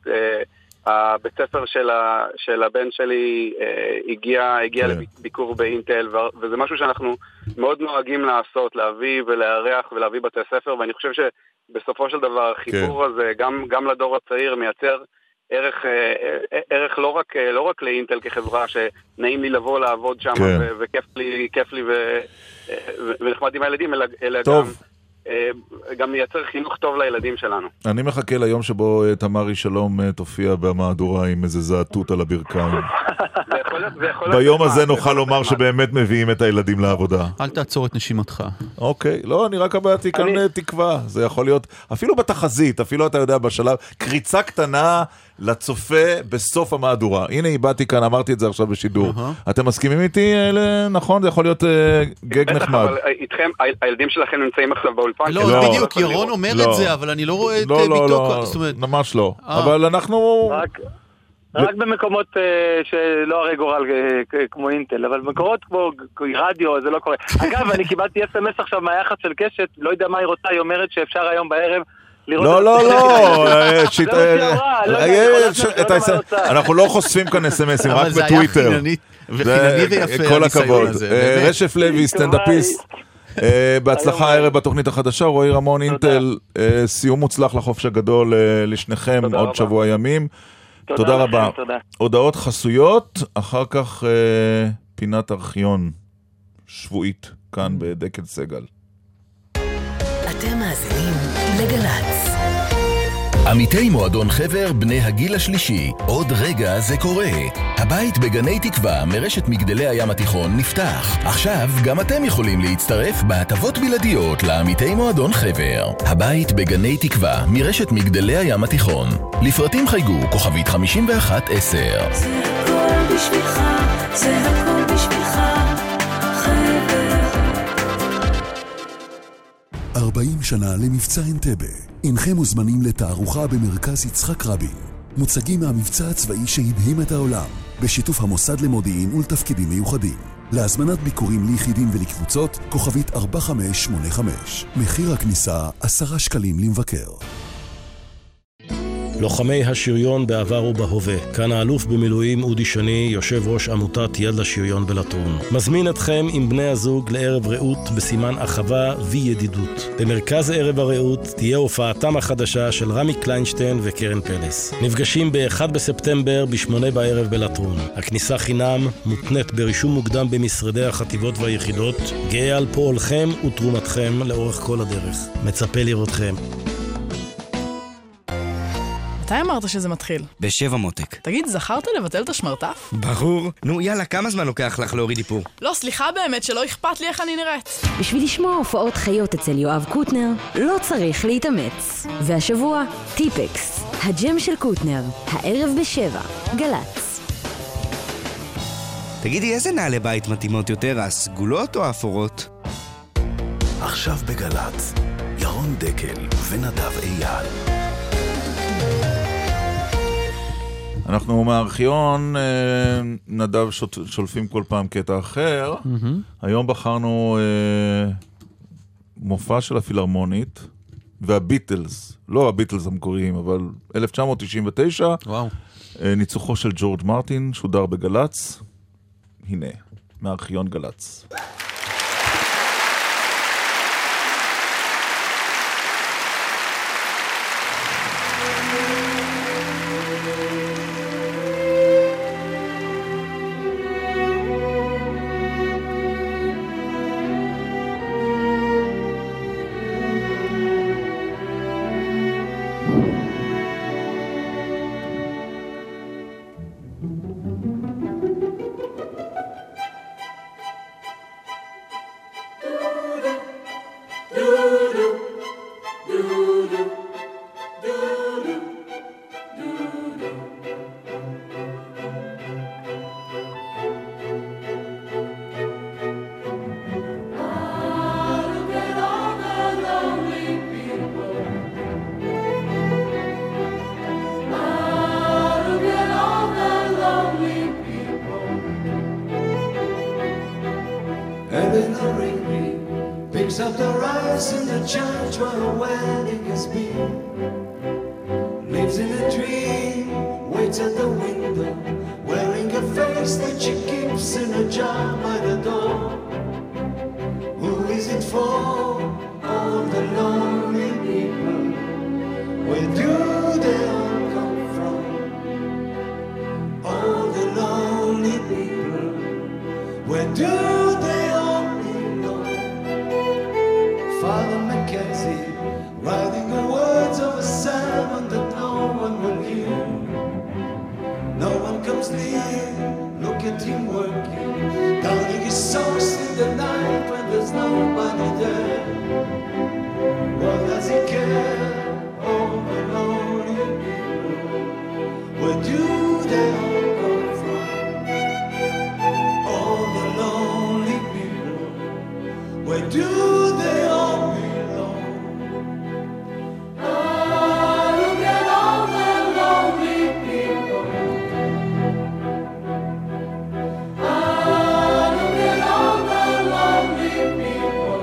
הבית ספר של, ה, של הבן שלי הגיע, הגיע לביקור באינטל, וזה משהו שאנחנו מאוד נוהגים לעשות, להביא ולארח ולהביא בתי ספר, ואני חושב שבסופו של דבר החיבור הזה, גם, גם לדור הצעיר, מייצר ערך, ערך לא רק, לא רק לאינטל כחברה, שנעים לי לבוא לעבוד שם, וכיף לי, כיף לי ו... ונחמד עם הילדים, אלא, אלא טוב. גם גם מייצר חינוך טוב לילדים שלנו. אני מחכה ליום שבו תמרי שלום תופיע במהדורה עם איזה זעתות על הברכיים. ביום הזה נוכל לומר שבאמת מביאים את הילדים לעבודה. אל תעצור את נשימתך. אוקיי, לא, אני רק הבאתי כאן תקווה. זה יכול להיות, אפילו בתחזית, אפילו אתה יודע בשלב, קריצה קטנה לצופה בסוף המהדורה. הנה, הבאתי כאן, אמרתי את זה עכשיו בשידור. אתם מסכימים איתי? נכון, זה יכול להיות גג נחמד. אבל איתכם, הילדים שלכם נמצאים עכשיו באולפן. לא, בדיוק, ירון אומר את זה, אבל אני לא רואה את ביתו. לא, לא, ממש לא. אבל אנחנו... רק במקומות שלא הרי גורל כמו אינטל, אבל במקומות כמו רדיו זה לא קורה. אגב, אני קיבלתי אס אם אס עכשיו מהיחד של קשת, לא יודע מה היא רוצה, היא אומרת שאפשר היום בערב לא, לא, לא, אנחנו לא חושפים כאן אס אם אסים, רק בטוויטר. וחינני ויפה. כל הכבוד. רשף לוי, סטנדאפיסט. בהצלחה הערב בתוכנית החדשה, רועי רמון אינטל, סיום מוצלח לחופש הגדול לשניכם עוד שבוע ימים. תודה רבה. הודעות חסויות, אחר כך פינת ארכיון שבועית כאן בדקל סגל. אתם מאזינים לגלץ. עמיתי מועדון חבר בני הגיל השלישי, עוד רגע זה קורה. הבית בגני תקווה מרשת מגדלי הים התיכון נפתח. עכשיו גם אתם יכולים להצטרף בהטבות בלעדיות לעמיתי מועדון חבר. הבית בגני תקווה מרשת מגדלי הים התיכון. לפרטים חייגו כוכבית חמישים ואחת עשר. זה הכל בשבילך, זה הכל בשבילך, חבר. ארבעים שנה למבצע אנטבה. אינכם מוזמנים לתערוכה במרכז יצחק רבין. מוצגים מהמבצע הצבאי שהבהים את העולם, בשיתוף המוסד למודיעין ולתפקידים מיוחדים. להזמנת ביקורים ליחידים ולקבוצות, כוכבית ארבע חמש שמונה חמש. מחיר הכניסה עשרה שקלים למבקר. לוחמי השריון בעבר ובהווה. כאן האלוף במילואים אודי שני, יושב ראש עמותת יד לשריון בלטרון. מזמין אתכם עם בני הזוג לערב רעות בסימן אחווה וידידות. במרכז ערב הרעות תהיה הופעתם החדשה של רמי קליינשטיין וקרן פלס. נפגשים ב-אחד בספטמבר בשמונה בערב בלטרון. הכניסה חינם, מותנית ברישום מוקדם במשרדי החטיבות והיחידות. גאה על פועלכם ותרומתכם לאורך כל הדרך. מצפה לראותכם. מתי אמרת שזה מתחיל? בשבע מותק. תגיד, זכרת לבטל את השמרטף? ברור. נו, יאללה, כמה זמן לוקח לך להוריד איפור? לא, סליחה באמת, שלא אכפת לי איך אני נראית. בשביל לשמוע הופעות חיות אצל יואב קוטנר, לא צריך להתאמץ. והשבוע, טיפקס, הג'ם של קוטנר, הערב בשבע, גלץ. תגידי, איזה נעלי בית מתאימות יותר, הסגולות או האפורות? עכשיו בגלץ, ירון דקל ונדב אייל. אנחנו מהארכיון, נדב שולפים כל פעם קטע אחר. היום בחרנו מופע של הפילהרמונית והביטלס, לא הביטלס המקוריים, אבל אלף תשע מאות תשעים ותשע, ניצוחו של ג'ורג' מרטין, שודר בגלץ. הנה, מהארכיון גלץ. Father McKenzie working, team working. Down your socks in the night when there's nobody there. What does he care? All the lonely people. Where do they all come from? All the lonely people. Where do they all belong? Ah, look at all the lonely people. Ah, look at all the lonely people.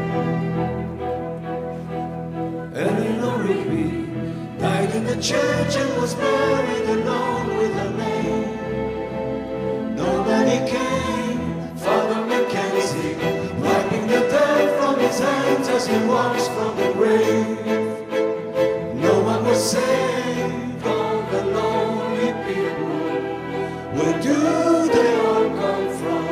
Eleanor Rigby died in the church and was buried alone with her name. Nobody came, Father Mackenzie, wiping the dirt from his hands as he walks from the grave. No one was saved, all the lonely people. Where do they all come from?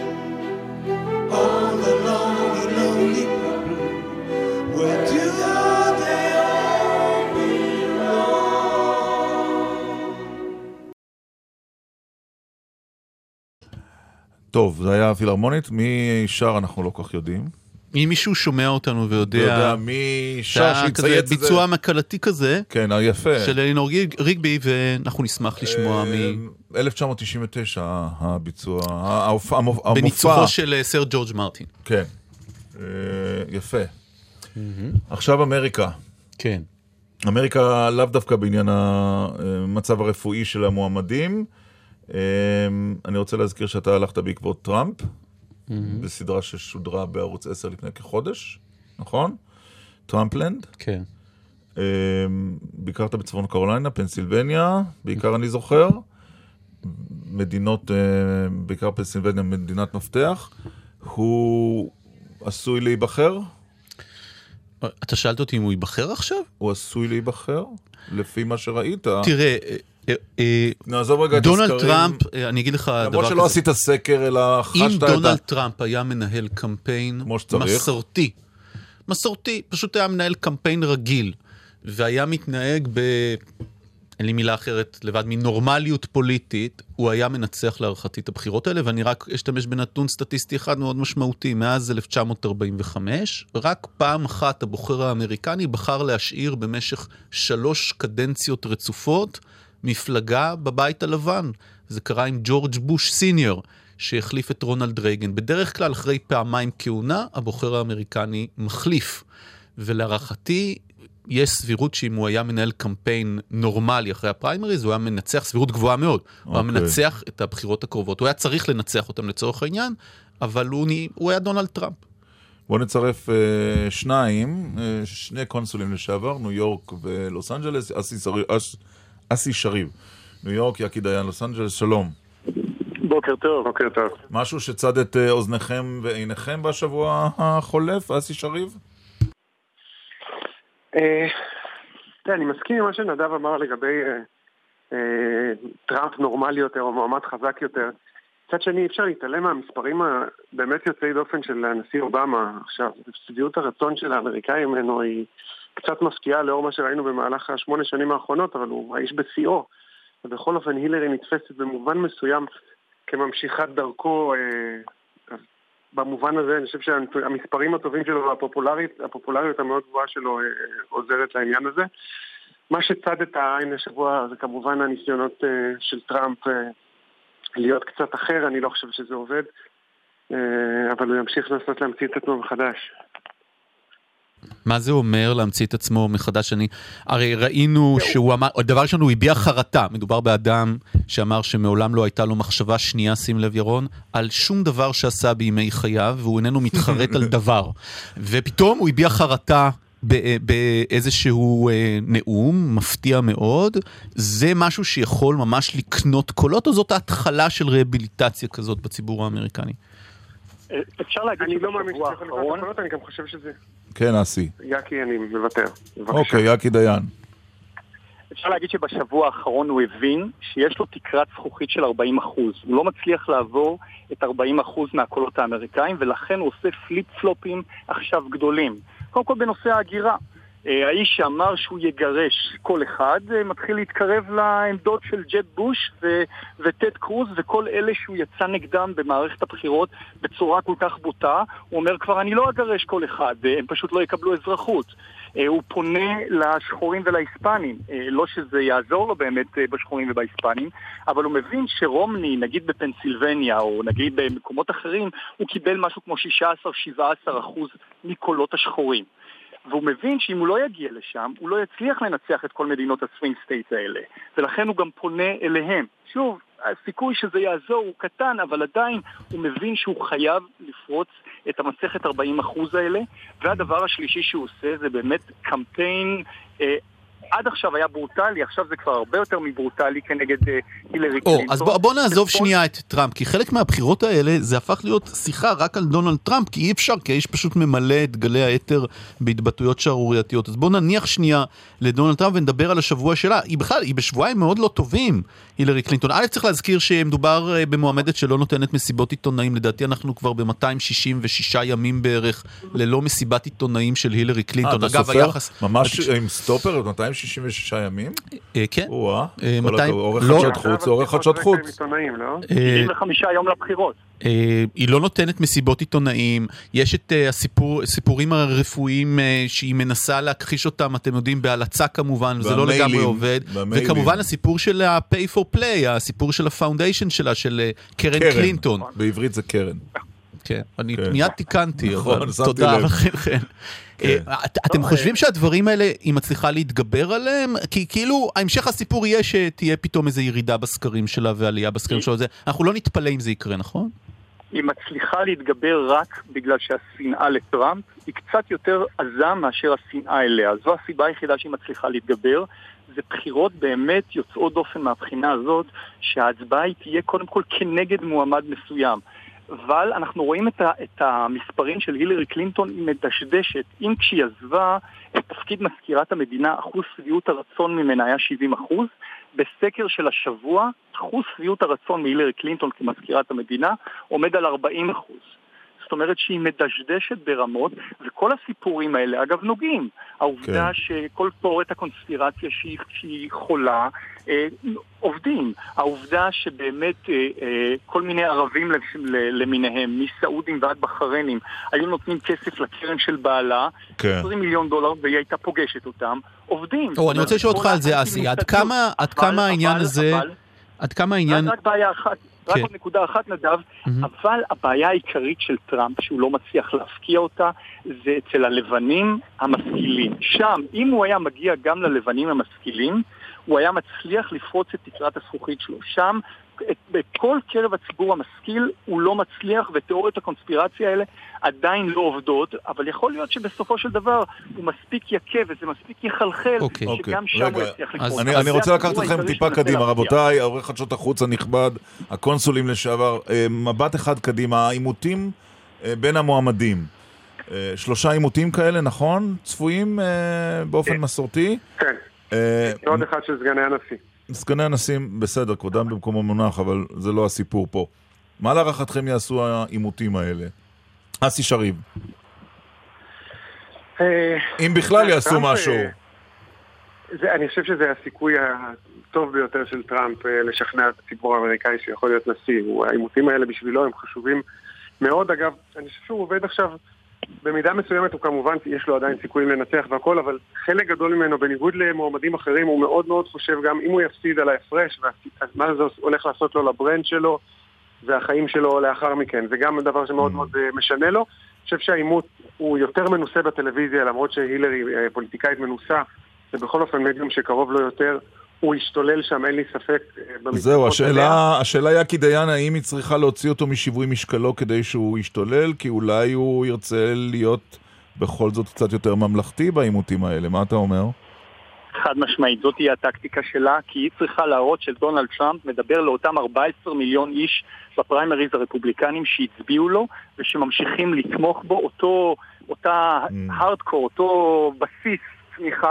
All the lonely, lonely people. Where do they all belong? טוב, זה היה פילהרמונית. מי שר אנחנו לא כל כך יודעים. אם מישהו שומע אותנו ויודע... יודע מי שר שיצייץ את זה. ביצוע מקלתי כזה. כן, יפה. של אלינור ריגבי, ואנחנו נשמח לשמוע מ... אלף תשע מאות תשעים ותשע הביצוע, המופע. בניצוחו של סר ג'ורג' מרטין. כן. יפה. עכשיו אמריקה. כן. אמריקה לאו דווקא בעניין המצב הרפואי של המועמדים. אני רוצה להזכיר שאתה הלכת בעקבות טראמפ, בסדרה ששודרה בערוץ עשר לפני כחודש, נכון? טראמפלנד. כן. ביקרת בצפון קרוליינה, פנסילבניה, בעיקר אני זוכר. מדינות, בעיקר פנסילבניה, מדינת מפתח. הוא עשוי להיבחר? אתה שאלת אותי אם הוא ייבחר עכשיו? הוא עשוי להיבחר, לפי מה שראית. תראה, דונלד טראמפ, אני אגיד לך דבר כזה. למרות שלא עשית סקר, אלא חשת את ה... אם דונלד טראמפ היה מנהל קמפיין מסורתי, מסורתי, פשוט היה מנהל קמפיין רגיל, והיה מתנהג ב... אין לי מילה אחרת, לבד מנורמליות פוליטית, הוא היה מנצח להערכתי את הבחירות האלה, ואני רק אשתמש בנתון סטטיסטי אחד מאוד משמעותי, מאז אלף תשע מאות ארבעים וחמש, רק פעם אחת הבוחר האמריקני בחר להשאיר במשך שלוש קדנציות רצופות, מפלגה בבית הלבן. זה קרה עם ג'ורג' בוש סיניור, שהחליף את רונלד רייגן. בדרך כלל, אחרי פעמיים כהונה, הבוחר האמריקני מחליף. ולהערכתי, יש סבירות שאם הוא היה מנהל קמפיין נורמלי אחרי הפריימריז, הוא היה מנצח סבירות גבוהה מאוד. Okay. הוא היה מנצח את הבחירות הקרובות. הוא היה צריך לנצח אותם לצורך העניין, אבל הוא, הוא היה דונלד טראמפ. בואו נצרף uh, שניים, uh, שני קונסולים לשעבר, ניו יורק ולוס אנג'לס, אסי שריב, אס, אסי שריב. ניו יורק, יקי דיין, לוס אנג'לס, שלום. בוקר טוב. בוקר טוב. משהו שצד את uh, אוזניכם ועיניכם בשבוע החולף, אסי שריב? תראה, אני מסכים עם מה שנדב אמר לגבי טראמפ נורמלי יותר או מועמד חזק יותר. קצת שני, אפשר להתעלם מהמספרים הבאמת יוצאי דופן של הנשיא אובמה. עכשיו, סביעות הרצון של האמריקאים ממנו היא קצת מפתיעה לאור מה שראינו במהלך השמונה שנים האחרונות, אבל הוא האיש בשיאו. ובכל אופן הילרי נתפסת במובן מסוים כממשיכת דרכו. במובן הזה, אני חושב שהמספרים הטובים שלו והפופולריות, הפופולריות המאוד גבוהה שלו עוזרת לעניין הזה. מה שצד את העין השבוע זה כמובן הניסיונות של טראמפ להיות קצת אחר, אני לא חושב שזה עובד, אבל הוא ימשיך לנסות להמציא את עצמו מחדש. מה זה אומר להמציא את עצמו מחדש? אני, הרי ראינו שהוא אמר, הדבר שלנו הוא הביע חרטה, מדובר באדם שאמר שמעולם לא הייתה לו מחשבה שנייה, שים לב ירון, על שום דבר שעשה בימי חייו, והוא איננו מתחרט על דבר. ופתאום הוא הביע חרטה באיזשהו נאום, מפתיע מאוד. זה משהו שיכול ממש לקנות קולות, או זאת ההתחלה של רהביליטציה כזאת בציבור האמריקני? אפשר להגיד אני לא מאמין שזה יכול לקנות קולות, אני גם חושב שזה... כן, אסי. יקי, אני מוותר. אוקיי, יקי דיין. אפשר להגיד שבשבוע האחרון הוא הבין שיש לו תקרת זכוכית של ארבעים אחוז. הוא לא מצליח לעבור את ארבעים אחוז מהקולות האמריקאים, ולכן הוא עושה פליפ פלופים עכשיו גדולים. קודם כל בנושא ההגירה. האיש שאמר שהוא יגרש כל אחד, מתחיל להתקרב לעמדות של ג'ב בוש ו- וטד קרוז וכל אלה שהוא יצא נגדם במערכת הבחירות בצורה כל כך בוטה. הוא אומר כבר אני לא אגרש כל אחד, הם פשוט לא יקבלו אזרחות. הוא פונה לשחורים ולהיספנים, לא שזה יעזור לו באמת בשחורים ובהיספנים, אבל הוא מבין שרומני, נגיד בפנסילבניה או נגיד במקומות אחרים, הוא קיבל משהו כמו שישה עשר שבעה עשר אחוז מקולות השחורים. והוא מבין שאם הוא לא יגיע לשם, הוא לא יצליח לנצח את כל מדינות הסווינג סטייט האלה. ולכן הוא גם פונה אליהם. שוב, הסיכוי שזה יעזור הוא קטן, אבל עדיין הוא מבין שהוא חייב לפרוץ את המסכת ארבעים אחוז האלה. והדבר השלישי שהוא עושה זה באמת קמפיין, אה, עד עכשיו היה ברוטלי, עכשיו זה כבר הרבה יותר מברוטלי כנגד אה, הילרי קלינטון. אז בוא, בוא נעזוב שנייה את טראמפ, כי חלק מהבחירות האלה זה הפך להיות שיחה רק על דונלד טראמפ, כי אי אפשר, כי האיש פשוט ממלא את גלי היתר בהתבטאויות שערורייתיות. אז בוא נניח שנייה לדונלד טראמפ ונדבר על השבוע שלה. היא בכלל, היא בשבועיים מאוד לא טובים, הילרי קלינטון. א', צריך להזכיר שמדובר במועמדת שלא נותנת מסיבות עיתונאים. לדעתי אנחנו כבר ב-מאתיים שישים ושישה ימים בערך ללא מסיבת עיתונאים של הילרי קלינטון. אגב, היחס... ממש עם סטופר, מאתיים שישים ושישה ימים? כן. וואה, עורך חדשות חוץ, עורך חדשות חוץ. שבעים וחמישה יום לבחירות. היא לא נותנת מסיבות עיתונאים, יש את הסיפורים הרפואיים שהיא מנסה להכחיש אותם, אתם יודעים, בהלצה כמובן, וזה לא לגמרי עובד, וכמובן הסיפור של ה-pay for play, הסיפור של הפאונדיישן שלה, של קרן קלינטון. בעברית זה קרן. כן, אני מיד תיקנתי, אבל תודה לכם. אתם חושבים שהדברים האלה היא מצליחה להתגבר עליהם? כי כאילו ההמשך הסיפור יהיה שתהיה פתאום איזו ירידה בסקרים שלה ועלייה בסקרים שלה, אנחנו לא נתפלא אם זה יקרה, נכון? היא מצליחה להתגבר רק בגלל שהשנאה לטראמפ היא קצת יותר עזה מאשר השנאה אליה. זו הסיבה היחידה שהיא מצליחה להתגבר. זה בחירות באמת יוצאות דופן מהבחינה הזאת שההצבעה היא תהיה קודם כל כנגד מועמד מסוים. אבל אנחנו רואים את, ה, את המספרים של הילרי קלינטון היא מדשדשת. אם כשהיא עזבה את תפקיד מזכירת המדינה, אחוז שביעות הרצון ממנה היה שבעים אחוז. בסקר של השבוע, אחוז שביעות הרצון מהילרי קלינטון כמזכירת המדינה עומד על ארבעים אחוז. זאת אומרת שהיא מדשדשת ברמות, וכל הסיפורים האלה אגב נוגעים. העובדה כן. שכל תיאוריית הקונספירציה שהיא, שהיא חולה, אה, עובדים. העובדה שבאמת אה, אה, כל מיני ערבים למיניהם, מסעודים ועד בחרנים, היו נותנים כסף לקרן של בעלה, כן. עשרים מיליון דולר, והיא הייתה פוגשת אותם, עובדים. או, אני רוצה לשאול אותך על זה, אסי, עד כמה, אבל, עד כמה העניין אבל, הזה, אבל, עד כמה העניין... רק בעיה אחת. רק עוד נקודה אחת נדב, אבל הבעיה העיקרית של טראמפ, שהוא לא מצליח להפקיע אותה, זה אצל הלבנים המשכילים. שם, אם הוא היה מגיע גם ללבנים המשכילים, הוא היה מצליח לפרוץ את תקרת הזכוכית שלו. שם, בכל קרב הציבור המשכיל, הוא לא מצליח, ותיאוריות הקונספירציה האלה עדיין לא עובדות, אבל יכול להיות שבסופו של דבר הוא מספיק יקה, וזה מספיק יחלחל, שגם שם הוא יצליח לפרוץ. אני רוצה לקחת אתכם טיפה קדימה, רבותיי, העורך חדשות החוץ הנכבד, הקונסולים לשעבר, מבט אחד קדימה, העימותים בין המועמדים. שלושה עימותים כאלה, נכון? צפויים באופן מסורתי? כן. עוד אחד של סגני הנשיא. סגני הנשיאים, בסדר, כבודם במקומו מונח, אבל זה לא הסיפור פה. מה להערכתכם יעשו העימותים האלה? אסי שריב. אם בכלל יעשו משהו. אני חושב שזה הסיכוי הטוב ביותר של טראמפ לשכנע את הציבור האמריקאי שיכול להיות נשיא. העימותים האלה בשבילו הם חשובים מאוד. אגב, אני חושב שהוא עובד עכשיו במידה מסוימת, הוא כמובן, יש לו עדיין סיכויים לנצח והכל, אבל חלק גדול ממנו, בניגוד למועמדים אחרים, הוא מאוד מאוד חושב גם אם הוא יפסיד על ההפרש, אז מה זה הולך לעשות לו לברנד שלו, והחיים שלו לאחר מכן. זה גם דבר שמאוד מאוד משנה לו. אני חושב שהעימות הוא יותר מנוסה בטלוויזיה, למרות שהילרי פוליטיקאית מנוסה, ובכל אופן מדיום שקרוב לו יותר, הוא ישתולל שם, אין לי ספק. זהו, השאלה, השאלה היה כי דיין, האם היא צריכה להוציא אותו משיווי משקלו כדי שהוא ישתולל, כי אולי הוא ירצה להיות בכל זאת קצת יותר ממלכתי בעימותים האלה. מה אתה אומר? חד משמעית, זאת היא הטקטיקה שלה, כי היא צריכה להראות של דונלד טראמפ מדבר לאותם ארבעה עשר מיליון איש בפריימריז הרפובליקנים שהצביעו לו, ושממשיכים לתמוך בו אותו, אותה הארדקור, אותו בסיס צמיחה,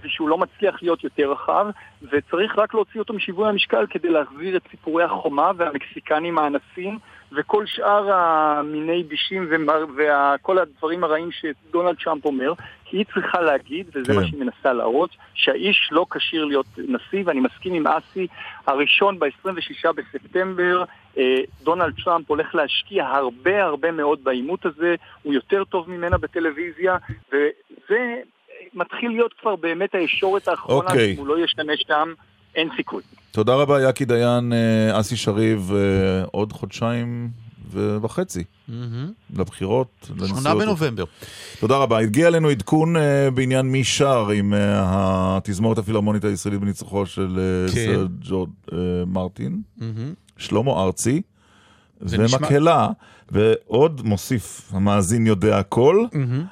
ושהוא לא מצליח להיות יותר רחב, וצריך רק להוציא אותו משיווי המשקל כדי להחזיר את סיפורי החומה והמקסיקנים האנסים, וכל שאר המיני בישים וכל הדברים הרעים שדונלד טראמפ אומר, כי היא צריכה להגיד, וזה כן. מה שהיא מנסה להראות, שהאיש לא כשיר להיות נשיא, ואני מסכים עם אסי, הראשון ב-עשרים ושישה בספטמבר, דונלד טראמפ הולך להשקיע הרבה הרבה מאוד בעימות הזה, הוא יותר טוב ממנה בטלוויזיה, וזה מתחיל להיות כבר באמת הישורת האחרונה, אוקיי. אם הוא לא ישתמש שם, אין סיכוי. תודה רבה, יקי דיין, אסי שריב, עוד חודשיים וחצי לבחירות. שמונה בנובמבר. תודה רבה. הגיע אלינו עדכון בעניין מי שר עם התזמורת הפילהרמונית הישראלית בניצוחו של סר ג'ורג' מרטין, שלמה ארצי ומקהלה, ועוד מוסיף, המאזין יודע הכל,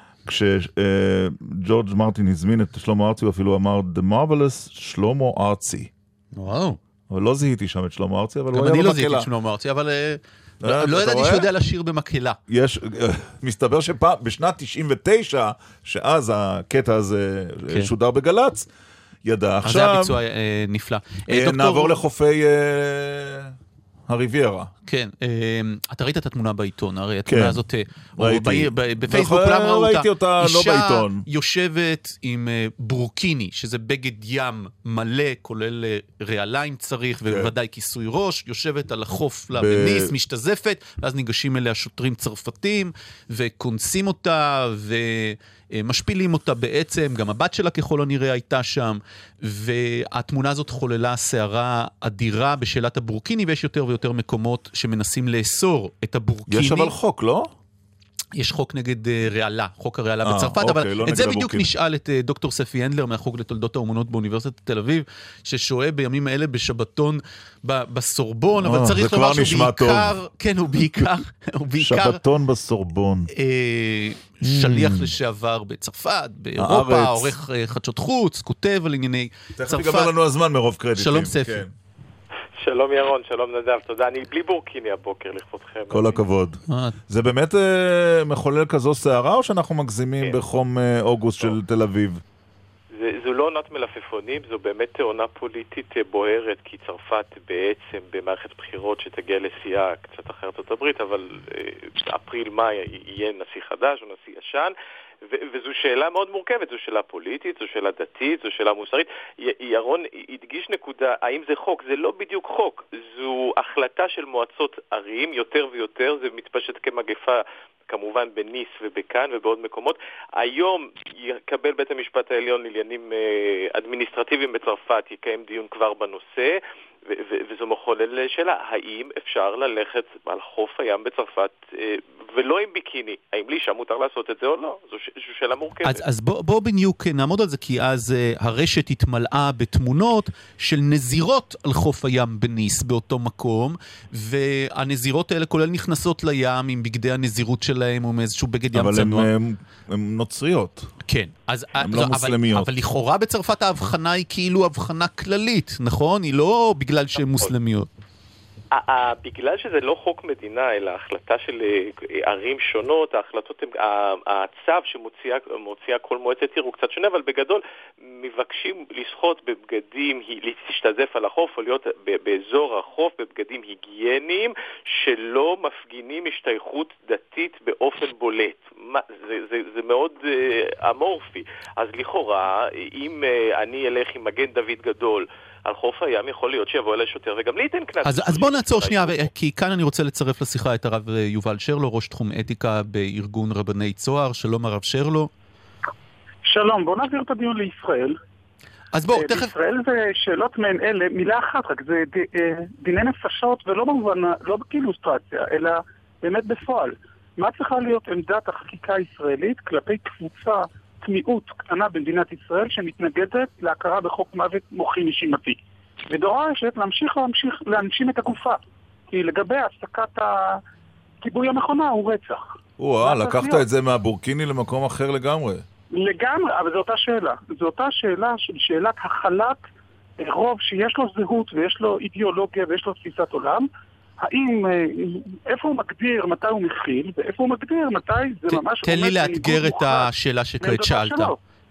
כשג'ורג' מרטין הזמין את שלמה ארצי, הוא אפילו אמר The Marvelous שלמה ארצי. וואו. אבל לא זיהיתי שם את שלמה ארצי, אבל הוא גם היה אני במקהלה. לא זיהיתי את שלמה ארצי, אבל לא ידעתי שהוא יודע לשיר במקהלה. יש, מסתבר שבשנת תשעים ותשע, שאז הקטע הזה שודר בגלץ, ידע. אז זה הביצוע נפלא. נעבור לחופי הריביירה. כן, אתה ראית את התמונה בעיתון, הרי התמונה הזאת, ראיתי. בפייסבוק כולם ראו ראיתי אותה לא בעיתון. אישה יושבת עם בורקיני, שזה בגד ים מלא, כולל רעלה אם צריך, ובוודאי כיסוי ראש, יושבת על החוף בניס, משתזפת, ואז ניגשים אליה שוטרים צרפתים, וכונסים אותה, ומשפילים אותה בעצם, גם הבת שלה ככל הנראה הייתה שם, והתמונה הזאת חוללה סערה אדירה בשאלת הבורקיני, ויש יותר ויותר מקומות שמנסים לאסור את הבורקיני. יש אבל חוק, לא? יש חוק נגד רעלה, חוק הרעלה בצרפת, אבל את זה בדיוק נשאל את דוקטור ספי הנדלר מהחוג לתולדות האומנות באוניברסיטת תל אביב, ששוהה בימים האלה בשבתון בסורבון, אבל צריך לומר שהוא בעיקר, כן, הוא בעיקר, שבתון בסורבון. שליח לשעבר בצרפת, באירופה, עורך חדשות חוץ, כותב על ענייני צרפת. תכף יגמר לנו הזמן מרוב קרדיטים. שלום ספי. שלום ירון, שלום נדב, תודה. אני בלי בורקיני הבוקר לכבודכם. כל הכבוד. זה באמת מחולל כזו סערה, או שאנחנו מגזימים בחום אוגוסט של תל אביב? זו לא עונת מלפפונים, זו באמת עונה פוליטית בוערת, כי צרפת בעצם במערכת בחירות שתגיע לשיאה קצת אחרת ארצות הברית, אבל אפריל-מאי יהיה נשיא חדש או נשיא ישן, וזו שאלה מאוד מורכבת, זו שאלה פוליטית, זו שאלה דתית, זו שאלה מוסרית. ירון הדגיש נקודה, האם זה חוק? זה לא בדיוק חוק, זו החלטה של מועצות ערים, יותר ויותר, זה מתפשט כמגפה כמובן בניס ובכאן ובעוד מקומות. היום יקבל בית המשפט העליון לעניינים אדמיניסטרטיביים בצרפת, יקיים דיון כבר בנושא, וזו מחולל שאלה, האם אפשר ללכת על חוף הים בצרפת ולא עם ביקיני? האם לי שם מותר לעשות את זה או לא? זו שאלה מורכבת. אז, אז בוא, בוא בניוק נעמוד על זה, כי אז uh, הרשת התמלאה בתמונות של נזירות על חוף הים בניס באותו מקום, והנזירות האלה כולל נכנסות לים עם בגדי הנזירות שלהם או מאיזשהו בגד ים צנוע. אבל הן נוצריות. כן. אז, הן לא מוסלמיות. אבל, אבל לכאורה בצרפת ההבחנה היא כאילו הבחנה כללית, נכון? היא לא בגלל שהן מוסלמיות. בגלל שזה לא חוק מדינה, אלא החלטה של ערים שונות, ההחלטות, הצו שמוציאה כל מועצת עיר הוא קצת שונה, אבל בגדול מבקשים לשחות בבגדים, להשתזף על החוף או להיות באזור החוף בבגדים היגייניים שלא מפגינים השתייכות דתית באופן בולט. זה, זה, זה מאוד אמורפי. אז לכאורה, אם אני אלך עם מגן דוד גדול על חוף הים, יכול להיות שיבוא אליי שוטר וגם לי ייתן קנס. אז, אז בוא נעצור שנייה, כי כאן אני רוצה לצרף לשיחה את הרב יובל שרלו, ראש תחום אתיקה בארגון רבני צוהר. שלום הרב שרלו. שלום, בוא נעביר את הדיון לישראל. אז בוא, תכף... בישראל זה שאלות מעין אלה, מילה אחת רק, זה ד, דיני נפשות, ולא במובן, לא באילוסטרציה, אלא באמת בפועל. מה צריכה להיות עמדת החקיקה הישראלית כלפי קבוצה תמיעות קטנה במדינת ישראל שמתנגדת להכרה בחוק מוות מוחי נשימתי. ודורשת להמשיך להמשיך להנשים את הגופה. כי לגבי הפסקת הכיבוי המכונה הוא רצח. וואה, לקחת את זה מהבורקיני למקום אחר לגמרי. לגמרי, אבל זו אותה שאלה. זו אותה שאלה של שאלת החלת רוב שיש לו זהות ויש לו אידיאולוגיה ויש לו תפיסת עולם. האם, איפה הוא מגדיר מתי הוא מכיל, ואיפה הוא מגדיר מתי זה ממש... תן לי לאתגר את השאלה שכעת שאלת.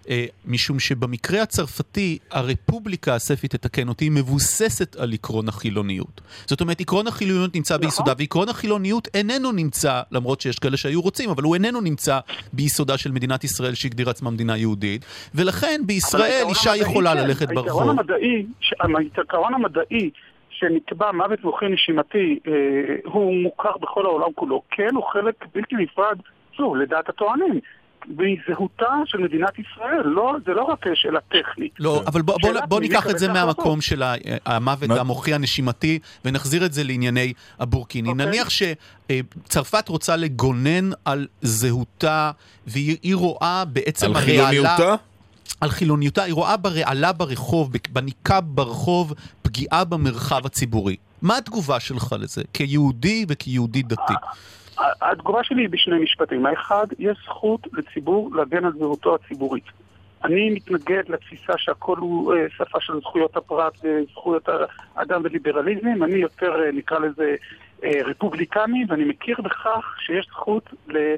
משום שבמקרה הצרפתי, הרפובליקה הספית, תתקן אותי, מבוססת על עקרון החילוניות. זאת אומרת, עקרון החילוניות נמצא ביסודה, ועקרון החילוניות איננו נמצא, למרות שיש כאלה שהיו רוצים, אבל הוא איננו נמצא ביסודה של מדינת ישראל שהגדיר עצמה מדינה יהודית, ולכן בישראל אישה יכולה ללכת ברחוב. העיקרון המדעי, העיקרון המדעי שנקבע מוות מוחי נשימתי, אה, הוא מוכר בכל העולם כולו. כן, הוא חלק בלתי נפרד, שוב, לדעת הטוענים, בזהותה של מדינת ישראל. לא, זה לא רק שאלה טכנית. לא, אבל בוא, בוא, בוא ניקח את זה מהמקום של המוות המוחי הנשימתי, ונחזיר את זה לענייני הבורקיני. Okay. נניח שצרפת רוצה לגונן על זהותה, והיא רואה בעצם על חילוניותה? על חילוניותה, היא רואה ברעלה ברחוב, בניקה ברחוב, פגיעה במרחב הציבורי. מה התגובה שלך לזה, כיהודי וכיהודי דתי? התגובה שלי היא בשני משפטים. האחד, יש זכות לציבור להגן על זהותו הציבורית. אני מתנגד לתפיסה שהכל הוא שפה של זכויות הפרט וזכויות האדם וליברליזם. אני יותר, נקרא לזה, רפובליקני, ואני מכיר בכך שיש זכות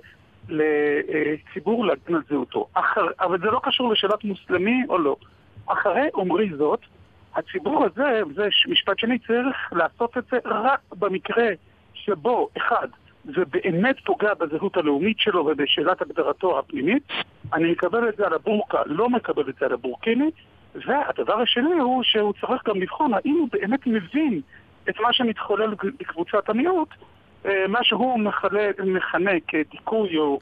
לציבור להגן על זהותו. אחר, אבל זה לא קשור לשאלת מוסלמי או לא. אחרי אומרי זאת, הציבור הזה, זה משפט שני, צריך לעשות את זה רק במקרה שבו, אחד, זה באמת פוגע בזהות הלאומית שלו ובשאלת הגדרתו הפנימית. אני מקבל את זה על הבורקה, לא מקבל את זה על הבורקיני. והדבר השני הוא שהוא צריך גם לבחון האם הוא באמת מבין את מה שמתחולל בקבוצת המיעוט, מה שהוא מכנה כדיכוי או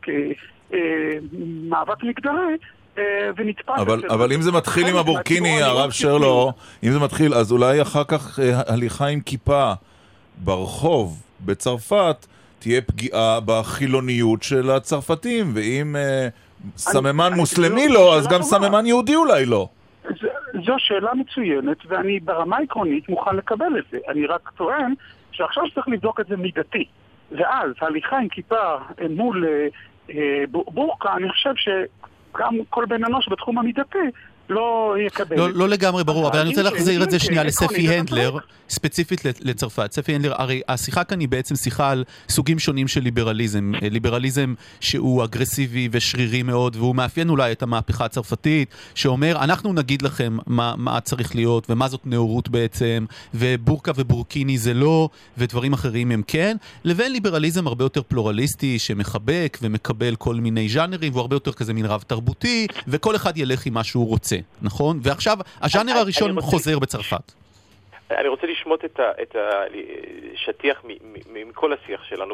כמאבק מגדרי, ונתפס... אבל, אבל אם זה מתחיל עם הבורקיני, הרב שרלו, אם זה מתחיל, אז אולי אחר כך הליכה עם כיפה ברחוב בצרפת תהיה פגיעה בחילוניות של הצרפתים, ואם סממן מוסלמי לא, אז גם סממן יהודי אולי לא. זו שאלה מצוינת, ואני ברמה עקרונית מוכן לקבל את זה. אני רק טוען שעכשיו צריך לבדוק את זה מידתי. ואז הליכה עם כיפה מול בורקה, אני חושב שגם כל בן אנוש בתחום המידתי לא יקבל. לא, לא לגמרי ברור, אבל אני רוצה להחזיר את זה שנייה לספי הנדלר, ספציפית לצרפת. ספי הנדלר, הרי השיחה כאן היא בעצם שיחה על סוגים שונים של ליברליזם. ליברליזם שהוא אגרסיבי ושרירי מאוד, והוא מאפיין אולי את המהפכה הצרפתית, שאומר, אנחנו נגיד לכם מה, מה צריך להיות, ומה זאת נאורות בעצם, ובורקה ובורקיני זה לא, ודברים אחרים הם כן, לבין ליברליזם הרבה יותר פלורליסטי, שמחבק ומקבל כל מיני ז'אנרים, והוא הרבה יותר כזה מין רב תרבותי, וכל אחד ילך עם מה שהוא רוצה. נכון? ועכשיו, הז'אנר הראשון חוזר בצרפת. אני רוצה לשמוט את השטיח מכל השיח שלנו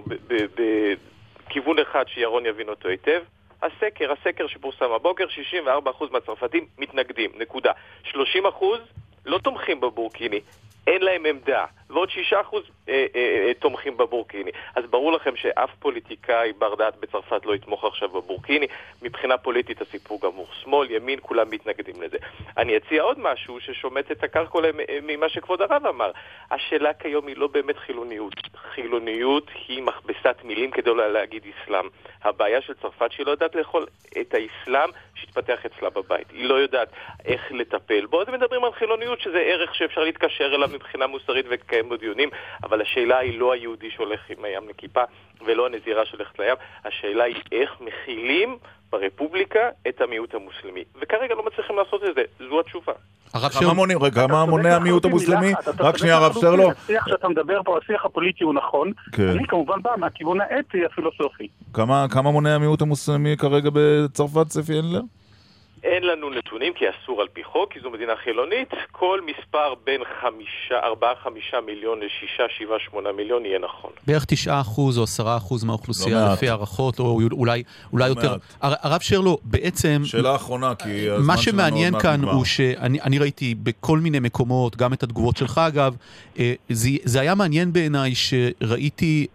בכיוון אחד שירון יבין אותו היטב. הסקר, הסקר שפורסם הבוקר, שישים וארבעה אחוז מהצרפתים מתנגדים, נקודה. שלושים אחוז לא תומכים בבורקיני, אין להם עמדה, ועוד שישה אחוז אה, אה, תומכים בבורקיני. אז ברור לכם שאף פוליטיקאי בר דעת בצרפת לא יתמוך עכשיו בבורקיני. מבחינה פוליטית הסיפור גם הוא שמאל, ימין, כולם מתנגדים לזה. אני אציע עוד משהו ששומט את הקרקול ממה שכבוד הרב אמר. השאלה כיום היא לא באמת חילוניות. חילוניות היא מכבסת מילים כדי לא להגיד אסלאם. הבעיה של צרפת שהיא לא יודעת לאכול את האסלאם שהתפתח אצלה בבית. היא לא יודעת איך לטפל בו. אז מדברים על חילוניות שזה ערך שאפשר להתקשר אליו מבחינה מוסרית וקיים בו דיונים, אבל השאלה היא לא היהודי שהולך עם הים לכיפה ולא הנזירה שהולכת לים. השאלה היא איך מכילים ברפובליקה את המיעוט המוסלמי. וכרגע לא מצליחים לעשות את זה. זו התשובה. כמה מונים, רגע, מה מונה המיעוט המוסלמי? רק שנייה הרב שרלו. השיח שאתה מדבר פה, השיח הפוליטי הוא נכון. אני כמובן בא מהכיוון האתי הפילוסופי. כמה מונה המיעוט המוסלמי כרגע בצרפת, ספי הנדלר? אין לנו נתונים כי אסור על פי חוק, כי זו מדינה חילונית. כל מספר בין חמישה, ארבעה, חמישה מיליון לשישה, שבעה, שמונה מיליון יהיה נכון. בערך תשעה אחוז או עשרה אחוז מהאוכלוסייה לפי הערכות, או אולי, אולי יותר. הרב שרלו, בעצם... שאלה אחרונה, כי הזמן מה שמעניין כאן הוא שאני ראיתי בכל מיני מקומות, גם את התגובות שלך אגב, זה, זה היה מעניין בעיניי שראיתי...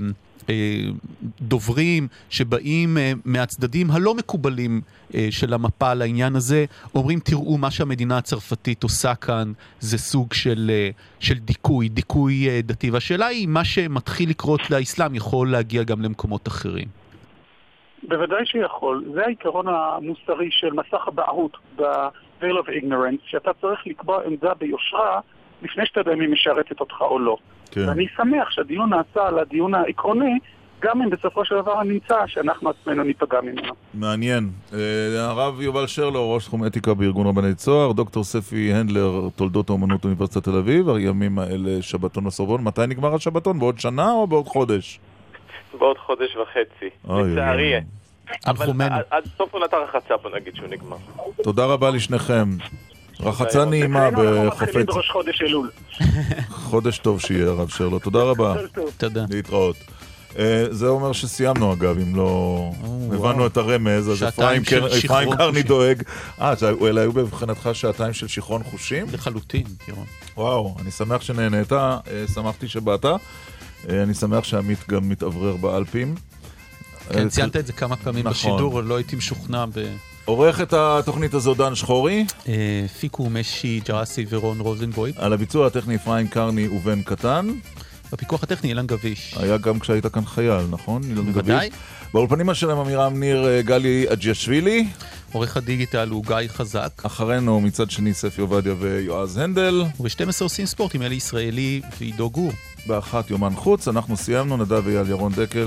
דוברים שבאים מהצדדים הלא מקובלים של המפה לעניין הזה, אומרים תראו מה שהמדינה הצרפתית עושה כאן זה סוג של, של דיכוי, דיכוי דתי, והשאלה היא מה שמתחיל לקרות לאסלאם יכול להגיע גם למקומות אחרים. בוודאי שיכול, זה העיקרון המוסרי של מסך הבערות ב-Veil of Ignorance, שאתה צריך לקבוע עמדה ביושרה לפני שאתה יודע אם היא משרתת אותך או לא. כן. ואני שמח שהדיון נעשה על הדיון העקרוני, גם אם בסופו של דבר נמצא שאנחנו עצמנו ניפגע ממנו. מעניין. הרב יובל שרלו, ראש תחום אתיקה בארגון רבני צוהר, דוקטור ספי הנדלר, תולדות האומנות אוניברסיטת תל אביב, הימים האלה שבתון הסורבון. מתי נגמר השבתון? בעוד שנה או בעוד חודש? בעוד חודש וחצי. לצערי. אבל עד סוף עונת הרחצה בוא נגיד שהוא נגמר. תודה רבה לשניכם. רחצה נעימה בחופץ. בראש חודש אלול. חודש טוב שיהיה, הרב שרלו. תודה רבה. תודה. להתראות. זה אומר שסיימנו אגב, אם לא הבנו את הרמז, אז אפרים קרני דואג. אה, אלה היו בבחינתך שעתיים של שיכרון חושים? לחלוטין, קירון. וואו, אני שמח שנהנית, שמחתי שבאת. אני שמח שעמית גם מתעברר באלפים. כן, ציינת את זה כמה פעמים בשידור, לא הייתי משוכנע ב... עורך את התוכנית הזו דן שחורי. פיקו משי ג'רסי ורון רוזנבוים. על הביצוע הטכני אפרים קרני ובן קטן. בפיקוח הטכני אילן גביש. היה גם כשהיית כאן חייל, נכון? בוודאי. באולפנים שלהם אמירם ניר גלי אג'יאשווילי. עורך הדיגיטל הוא גיא חזק. אחרינו מצד שני ספי עובדיה ויועז הנדל. וב-שתים עשרה עושים ספורט עם אלי ישראלי ועידו גור. באחת יומן חוץ, אנחנו סיימנו, נדב אייל ירון דקל.